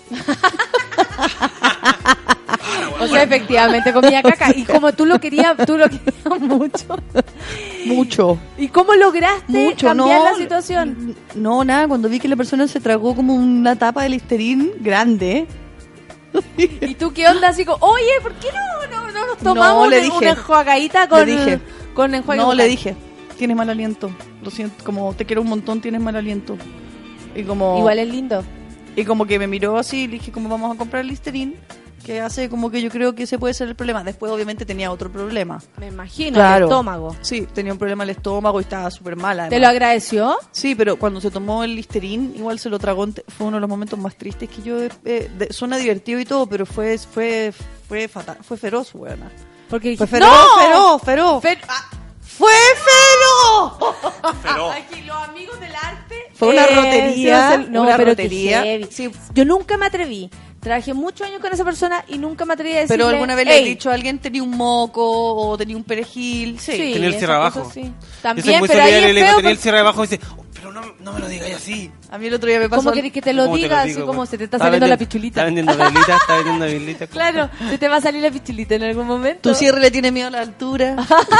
O sea, efectivamente comía caca. Y como tú lo querías, tú lo querías mucho. Mucho. ¿Y cómo lograste Mucho, cambiar no. la situación? No, nada, cuando vi que la persona se tragó como una tapa de Listerine grande. ¿Y tú qué onda? Así como, oye, ¿por qué no, no, no nos tomamos No, le una, dije. una enjuagadita con, Le dije. con enjuague No, bucal? le dije, tienes mal aliento. Lo siento, como te quiero un montón, tienes mal aliento. Y como Igual es lindo. y como que me miró así y le dije, como vamos a comprar Listerine, que hace como que yo creo que ese puede ser el problema. Después obviamente tenía otro problema. Me imagino, Claro. el estómago. Sí, tenía un problema el estómago y estaba súper mala. ¿Te lo agradeció? Sí, pero cuando se tomó el Listerine, igual se lo tragó. ente- Fue uno de los momentos más tristes que yo... eh, de- suena divertido y todo, pero fue fue fue fatal, fue feroz, buena. Porque Fue dije, feroz, ¡no! feroz, feroz. Fer- ah, ¡Fue feroz! Feroz. aquí los amigos del arte. Fue una eh, rotería, sí, o sea, no, una pero rotería. qué heavy. Sí. Yo nunca me atreví. Trabajé muchos años con esa persona y nunca me atreví a decirle... Pero alguna vez le he "Ey". dicho a alguien tenía un moco o tenía un perejil. Sí. Sí, Tenía el esas cierre abajo. cosas sí. Yo soy También, muy pero ahí solidario y es le digo, feo tenía el porque- cierre abajo y dice, "Oh, pero no, no me lo digas así. A mí el otro día me pasó... ¿Cómo querés que te lo ¿Cómo te diga? Así digo, como güey? se te está Está saliendo la vendiendo- pichulita. Está vendiendo velita, está vendiendo velita. Claro, se te va a salir la pichulita en algún momento. Tu cierre le tiene miedo a la altura.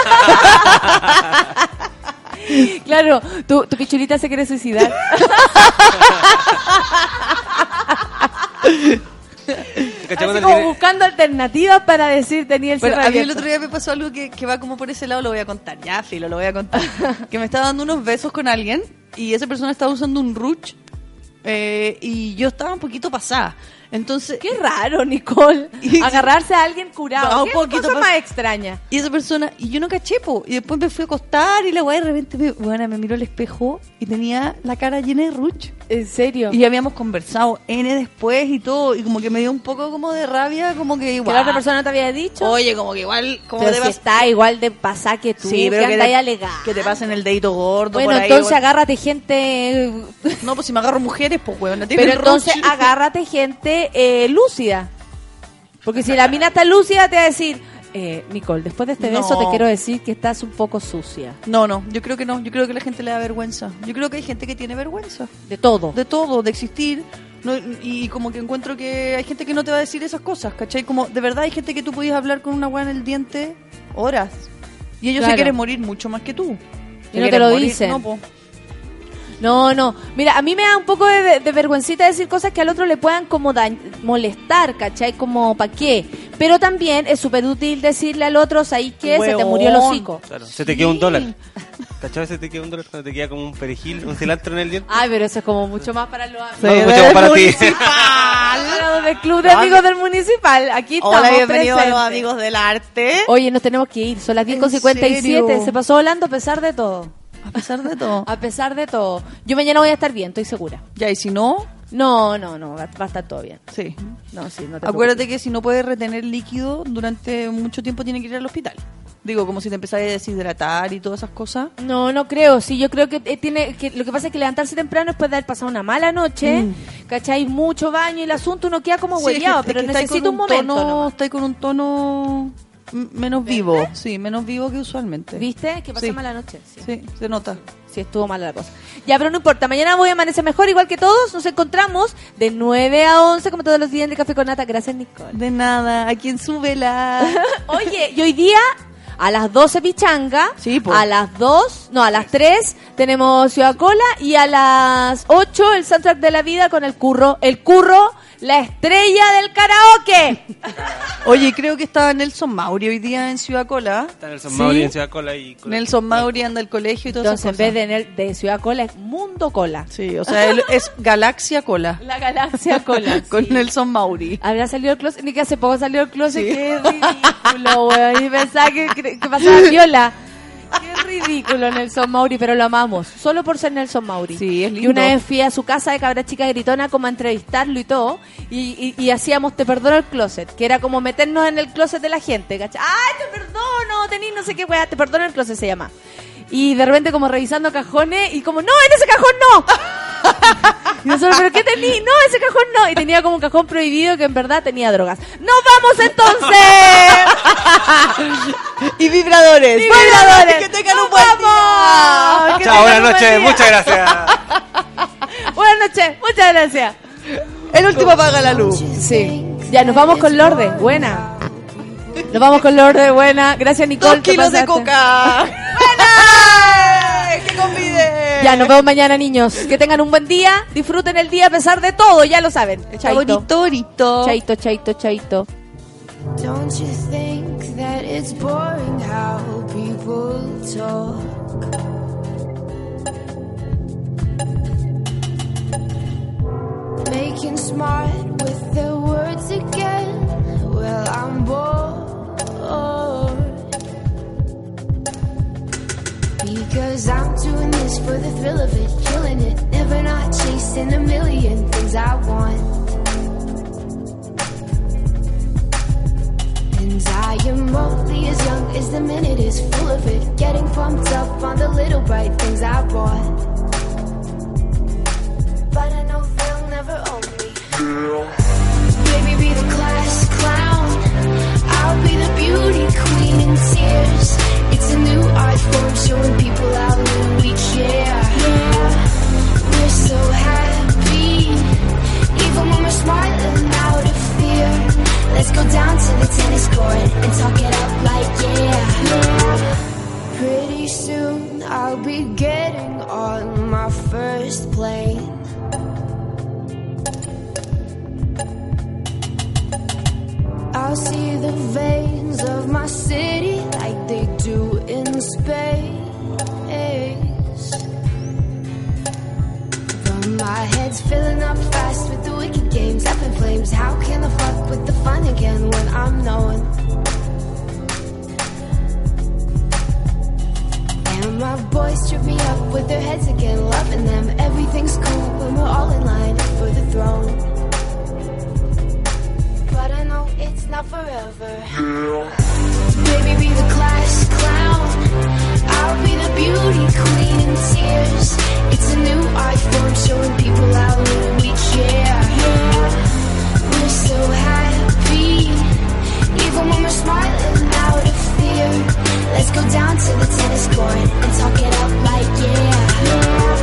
Claro, tu, tu pichulita se quiere suicidar. ¿Cachai Así cuando como tiene- buscando alternativas para decir tenía el Bueno, cierre a mí el abierto. otro día me pasó algo que, que va como por ese lado, lo voy a contar. Ya, filo, lo voy a contar. Que me estaba dando unos besos con alguien y esa persona estaba usando un ruch eh, y yo estaba un poquito pasada. Entonces, qué raro, Nicole. Y- Agarrarse a alguien curado. No, un ¿Qué poquito cosa pas- más extraña? y esa persona, y yo no caché, po, y después me fui a acostar y la weá de repente me, bueno, me miró al espejo y tenía la cara llena de ruch. ¿En serio? Y habíamos conversado N después y todo, y como que me dio un poco como de rabia, como que ¿Que igual. la otra persona no te había dicho? Oye, como que igual, como pero te si vas- está igual de pasá que tú, Sí, pero que que anda te, ahí alegando. que te pasen el dedito gordo. Bueno, por ahí, entonces weón. agárrate gente... No, pues si me agarro mujeres, pues weón. no Pero tienen entonces ruch. agárrate gente eh, lúcida. Porque si la mina está lúcida te va a decir, eh, Nicole, después de este No. beso te quiero decir que estás un poco sucia. No, no, yo creo que no. Yo creo que a la gente le da vergüenza. Yo creo que hay gente que tiene vergüenza. De todo. De todo, de existir. No, y como que encuentro que hay gente que no te va a decir esas cosas, ¿cachai? Como de verdad hay gente que tú podías hablar con una weá en el diente horas. Y ellos Claro. se quieren morir mucho más que tú. Se Y no te quieren lo morir. dicen. No, po. No, no. Mira, a mí me da un poco de, de, de vergüencita decir cosas que al otro le puedan como dañ- molestar, ¿cachai? Como, ¿pa' qué? Pero también es súper útil decirle al otro, ¿sabes qué? Se te murió el Hueón. hocico. Claro, se te queda un dólar. ¿Cachai? Se te queda un dólar cuando te queda como un perejil, un cilantro en el diente. Ay, pero eso es como mucho más para los amigos. No, mucho más para ti. Para los del club de amigos del municipal. Aquí estamos Hola, bienvenidos a presentes. los amigos del arte. Oye, nos tenemos que ir. Son las diez con ¿En cincuenta y siete. serio? Se pasó volando a pesar de todo. A pesar de todo. A pesar de todo. Yo mañana voy a estar bien, estoy segura. Ya, y si no, No, no, no. Va va a estar todo bien. sí. No, sí, no te Acuérdate que si no puedes retener líquido durante mucho tiempo, tiene que ir al hospital. Digo, como si te empezás a deshidratar y todas esas cosas. No, no creo. Sí, yo creo que eh, tiene que lo que pasa es que levantarse temprano después de haber pasado una mala noche, Mm. ¿cachai? Mucho baño y el asunto uno queda como Sí, es que- hueveado, es pero que estáis necesito con un momento. tono, nomás. estáis con un tono m- menos vivo. Sí, menos vivo que usualmente. ¿Viste? Que pasé Sí. mala noche. Sí. Sí, se nota. Sí, estuvo mala la cosa. Ya, pero no importa. Mañana voy a amanecer mejor, igual que todos. Nos encontramos de nueve a once, como todos los días en el Café con Nata. Gracias, Nicole. De nada, ¿a quién súbela? Oye, y hoy día a las doce Pichanga, Sí, po. a las dos, no, a las tres tenemos Ciudad Cola y a las ocho el soundtrack de la vida con el Curro. El Curro, la estrella del karaoke. Oye, creo que estaba Nelson Mauri hoy día en Ciudad Cola. Está Nelson ¿Sí? Mauri en Ciudad Cola y... Nelson Mauri anda al colegio y todo eso. Entonces, en vez de, Nel- de Ciudad Cola, es Mundo Cola. Sí, o sea, él es Galaxia Cola. La galaxia Cola. Con sí. Nelson Mauri. Habrá salido el closet, ni que hace poco salió el closet, Sí. qué ridículo, weón. Y pensaba que, que, que pasaba viola. Qué ridículo Nelson Mauri, pero lo amamos, solo por ser Nelson Mauri. Sí, es Y lindo. una vez fui a su casa de cabra chica gritona como a entrevistarlo y todo, y, y, y hacíamos Te perdono el closet, que era como meternos en el closet de la gente, ¿cachai? ¡Ay, te perdono! Tení no sé qué weá, Te perdono el closet se llama. Y de repente como revisando cajones y como, ¡no, en ese cajón no! Y nosotros, ¿pero qué tení? No, ese cajón no. Y tenía como un cajón prohibido que en verdad tenía drogas. ¡Nos vamos entonces! Y vibradores. ¡Y vibradores! Que tengan ¡Nos un buen vamos! día. Que Chao, tengan buenas un buen noches, día. muchas gracias. Buenas noches, muchas gracias. El último apaga la luz. Sí. Ya, nos vamos con Lourdes. Buena. Nos vamos con Lourdes. Buena. Gracias, Nicole. Dos te kilos de pasaste. coca. ¡Buena! ¡Que convide! Ya, nos vemos mañana, niños. Que tengan un buen día. Disfruten el día a pesar de todo. Ya lo saben. Chaito. Bonito, bonito. Chaito, chaito, chaito. Don't you think that it's boring how people talk? Making smart with their words again. Well, I'm bored. Because I'm doing this for the thrill of it, killing it. Never not chasing a million things I want. And I am only as young as the minute is full of it. Getting pumped up on the little bright things I bought. But I know they'll never own me. Baby, be the class clown. I'll be the beauty queen in tears. It's a new art form showing people how little we care. Yeah, we're so happy. Even when we're smiling out of fear. Let's go down to the tennis court and talk it up like yeah, yeah. Pretty soon I'll be getting on my first plane. I'll see the veins of my city like they do in space. My head's filling up fast with the wicked games, up in flames. How can I fuck with the fun again when I'm knowing? And my boys trip me up with their heads again, loving them. Everything's cool when we're all in line for the throne. But I know it's not forever. Baby, be the class clown. I'll be the beauty queen in tears. It's a new iPhone showing people how little we care. We're so happy, even when we're smiling out of fear. Let's go down to the tennis court and talk it up like yeah.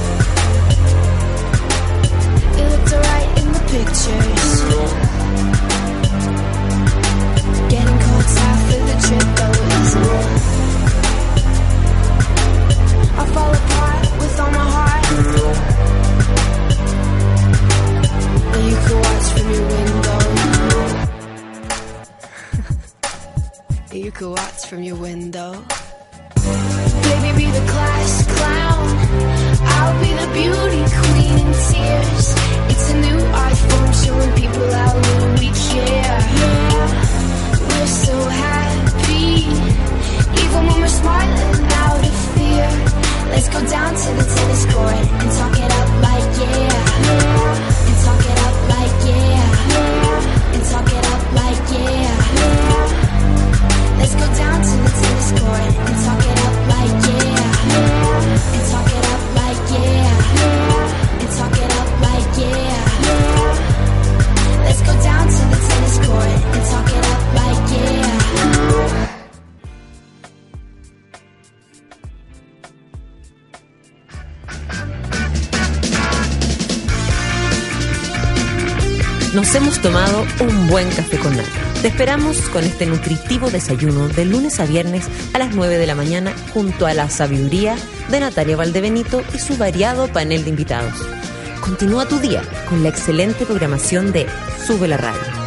It looked alright in the pictures. Getting caught half of the trip though isn't it? I fall apart with all my heart. Well, you can watch from your window. You can watch from your window. Baby, be the class clown. I'll be the beauty queen in tears. It's a new iPhone showing people how little we care. We're so happy, even when we're smiling out of fear. Let's go down to the tennis court and talk it up like yeah. And talk it up like yeah. And talk it up like yeah. Let's go down to the tennis court and talk it up like yeah. And talk it up like yeah. And talk it up like yeah. Let's go down to the tennis court and talk it up like yeah. Nos hemos tomado un buen café con nata. Te esperamos con este nutritivo desayuno de lunes a viernes a las nueve de la mañana junto a la sabiduría de Natalia Valdebenito y su variado panel de invitados. Continúa tu día con la excelente programación de Sube la Radio.